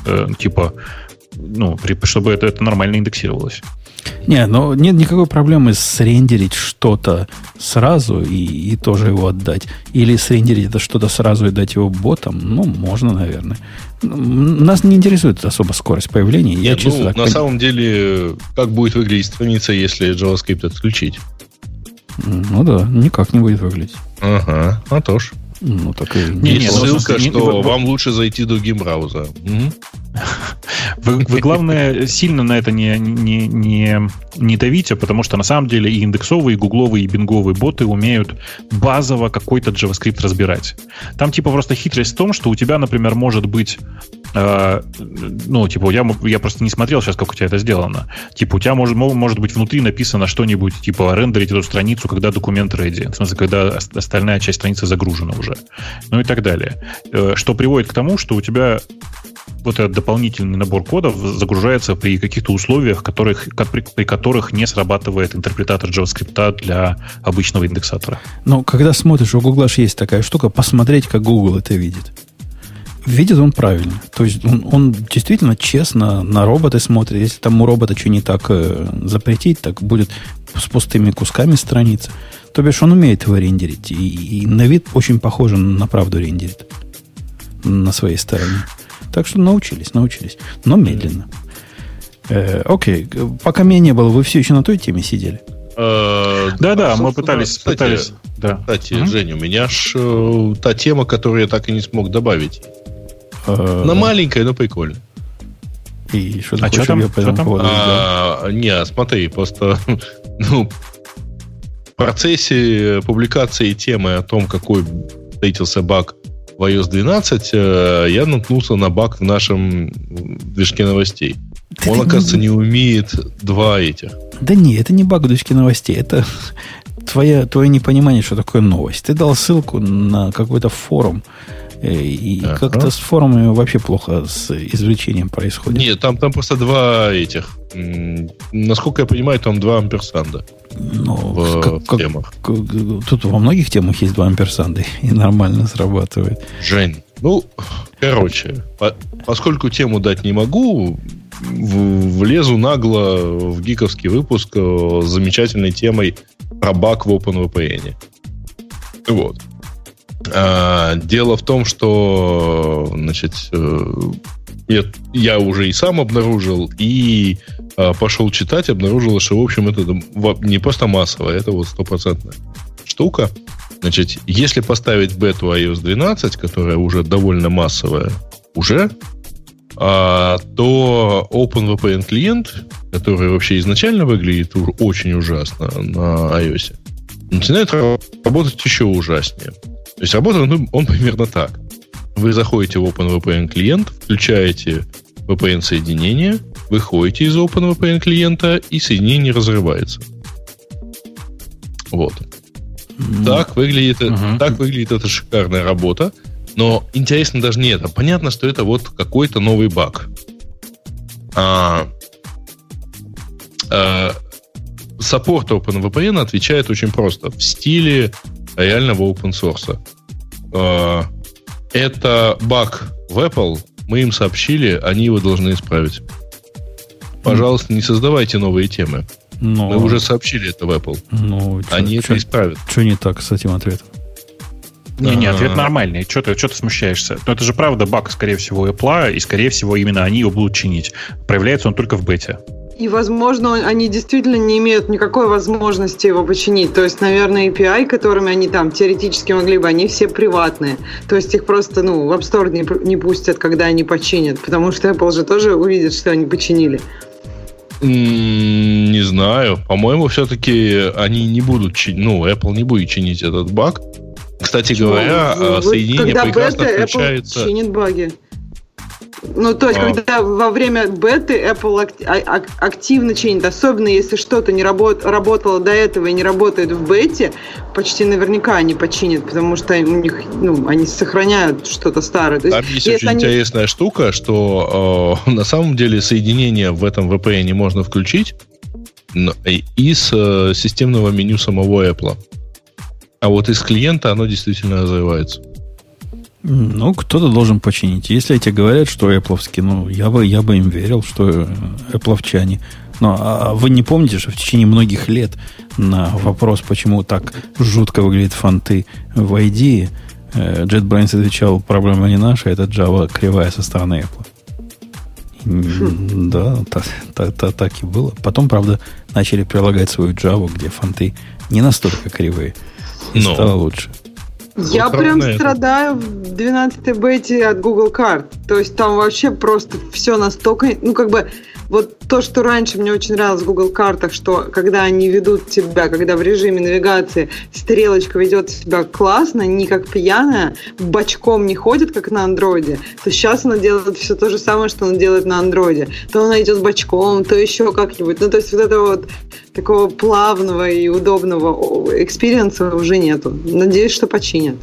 S5: чтобы это нормально индексировалось.
S1: Не, но нет никакой проблемы срендерить что-то сразу и тоже его отдать. Или срендерить это что-то сразу и дать его ботам. Можно, наверное. Нас не интересует особо скорость появления.
S2: На самом деле, как будет выглядеть страница, если JavaScript отключить?
S1: Ну да, никак не будет выглядеть.
S2: Ага, а то ж.
S1: Так и
S2: есть ссылка, что вам лучше зайти другим браузером.
S5: Вы, главное, сильно на это не давите, потому что на самом деле и индексовые, и гугловые, и бинговые боты умеют базово какой-то JavaScript разбирать. Там типа просто хитрость в том, что у тебя, например, может быть я просто не смотрел сейчас, как у тебя это сделано. Типа у тебя может быть внутри написано что-нибудь, типа рендерить эту страницу, когда документ ready. В смысле, когда остальная часть страницы загружена уже. И так далее. Что приводит к тому, что у тебя вот этот дополнительный набор кодов загружается при каких-то условиях, при которых не срабатывает интерпретатор JavaScript для обычного индексатора.
S1: Но когда смотришь, у Google же есть такая штука, посмотреть, как Google это видит. Видит он правильно. То есть он действительно честно на роботы смотрит. Если там у робота что не так запретить, так будет с пустыми кусками страница. То бишь он умеет его рендерить. И на вид очень похоже на правду рендерит. На своей стороне. Так что научились. Но медленно. Окей. Пока меня не было, вы все еще на той теме сидели?
S5: Да, мы пытались.
S2: Кстати, Женя, у меня ж та тема, которую я так и не смог добавить. Она маленькая, но прикольная.
S1: И что ты хочешь, я по этому поводу сделал?
S2: Не, смотри, просто в процессе публикации темы о том, какой встретился баг в iOS 12, я наткнулся на баг в нашем движке новостей. Он, оказывается, не умеет два этих.
S1: Да не, это не баг в движке новостей. Это твое непонимание, что такое новость. Ты дал ссылку на какой-то форум, и как-то с форумами вообще плохо с извлечением происходит.
S2: Нет, там просто два этих. Насколько я понимаю, там два амперсанда в темах.
S1: Тут во многих темах есть два амперсанда, и нормально срабатывает.
S2: Жень, поскольку тему дать не могу, влезу нагло в гиковский выпуск с замечательной темой про баг в OpenVPN. Вот. Дело в том, что я уже и сам обнаружил, и пошел читать, обнаружил, что, в общем, это не просто массовая, это вот 100% штука. Значит, если поставить бету iOS 12, которая уже довольно массовая, то OpenVPN клиент, который вообще изначально выглядит очень ужасно на iOS, начинает работать еще ужаснее. То есть работает он примерно так. Вы заходите в OpenVPN клиент, включаете VPN-соединение, выходите из OpenVPN клиента, и соединение разрывается. Вот. Так выглядит эта шикарная работа. Но интересно даже не это. Понятно, что это вот какой-то новый баг. Саппорт OpenVPN отвечает очень просто. В стиле реального open source. Это баг в Apple. Мы им сообщили, они его должны исправить. Пожалуйста, не создавайте новые темы. Мы уже сообщили это в Apple. Они это исправят.
S1: Что не так с этим ответом?
S5: Не, ответ нормальный. Что ты смущаешься? Но это же правда баг, скорее всего, Apple, и, скорее всего, именно они его будут чинить. Проявляется он только в бете.
S3: И, возможно, они действительно не имеют никакой возможности его починить. То есть, наверное, API, которыми они там теоретически могли бы, они все приватные. То есть, их просто, в App Store не пустят, когда они починят. Потому что Apple же тоже увидит, что они починили.
S2: Не знаю. По-моему, все-таки они не будут чинить. Apple не будет чинить этот баг. Кстати говоря, соединение прекрасно включается...
S3: Apple чинит баги. То есть, когда во время беты Apple активно чинит, особенно если что-то не работало до этого и не работает в бете, почти наверняка они починят, потому что у них, они сохраняют что-то старое. То
S2: там есть очень интересная штука, что на самом деле соединение в этом VPN можно включить из системного меню самого Apple. А вот из клиента оно действительно разрывается.
S1: Кто-то должен починить. Если эти говорят, что Apple-овские, я бы им верил, что Apple-овчане. А вы не помните, что в течение многих лет на вопрос, почему так жутко выглядят фонты в IDE, JetBrains отвечал, проблема не наша, это Java кривая со стороны Apple. Да, так и было. Потом, правда, начали прилагать свою Java, где фонты не настолько кривые. И стало лучше.
S3: Я прям страдаю в 12-й бете от Google карт. То есть там вообще просто все настолько... Вот то, что раньше мне очень нравилось в Google картах, что когда они ведут тебя, когда в режиме навигации стрелочка ведет себя классно, не как пьяная, бочком не ходит, как на андроиде, то сейчас она делает все то же самое, что она делает на андроиде. То она идет бочком, то еще как-нибудь. То есть вот этого вот такого плавного и удобного экспириенса уже нету. Надеюсь, что починят.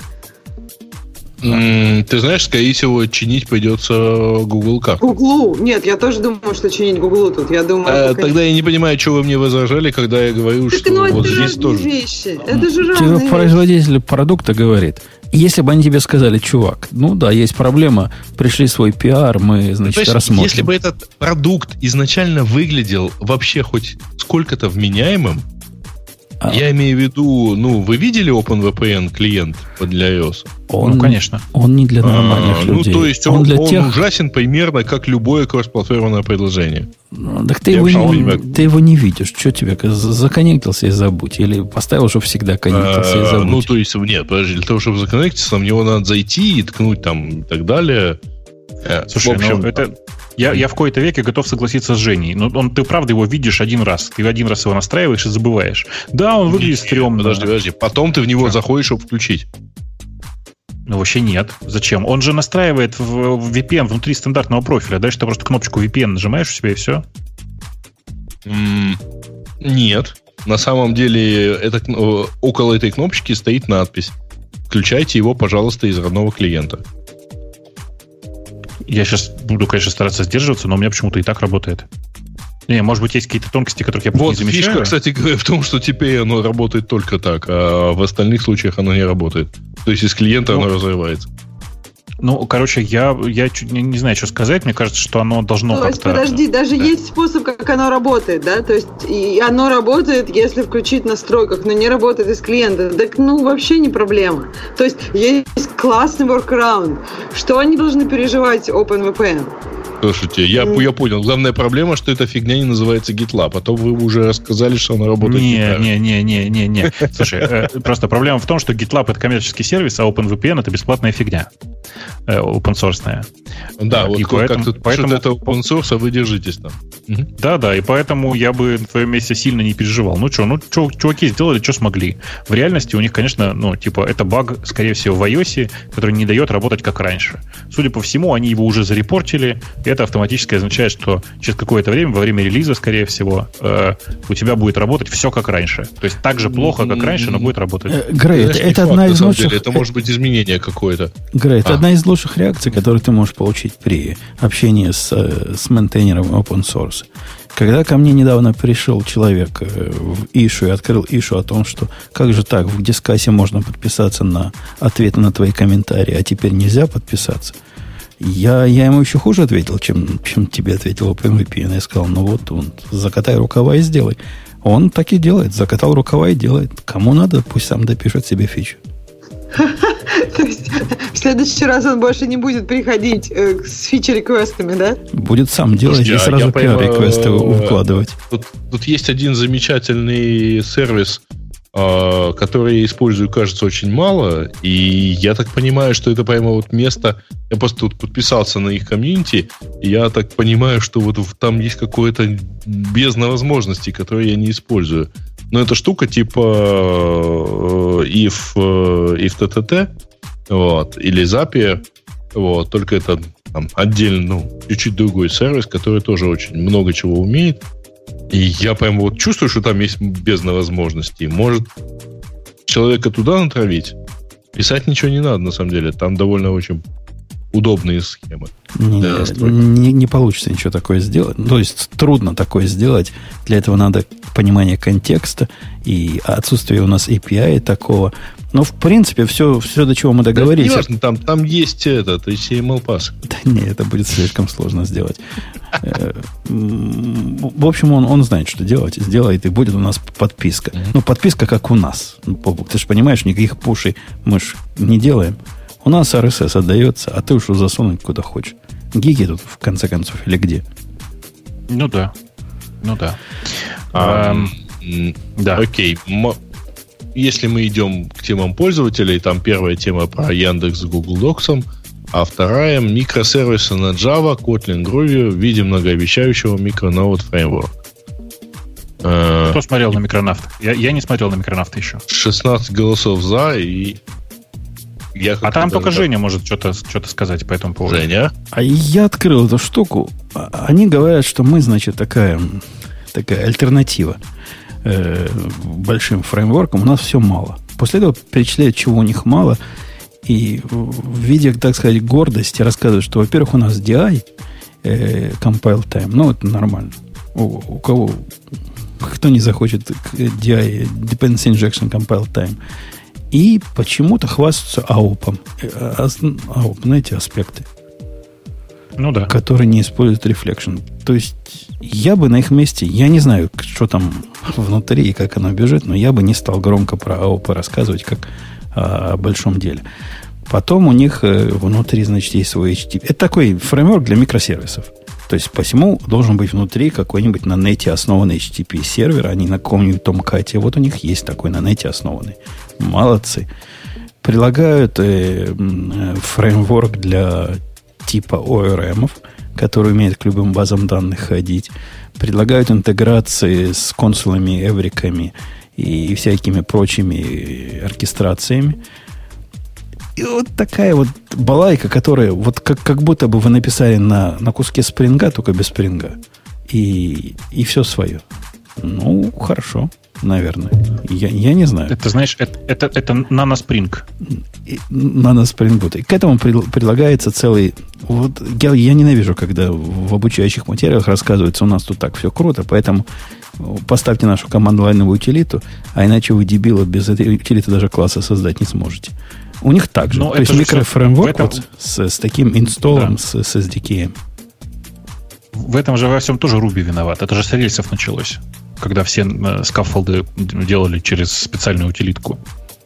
S2: Ты знаешь, скорее всего, чинить придется Google карту.
S3: Гуглу? Нет, я тоже думаю, что чинить Гуглу тут. Я думаю,
S2: тогда я не понимаю, что вы мне возражали, когда я говорю, что вот здесь тоже.
S3: Вещи. Это же разные вещи.
S1: Производитель продукта говорит, если бы они тебе сказали, чувак, есть проблема, пришли свой пиар, мы, рассмотрим.
S2: Если бы этот продукт изначально выглядел вообще хоть сколько-то вменяемым, я имею в виду, вы видели OpenVPN клиент для iOS?
S5: Конечно.
S1: Он не для нормальных людей.
S2: То есть он ужасен примерно как любое кросс-платформенное предложение.
S1: Так ты его не видишь. Что тебе? Законнектился и забудь. Или поставил, чтобы всегда коннектился и забудь.
S2: Нет, подожди, для того, чтобы законнектиться, в него надо зайти и ткнуть там и так далее.
S5: Слушай, это... Я в кои-то веке готов согласиться с Женей. Ты правда его видишь один раз. Ты один раз его настраиваешь и забываешь. Да, он выглядит стрёмно.
S2: Подожди. Потом ты в него заходишь, чтобы включить.
S5: Вообще нет. Зачем? Он же настраивает в VPN внутри стандартного профиля. Дальше ты просто кнопочку VPN нажимаешь у себя и все.
S2: Нет. На самом деле около этой кнопочки стоит надпись. Включайте его, пожалуйста, из родного клиента.
S5: Я сейчас буду, конечно, стараться сдерживаться, но у меня почему-то и так работает. Может быть, есть какие-то тонкости, которых я просто не замечаю.
S2: Фишка, кстати говоря, в том, что теперь оно работает только так, а в остальных случаях оно не работает. То есть из клиента оно разрывается.
S5: Я не знаю, что сказать. Мне кажется, что оно должно как-то...
S3: То есть, подожди, даже есть способ, как оно работает, да? То есть, и оно работает, если включить в настройках, но не работает из клиента. Так, вообще не проблема. То есть, есть классный workaround. Что они должны переживать OpenVPN?
S2: Слушайте, я понял. Главная проблема, что эта фигня не называется GitLab. Потом вы уже рассказали, что она работает
S5: Не. Слушай, просто проблема в том, что GitLab — это коммерческий сервис, а OpenVPN — это бесплатная фигня. Open-source.
S2: Да, вот как тут пишут, это open source, а вы держитесь там.
S5: Да, и поэтому я бы на твоем месте сильно не переживал. Чуваки сделали, что смогли. В реальности у них, конечно, это баг, скорее всего, в iOS, который не дает работать как раньше. Судя по всему, они его уже зарепортили, и это автоматически означает, что через какое-то время, во время релиза, скорее всего, у тебя будет работать все как раньше. То есть так же плохо, как раньше, но будет работать.
S1: Грей, это одна из лучших...
S2: Это может быть изменение какое-то.
S1: Грей, это одна из лучших реакций, которые ты можешь получить при общении с мейнтейнером open source. Когда ко мне недавно пришел человек в issue и открыл issue о том, что как же так, в дискассе можно подписаться на ответы на твои комментарии, а теперь нельзя подписаться. Я ему еще хуже ответил, чем тебе ответил OpenVPN. Я сказал, закатай рукава и сделай. Он так и делает. Закатал рукава и делает. Кому надо, пусть сам допишет себе фичу.
S3: То есть в следующий раз он больше не будет приходить с фичи-реквестами, да?
S1: Будет сам делать и сразу PR-реквесты укладывать.
S2: Тут есть один замечательный сервис, который я использую, кажется, очень мало. И я так понимаю, что это прямо вот место... Я просто тут подписался на их комьюнити, и я так понимаю, что вот там есть какое-то бездна возможностей, которые я не использую. Но это штука типа if TTT, вот, или Zapier, вот, только это там, отдельно, чуть-чуть другой сервис, который тоже очень много чего умеет. И я прям вот чувствую, что там есть бездна возможностей. Может человека туда натравить? Писать ничего не надо, на самом деле. Там довольно очень удобные схемы.
S1: Не получится ничего такое сделать. То есть трудно такое сделать. Для этого надо понимание контекста и отсутствие у нас API такого. Но, в принципе, все до чего мы договорились...
S2: Да, не важно, там есть HTML пас.
S1: Да не, это будет слишком сложно сделать. В общем, он знает, что делать. Сделает, и будет у нас подписка. Ну, подписка, как у нас. Ты же понимаешь, никаких пушей мы ж не делаем. У нас RSS отдается, а ты уж засунуть куда хочешь. Гиги тут, в конце концов, или где?
S5: Ну да.
S2: Да. Окей. Если мы идем к темам пользователей, там первая тема про Яндекс с Google Docs, а вторая микросервисы на Java, Kotlin, Groovy в виде многообещающего микронод фреймворк.
S5: Кто смотрел на микронавт? Я не смотрел на микронавт еще.
S2: 16 голосов за, и
S5: а там только Женя может что-то сказать по этому поводу.
S2: Женя?
S1: А я открыл эту штуку. Они говорят, что мы, значит, такая альтернатива большим фреймворкам. У нас все мало. После этого перечисляют, чего у них мало. И в виде, так сказать, гордости рассказывают, что, во-первых, у нас DI, compile time, ну, это нормально. У кого, кто не захочет DI, dependency injection compile time. И почему-то хвастаются AOP. AOP, знаете, аспекты.
S5: Ну да.
S1: Которые не используют reflection. То есть я бы на их месте, я не знаю, что там внутри и как оно бежит, но я бы не стал громко про AOP рассказывать, как о большом деле. Потом у них внутри, значит, есть свой HTTP. Это такой фреймворк для микросервисов. То есть посему должен быть внутри какой-нибудь на нете основанный HTTP сервер, а не на каком-нибудь Tomcat. Вот у них есть такой на нете основанный. Молодцы. Прилагают фреймворк для типа ORM, который умеет к любым базам данных ходить. Предлагают интеграции с консулами, эвриками и всякими прочими оркестрациями. И вот такая вот балайка, которая вот как будто бы вы написали на куске спринга, только без спринга. И все свое. Ну, хорошо, наверное. Я не знаю.
S5: Это, знаешь, это наноспринг.
S1: Наноспрингбут. И к этому предлагается целый... Вот я ненавижу, когда в обучающих материалах рассказывается, у нас тут так все круто, поэтому поставьте нашу командно-лайновую утилиту, а иначе вы, дебилы, без этой утилиты даже класса создать не сможете. У них так же.
S5: Но
S1: то есть микрофреймворк вот с таким инсталлом, да. с SDK.
S5: В этом же во всем тоже Ruby виноват. Это же с рельсов началось, когда все скаффолды делали через специальную утилитку.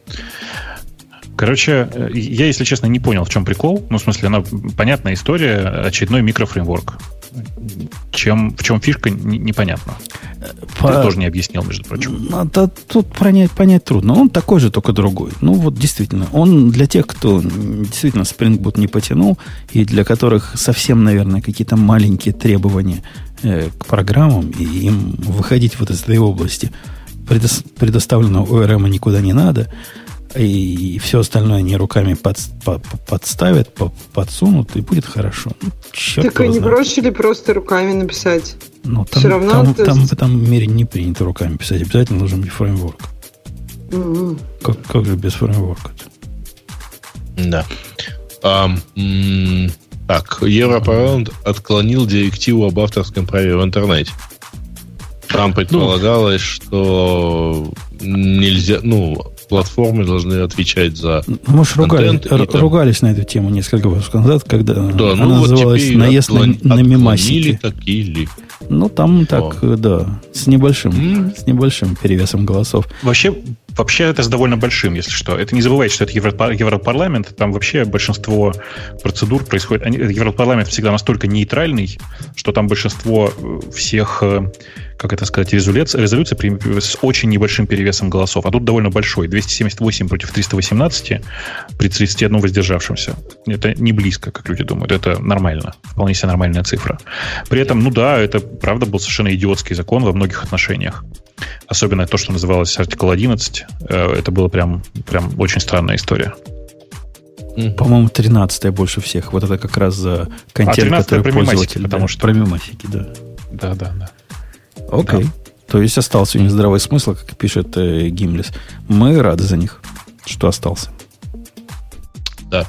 S5: Короче, я, если честно, не понял, в чем прикол. Ну, в смысле, она понятная история, очередной микрофреймворк. В чем фишка, непонятно. Ты тоже не объяснил, между прочим.
S1: Да, тут понять трудно. Он такой же, только другой. Ну, вот действительно. Он для тех, кто действительно Spring Boot не потянул, и для которых совсем, наверное, какие-то маленькие требования к программам, и им выходить вот из этой области предоставленного ORM никуда не надо, и все остальное они руками подставят, подсунут, и будет хорошо. Черт
S3: так они проще ли просто руками написать?
S1: Ну, все равно там в этом мире не принято руками писать. Обязательно нужен фреймворк. Как же без фреймворка-то?
S2: Да. Так, Европарламент отклонил директиву об авторском праве в интернете. Там предполагалось, что нельзя, платформы должны отвечать за
S1: мы же ругались на эту тему несколько выпусков назад, когда она называлась «Наезд на мемасики». Ну, там так, да, с небольшим перевесом голосов.
S5: Вообще это с довольно большим, если что. Это не забывайте, что это Европарламент, там вообще большинство процедур происходит. Европарламент всегда настолько нейтральный, что там большинство всех, как это сказать, резолюций с очень небольшим перевесом голосов. А тут довольно большой. 278 против 318 при 31 воздержавшемся. Это не близко, как люди думают. Это нормально. Вполне себе нормальная цифра. При этом, это правда был совершенно идиотский закон во многих отношениях. Особенно то, что называлось Артикл 11. Это было прям очень странная история.
S1: По-моему, 13-я больше всех. Вот это как раз за контент, который пользователь.
S5: Потому что...
S1: Про мемасики, да.
S5: Да.
S1: Окей. Да. То есть остался у них здравый смысл, как пишет Гимлес. Мы рады за них, что остался.
S2: Да.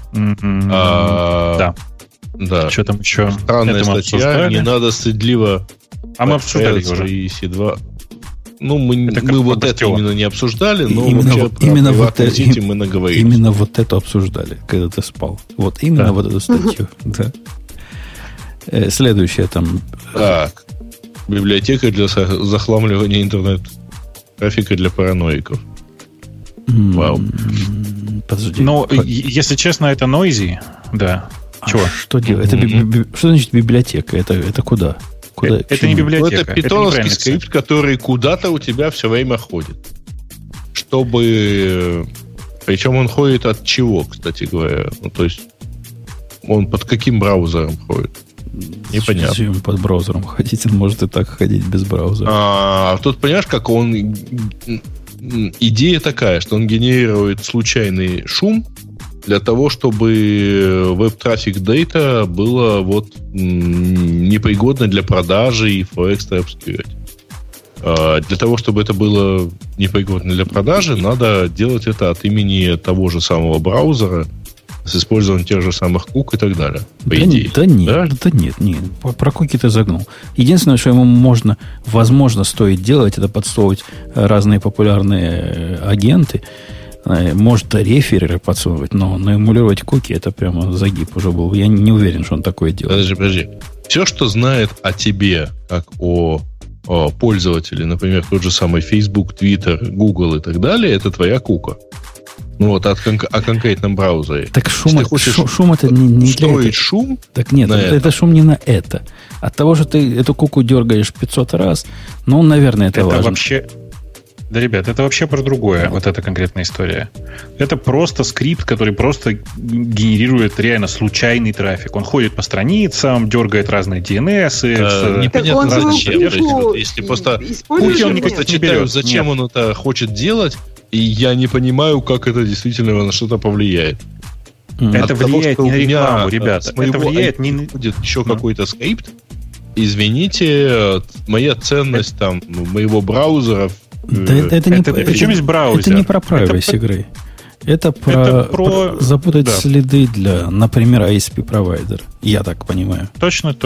S5: Да. Что там еще?
S2: Странная статья. Не надо стыдливо...
S5: А мы обсуждали уже.
S2: EC2. Мы вот это именно не обсуждали, но
S1: именно вот
S2: это мы наговорили.
S1: Именно вот это обсуждали, когда ты спал. Вот именно вот эту статью. Да. Следующее там.
S2: Так. Библиотека для захламливания интернет-трафика для параноиков. Вау.
S1: Подожди.
S5: Если честно, это noisy. Да. Чего?
S1: Что делать? Что значит библиотека? Это куда?
S5: Это не библиотека.
S2: Это питоновский скрипт, который куда-то у тебя все время ходит. Причем он ходит от чего, кстати говоря? То есть он под каким браузером ходит? Непонятно.
S1: Зачем под браузером ходить? Он может и так ходить без браузера.
S2: Тут понимаешь, как он... Идея такая, что он генерирует случайный шум для того, чтобы веб-трафик дейта было непригодно для продажи и for extra obscurity. Для того, чтобы это было непригодно для продажи, надо делать это от имени того же самого браузера с использованием тех же самых кук и так далее. По идее.
S1: Нет. Про куки ты загнул. Единственное, что ему возможно стоит делать, это подсовывать разные популярные агенты. Может, рефереры подсовывать, но эмулировать куки, это прямо загиб уже был. Я не уверен, что он такое делает.
S2: Подожди. Все, что знает о тебе, как о пользователе, например, тот же самый Facebook, Twitter, Google и так далее, это твоя кука. О конкретном браузере.
S1: Так шум это не
S2: строить шум?
S1: Так нет, это шум не на это. От того, что ты эту куку дергаешь 500 раз, наверное, это важно.
S5: Вообще... Да, ребят, это вообще про другое, вот эта конкретная история. Это просто скрипт, который просто генерирует реально случайный трафик. Он ходит по страницам, дергает разные DNS.
S2: Непонятно зачем. Если просто куки он никак не берет. Зачем он это хочет делать, и я не понимаю, как это действительно на что-то повлияет.
S5: Это влияет не на рекламу, ребята. Это влияет не на...
S2: Будет еще какой-то скрипт. Извините, моя ценность моего браузера.
S5: Причем есть браузер.
S1: Это не про privacy игры. Это про запутать следы для, например, ISP-провайдера. Я так понимаю.
S5: Точно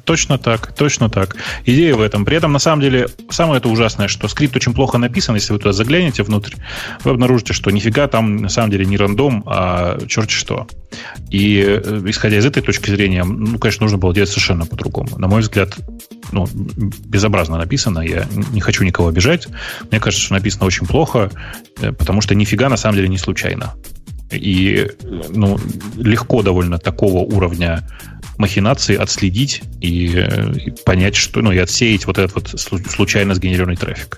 S5: так. Идея в этом. При этом, на самом деле, самое это ужасное, что скрипт очень плохо написан. Если вы туда заглянете внутрь, вы обнаружите, что нифига там, на самом деле, не рандом, а черти что. И, исходя из этой точки зрения, конечно, нужно было делать совершенно по-другому. На мой взгляд, безобразно написано. Я не хочу никого обижать. Мне кажется, что написано очень плохо, потому что нифига, на самом деле, не случайно. И легко довольно такого уровня махинации отследить и понять, что, и отсеять вот этот вот случайно сгенерированный трафик.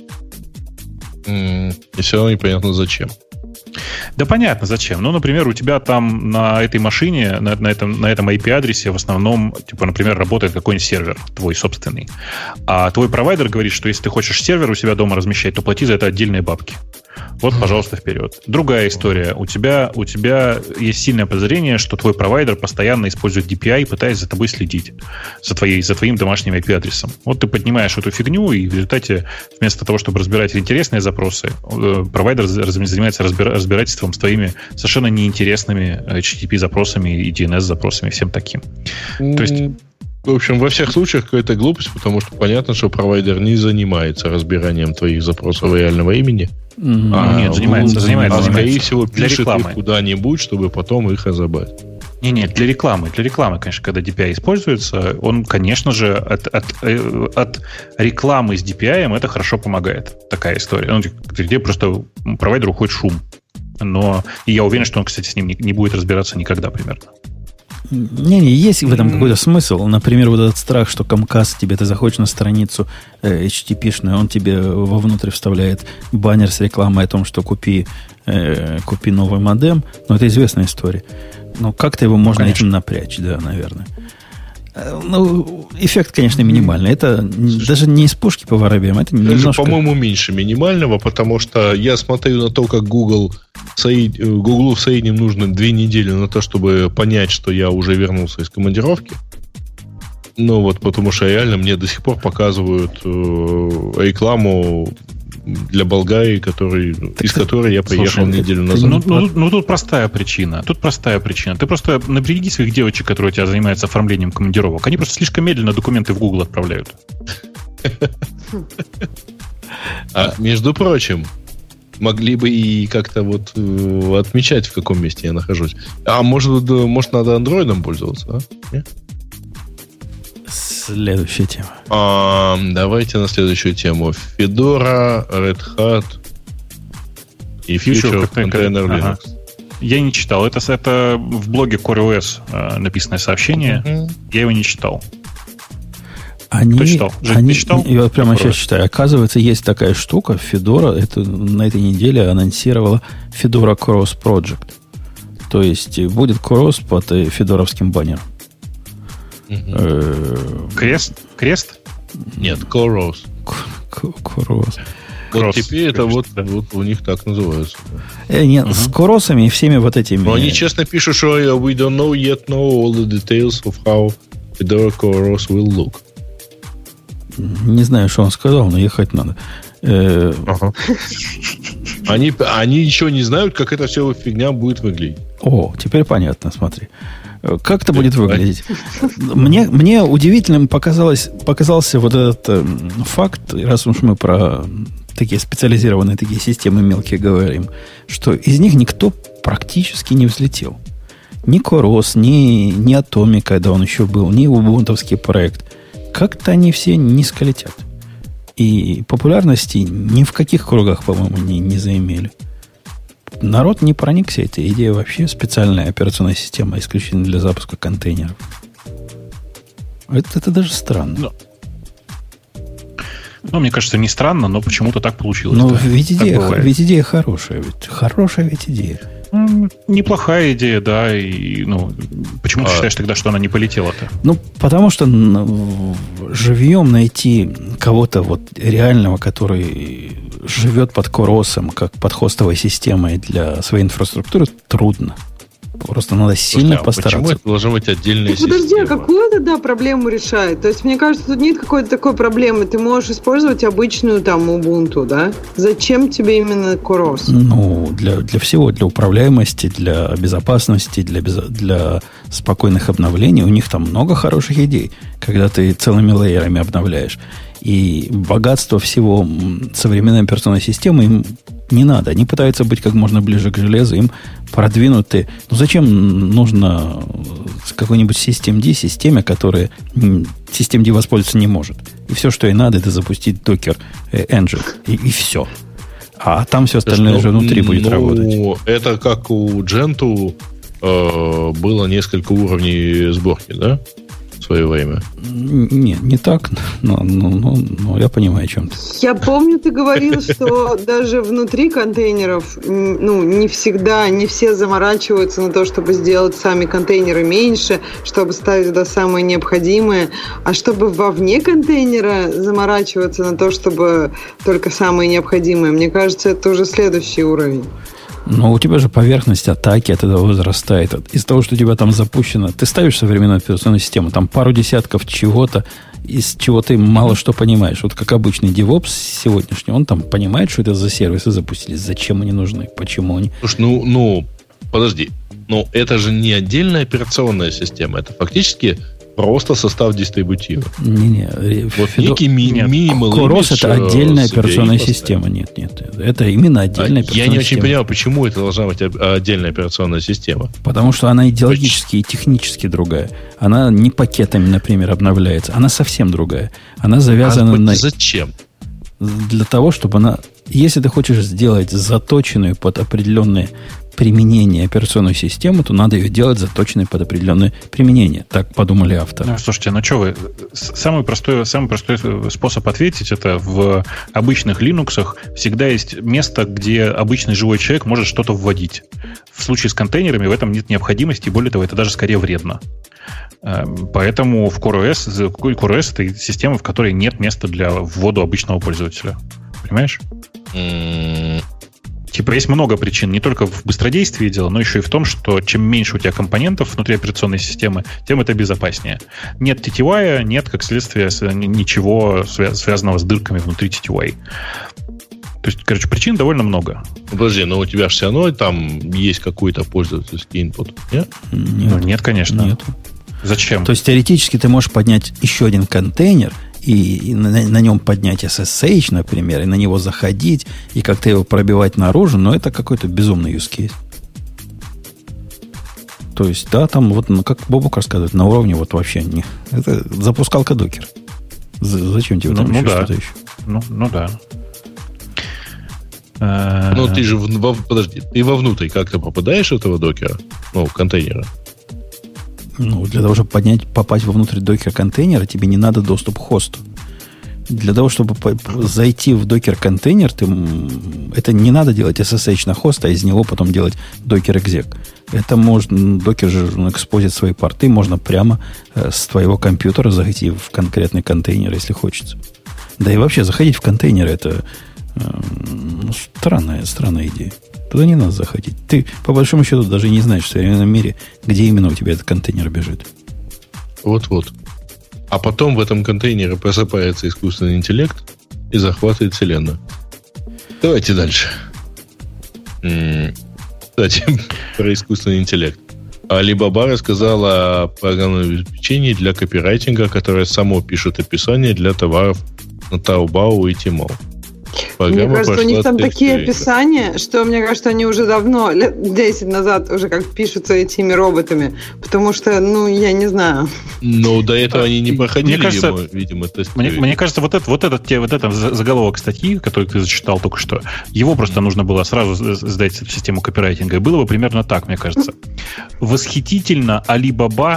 S2: И все равно непонятно зачем.
S5: Да понятно зачем. Например, у тебя там на этой машине, на этом IP-адресе в основном, например, работает какой-нибудь сервер твой собственный. А твой провайдер говорит, что если ты хочешь сервер у себя дома размещать, то плати за это отдельные бабки. Вот, пожалуйста, вперед. Другая история. У тебя есть сильное подозрение, что твой провайдер постоянно использует DPI, пытаясь за тобой следить, за твоим домашним IP-адресом. Вот ты поднимаешь эту фигню, и в результате вместо того, чтобы разбирать интересные запросы, провайдер занимается разбирательством с твоими совершенно неинтересными HTTP-запросами и DNS-запросами, всем таким. То есть...
S2: В общем, во всех случаях какая-то глупость, потому что понятно, что провайдер не занимается разбиранием твоих запросов реального имени.
S5: Нет, занимается.
S2: Скорее всего, пишет их куда-нибудь, чтобы потом их разобрать.
S5: Нет, для рекламы. Для рекламы, конечно, когда DPI используется, он, конечно же, от рекламы с DPI это хорошо помогает. Такая история. Где просто провайдеру уходит шум. Но я уверен, что он, кстати, с ним не будет разбираться никогда примерно.
S1: Не, есть в этом какой-то смысл. Например, вот этот страх, что Comcast тебе, ты заходишь на страницу HTTP-шную, он тебе вовнутрь вставляет баннер с рекламой о том, что купи новый модем. Но это известная история. Но как-то его можно этим напрячь, да, наверное. Ну, эффект, конечно, минимальный. Это даже не из пушки по воробьям, это немножко...
S2: По-моему, меньше минимального, потому что я смотрю на то, как Гуглу в среднем нужно 2 недели на то, чтобы понять, что я уже вернулся из командировки. Ну вот, потому что реально мне до сих пор показывают рекламу для Болгарии, из которой я приехал неделю назад.
S5: Ну, тут простая причина. Ты просто напряги своих девочек, которые у тебя занимаются оформлением командировок. Они просто слишком медленно документы в Google отправляют.
S2: Между прочим, могли бы и как-то вот отмечать, в каком месте я нахожусь. Может надо андроидом пользоваться, Нет?
S1: Следующая тема.
S2: Давайте на следующую тему. Fedora, Red Hat и Future Container Linux.
S5: Я не читал. Это в блоге CoreOS написанное сообщение. Я его не читал. Кто читал? Ты читал?
S1: Я прямо сейчас читаю. Оказывается, есть такая штука. Fedora на этой неделе анонсировала Fedora Cross Project. То есть будет Cross под федоровским баннером.
S5: Крест?
S2: Нет, CoreOS.
S1: CoreOS.
S2: Вот теперь это вот у них так называется.
S1: Нет, с CoreOS'ами и всеми вот этими.
S2: Но они честно пишут, что we don't know yet all the details of how Fedora CoreOS will look.
S1: Не знаю, что он сказал, но ехать надо.
S2: Они еще не знают, как эта вся фигня будет выглядеть.
S1: О, теперь понятно, смотри. Как это будет выглядеть? Мне удивительным показался вот этот факт, раз уж мы про такие специализированные такие системы мелкие говорим, что из них никто практически не взлетел. Ни CoreOS, ни Atomic, когда он еще был, ни убунтовский проект. Как-то они все низко летят. И популярности ни в каких кругах, по-моему, не заимели. Народ не проникся этой идеей вообще. Специальная операционная система исключительно для запуска контейнеров. Это даже странно.
S5: Ну, мне кажется, не странно, но почему-то так получилось.
S1: Ну, ведь идея хорошая. Хорошая ведь идея.
S5: Неплохая идея, да. И, почему ты считаешь тогда, что она не полетела-то?
S1: Ну, потому что живьем найти кого-то вот реального, который живет под CoreOS'ом, как под хостовой системой для своей инфраструктуры, трудно. Просто надо сильно постараться.
S2: Почему это должна быть отдельная система?
S3: Подожди, а какую это, проблему решает? То есть, мне кажется, тут нет какой-то такой проблемы. Ты можешь использовать обычную там Ubuntu, да? Зачем тебе именно CoreOS?
S1: Ну, для всего. Для управляемости, для безопасности, для спокойных обновлений. У них там много хороших идей, когда ты целыми лейерами обновляешь. И богатство всего современной операционной системы им не надо. Они пытаются быть как можно ближе к железу, им продвинуты. Ну, зачем нужно какой-нибудь системе, которая Systemd воспользоваться не может? И все, что ей надо, это запустить Docker Engine. И все. А там все остальное уже внутри будет работать.
S2: Это как у Gentoo было несколько уровней сборки, да? В свое время.
S1: Не так, но я понимаю, о чем ты.
S3: Я помню, ты говорил, что даже внутри контейнеров, не всегда, не все заморачиваются на то, чтобы сделать сами контейнеры меньше, чтобы ставить туда самое необходимое, а чтобы вовне контейнера заморачиваться на то, чтобы только самое необходимое, мне кажется, это уже следующий уровень.
S1: Но у тебя же поверхность атаки от этого возрастает. Из того, что у тебя там запущено, ты ставишь современную операционную систему, там пару десятков чего-то, из чего ты мало что понимаешь. Вот как обычный DevOps сегодняшний, он там понимает, что это за сервисы запустились, зачем они нужны, почему они...
S2: Слушай, подожди. Но это же не отдельная операционная система. Это фактически Просто состав дистрибутива.
S1: Вот
S2: некий минимал.
S1: CoreOS это отдельная операционная система. Нет. Это именно отдельная операционная система.
S2: Я не очень понимаю, почему это должна быть отдельная операционная система.
S1: Потому что она идеологически и технически другая. Она не пакетами, например, обновляется. Она совсем другая. Она завязана на...
S2: Зачем?
S1: Для того, чтобы она... Если ты хочешь сделать заточенную под определенные применение операционной системы, то надо ее делать заточенной под определенное применение. Так подумали авторы.
S5: Слушайте, что вы? Самый простой способ ответить это в обычных Linux всегда есть место, где обычный живой человек может что-то вводить. В случае с контейнерами в этом нет необходимости, и более того, это даже скорее вредно. Поэтому в CoreOS это система, в которой нет места для ввода обычного пользователя. Понимаешь? Есть много причин, не только в быстродействии дела, но еще и в том, что чем меньше у тебя компонентов внутри операционной системы, тем это безопаснее. Нет TTY, нет, как следствие, ничего связанного с дырками внутри TTY. То есть, причин довольно много.
S2: Подожди, но у тебя же все равно там есть какой-то пользовательский input, нет?
S5: Нет, конечно.
S1: Нет.
S5: Зачем?
S1: То есть, теоретически ты можешь поднять еще один контейнер, и на нем поднять SSH, например, и на него заходить, и как-то его пробивать наружу, но это какой-то безумный use case. То есть, да, там вот, как Бобук рассказывает, на уровне вот вообще не... Это запускалка докер. Зачем тебе там что-то еще?
S5: Ну да.
S2: Ну, ты же, подожди, ты вовнутрь как-то попадаешь этого докера? Контейнера?
S1: Для того, чтобы попасть вовнутрь докер-контейнера, тебе не надо доступ к хосту. Для того, чтобы зайти в докер-контейнер, это не надо делать SSH на хост, а из него потом делать докер-экзек. Это можно, докер же экспозит свои порты, можно прямо с твоего компьютера зайти в конкретный контейнер, если хочется. Да и вообще, заходить в контейнер, это странная идея. Туда не надо заходить. Ты, по большому счету, даже не знаешь в современном мире, где именно у тебя этот контейнер бежит.
S2: Вот-вот. А потом в этом контейнере просыпается искусственный интеллект и захватывает вселенную. Давайте дальше. Кстати, про искусственный интеллект. Alibaba рассказала о программном обеспечении для копирайтинга, которое само пишет описание для товаров на Taobao и Tmall.
S3: Мне кажется, у них там такие описания, что, мне кажется, они уже давно, лет 10 назад уже как пишутся этими роботами. Потому что, я не знаю.
S2: Но до этого они не проходили, видимо, тестирование.
S5: Мне кажется, вот этот заголовок статьи, который ты зачитал только что, его просто нужно было сразу сдать в систему копирайтинга. И было бы примерно так, мне кажется. Восхитительно Alibaba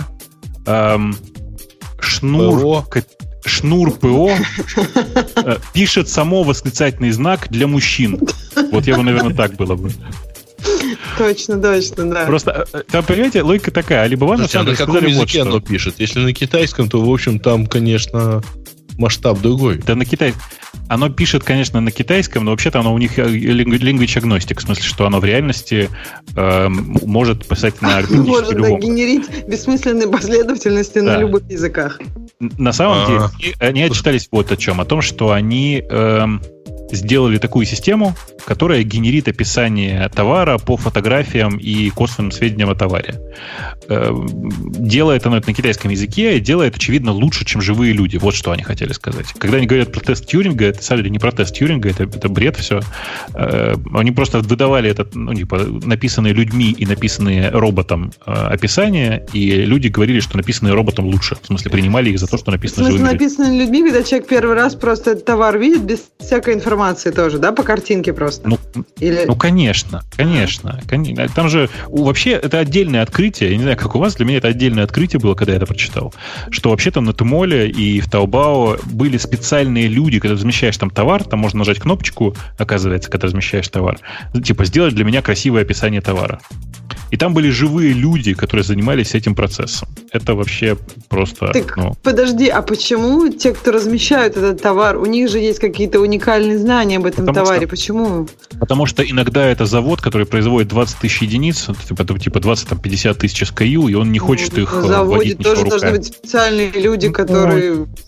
S5: Шнур ПО пишет само восклицательный знак для мужчин. Вот я бы, наверное, так было бы.
S3: Точно, да.
S5: Просто, там, понимаете, логика такая. Alibaba на самом деле
S2: на каком языке оно пишет? Если на китайском, то, в общем, там, конечно, масштаб другой.
S5: Да, на китайском. Оно пишет, конечно, на китайском, но вообще-то оно у них language agnostic, в смысле, что оно в реальности может писать на арифметически любом.
S3: Может генерить бессмысленные последовательности на любых языках.
S5: На самом деле, они отчитались вот о чем. О том, что они сделали такую систему, которая генерит описание товара по фотографиям и косвенным сведениям о товаре. Делает оно это на китайском языке и делает, очевидно, лучше, чем живые люди. Вот что они хотели сказать. Когда они говорят про тест Тьюринга, это, на самом деле, не про тест Тьюринга, это бред все. Они просто выдавали это, написанные людьми и написанные роботом описания, и люди говорили, что написанные роботом лучше. В смысле, принимали их за то, что написано живыми людьми.
S3: Написанные людьми, когда человек первый раз просто этот товар видит без всякой информации тоже, да, по картинке просто?
S5: Конечно. Там же вообще это отдельное открытие. Я не знаю, как у вас, для меня это отдельное открытие было, когда я это прочитал. Что вообще-то на Тмоле и в Taobao были специальные люди, когда размещаешь там товар, там можно нажать кнопочку, оказывается, когда размещаешь товар, типа сделать для меня красивое описание товара. И там были живые люди, которые занимались этим процессом. Это вообще просто...
S3: Так, подожди, а почему те, кто размещают этот товар, у них же есть какие-то уникальные знания об этом товаре? Почему?
S5: Потому что иногда это завод, который производит 20 тысяч единиц, типа 20-50 тысяч SKU, и он не хочет их
S3: вводить ничего руками. В заводе тоже должны быть специальные люди, которые...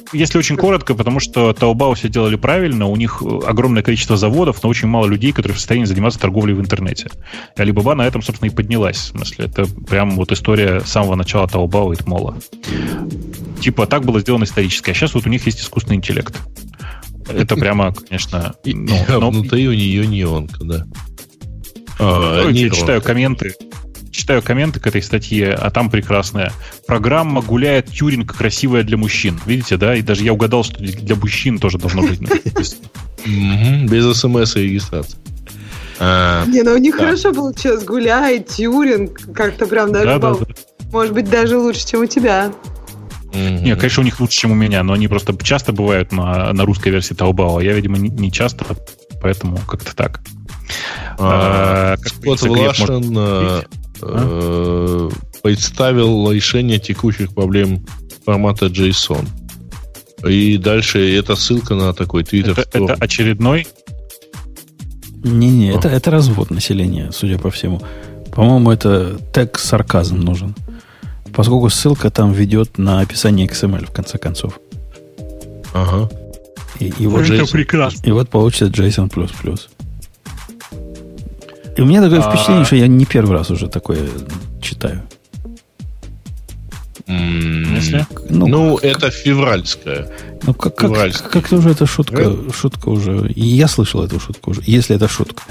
S5: если очень коротко, потому что Taobao все делали правильно, у них огромное количество заводов, но очень мало людей, которые в состоянии заниматься торговлей в интернете. И Alibaba на этом, собственно, и поднялась. В смысле, это прям вот история с самого начала Taobao и Тмола. Типа так было сделано исторически, а сейчас вот у них есть искусственный интеллект. Это прямо, конечно...
S2: Внутри у нее нейронка, да.
S5: Я читаю комменты к этой статье, а там прекрасная. Программа гуляет Тьюринг красивая для мужчин. Видите, да? И даже я угадал, что для мужчин тоже должно быть.
S2: Без смс и регистрации.
S3: Не, ну у них хорошо получилось. Гуляет Тьюринг, как-то прям даже... Может быть, даже лучше, чем у тебя.
S5: Не, конечно, у них лучше, чем у меня, но они просто часто бывают на русской версии Taobao, а я, видимо, не часто, поэтому как-то так.
S2: Скотт Влашин представил решение текущих проблем формата JSON. И дальше это ссылка на такой Twitter.
S5: Это очередной?
S1: Не-не, это развод населения, судя по всему. По-моему, это тег с сарказмом нужен. Поскольку ссылка там ведет на описание XML, в конце концов.
S2: Ага.
S1: И вот
S5: это прекрасно.
S1: И вот получится JSON++. И у меня такое впечатление, что я не первый раз уже такое читаю.
S2: Это февральское.
S1: Ну, как-то уже эта шутка уже... И я слышал эту шутку уже, если это шутка.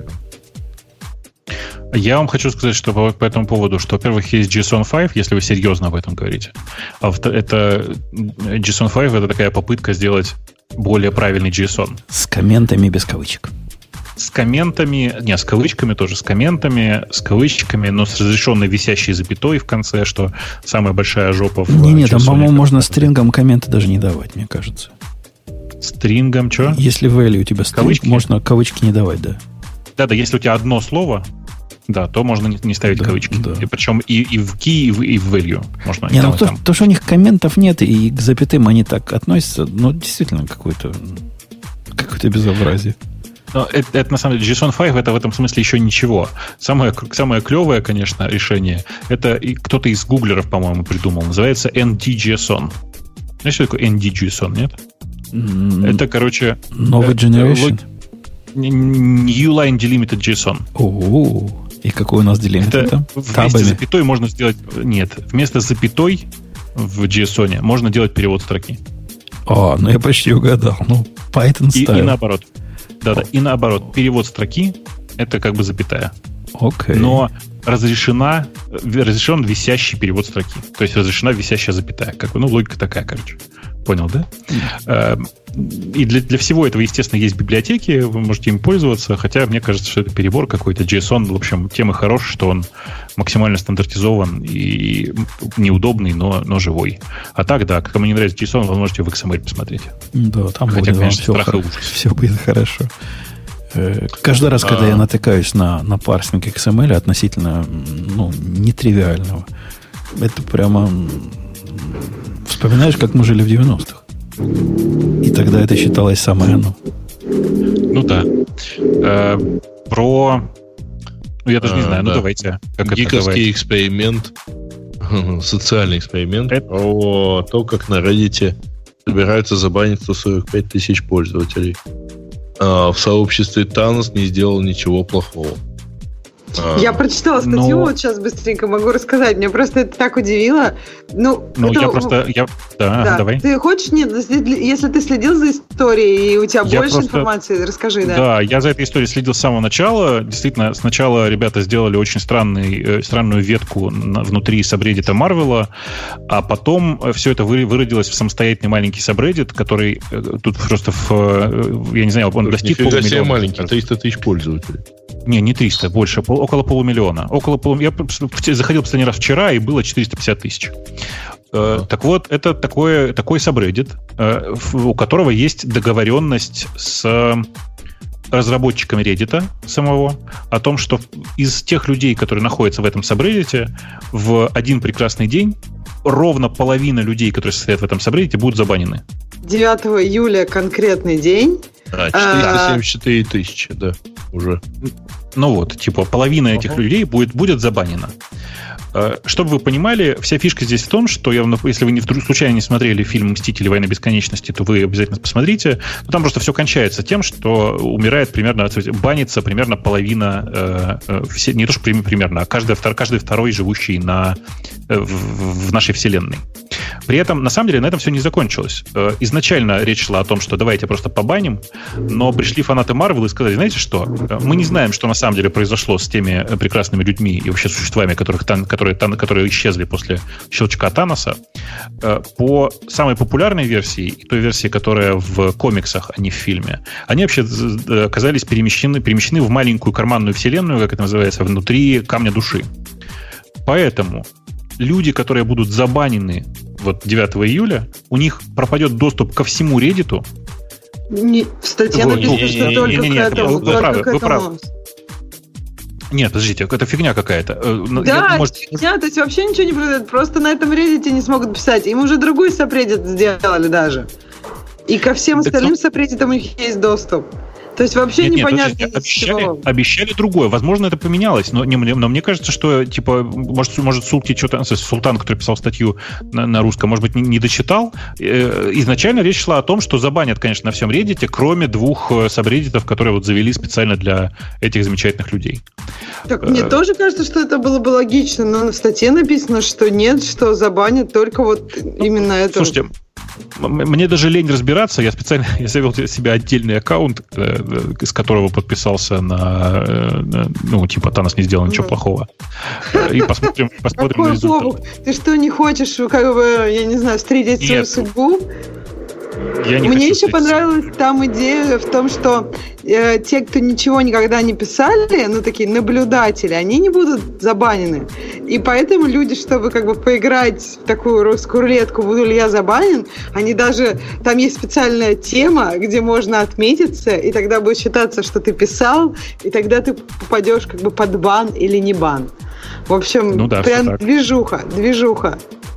S5: Я вам хочу сказать, что по этому поводу, что, во-первых, есть JSON 5, если вы серьезно об этом говорите. А это JSON 5 это такая попытка сделать более правильный JSON.
S1: С комментами без кавычек.
S5: С комментами, не, с кавычками тоже, с комментами, с кавычками, но с разрешенной висящей запятой в конце, что самая большая жопа в JSON.
S1: Не, там, по-моему, можно стрингом комменты даже не давать, мне кажется.
S5: Стрингом что?
S1: Если value у тебя стринг, можно кавычки не давать, да.
S5: Да, если у тебя одно слово, да, то можно не ставить кавычки. Да. И причем и в key, и в value можно.
S1: Не, ну то, что у них комментов нет, и к запятым они так относятся, ну, действительно, какое-то безобразие.
S5: Но это на самом деле JSON 5 это в этом смысле еще ничего. Самое клевое, конечно, решение, это кто-то из гуглеров, по-моему, придумал. Называется ND-JSON. Знаешь, что такое ND-JSON, нет? Это, короче...
S1: Новый generation?
S5: New Line Delimited JSON.
S1: И какой у нас делимитер там?
S5: Вместо запятой можно сделать... Нет, вместо запятой в JSON можно делать перевод строки.
S1: Ну я почти угадал. Ну, Python style.
S5: И наоборот. Да, и наоборот. Перевод строки — это как бы запятая.
S1: Окей.
S5: Но разрешен висящий перевод строки. То есть разрешена висящая запятая. Логика такая, короче. Понял, да? И для всего этого, естественно, есть библиотеки, вы можете им пользоваться, хотя мне кажется, что это перебор какой-то. JSON, в общем, тем и хорош, что он максимально стандартизован и неудобный, но живой. А так, да, кому не нравится JSON, вы можете в XML посмотреть.
S1: Да, там
S5: хотя,
S1: будет
S5: конечно, страх и ужас.
S1: Все будет хорошо. Каждый раз, когда я натыкаюсь на парсинг XML относительно нетривиального, это прямо... Вспоминаешь, как мы жили в 90-х? И тогда это считалось самое оно.
S5: Ну да. Я даже не знаю, давайте.
S2: Гиковский эксперимент, социальный эксперимент, то, как на Reddit собираются забанить 145 тысяч пользователей. В сообществе Танос не сделал ничего плохого.
S3: Я прочитала статью, вот сейчас быстренько могу рассказать. Меня просто это так удивило.
S5: Давай.
S3: Ты хочешь, нет, если ты следил за историей, и у тебя больше информации, расскажи, да.
S5: Да, я за этой историей следил с самого начала. Действительно, сначала ребята сделали очень странную ветку внутри сабреддита Марвела, а потом все это выродилось в самостоятельный маленький сабреддит, который тут просто я не знаю, он достиг полумиллиона.
S2: Нифига себе маленький, 300 тысяч пользователей.
S5: Не 300, больше, около полумиллиона. Я заходил последний раз вчера, и было 450 тысяч. Так вот, это такой сабреддит, у которого есть договоренность с разработчиками Reddit самого о том, что из тех людей, которые находятся в этом сабреддите, в один прекрасный день ровно половина людей, которые состоят в этом сабреддите, будут забанены.
S3: 9 июля конкретный день.
S2: 474 тысячи, да, уже.
S5: Ну вот, половина этих людей будет забанена. Чтобы вы понимали, вся фишка здесь в том, что если вы случайно не смотрели фильм «Мстители. Война бесконечности», то вы обязательно посмотрите. Но там просто все кончается тем, что умирает примерно, банится примерно половина, не то что примерно, а каждый второй живущий в нашей вселенной. При этом, на самом деле, на этом все не закончилось. Изначально речь шла о том, что давайте просто побаним, но пришли фанаты Марвел и сказали, знаете что, мы не знаем, что на самом деле произошло с теми прекрасными людьми и вообще существами, которые исчезли после щелчка Таноса. По самой популярной версии, и той версии, которая в комиксах, а не в фильме, они вообще оказались перемещены в маленькую карманную вселенную, как это называется, внутри камня души. Поэтому люди, которые будут забанены 9 июля, у них пропадет доступ ко всему Reddit'у.
S3: В статье написано, что только к этому.
S5: Нет, подождите, это фигня какая-то.
S3: Да, фигня, то есть вообще ничего не произойдет. Просто на этом Reddit не смогут писать. Им уже другой сабреддит сделали даже. И ко всем остальным сабреддитам у них есть доступ. То есть вообще непонятно.
S5: Обещали другое. Возможно, это поменялось, но мне кажется, что может Султан, который писал статью на русском, может быть, не дочитал. Изначально речь шла о том, что забанят, конечно, на всем Reddit, кроме 2 сабреддитов, которые завели специально для этих замечательных людей.
S3: Так, мне тоже кажется, что это было бы логично, но в статье написано, что нет, что забанят только именно это.
S5: Слушайте, мне даже лень разбираться. Я завел себе отдельный аккаунт, из которого подписался Танос не сделал ничего плохого. И посмотрим на результат.
S3: Ты что, не хочешь, встретить свою судьбу? Мне еще понравилась там идея в том, что те, кто ничего никогда не писали, такие наблюдатели, они не будут забанены. И поэтому люди, чтобы поиграть в такую русскую рулетку, буду ли я забанен, они даже... Там есть специальная тема, где можно отметиться, и тогда будет считаться, что ты писал, и тогда ты попадешь под бан или не бан. В общем, прям движуха.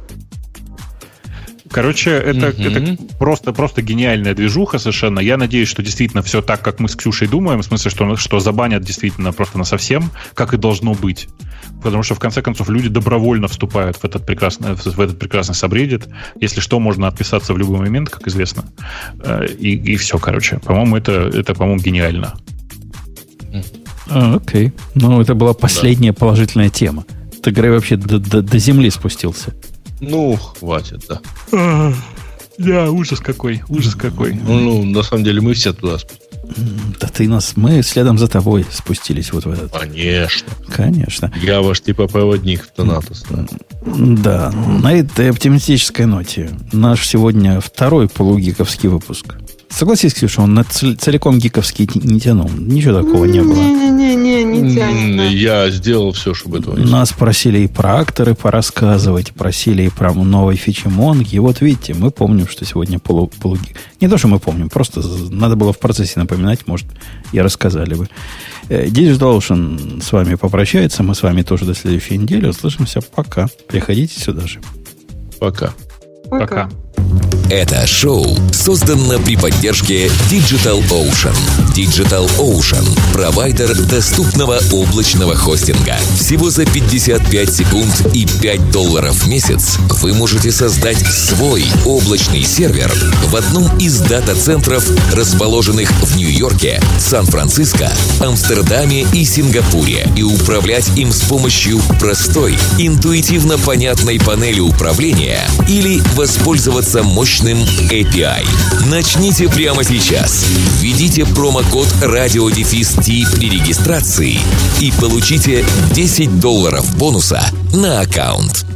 S5: Короче, это просто гениальная движуха совершенно. Я надеюсь, что действительно все так, как мы с Ксюшей думаем, в смысле, что забанят действительно просто насовсем, как и должно быть. Потому что, в конце концов, люди добровольно вступают в этот прекрасный сабреддит. Если что, можно отписаться в любой момент, как известно. И все, короче. По-моему, это по-моему, гениально.
S1: Окей. Это была последняя положительная тема. Ты, Грей, вообще до земли спустился.
S2: Хватит, да.
S5: Да, ужас какой.
S2: На самом деле, мы все туда спустились.
S1: Да мы следом за тобой спустились в этот. Конечно.
S2: Я ваш проводник в Танатос.
S1: Да, на этой оптимистической ноте наш сегодня второй полугиковский выпуск. Согласись, Ксюша, он целиком гиковский не тянул. Ничего такого не было.
S3: Не тянет.
S2: Я сделал все, чтобы этого не было.
S1: Нас просили и про акторы порассказывать, просили и про новые фичи Монги. И видите, мы помним, что сегодня полугик. Не то, что мы помним, просто надо было в процессе напоминать, может, и рассказали бы. Digital Ocean с вами попрощается. Мы с вами тоже до следующей недели. Услышимся. Пока. Приходите сюда же.
S2: Пока.
S4: Это шоу создано при поддержке Digital Ocean. Digital Ocean – провайдер доступного облачного хостинга. Всего за 55 секунд и $5 в месяц вы можете создать свой облачный сервер в одном из дата-центров, расположенных в Нью-Йорке, Сан-Франциско, Амстердаме и Сингапуре, и управлять им с помощью простой, интуитивно понятной панели управления или воспользоваться мощным API. Начните прямо сейчас. Введите промокод RadioDefist при регистрации и получите $10 бонуса на аккаунт.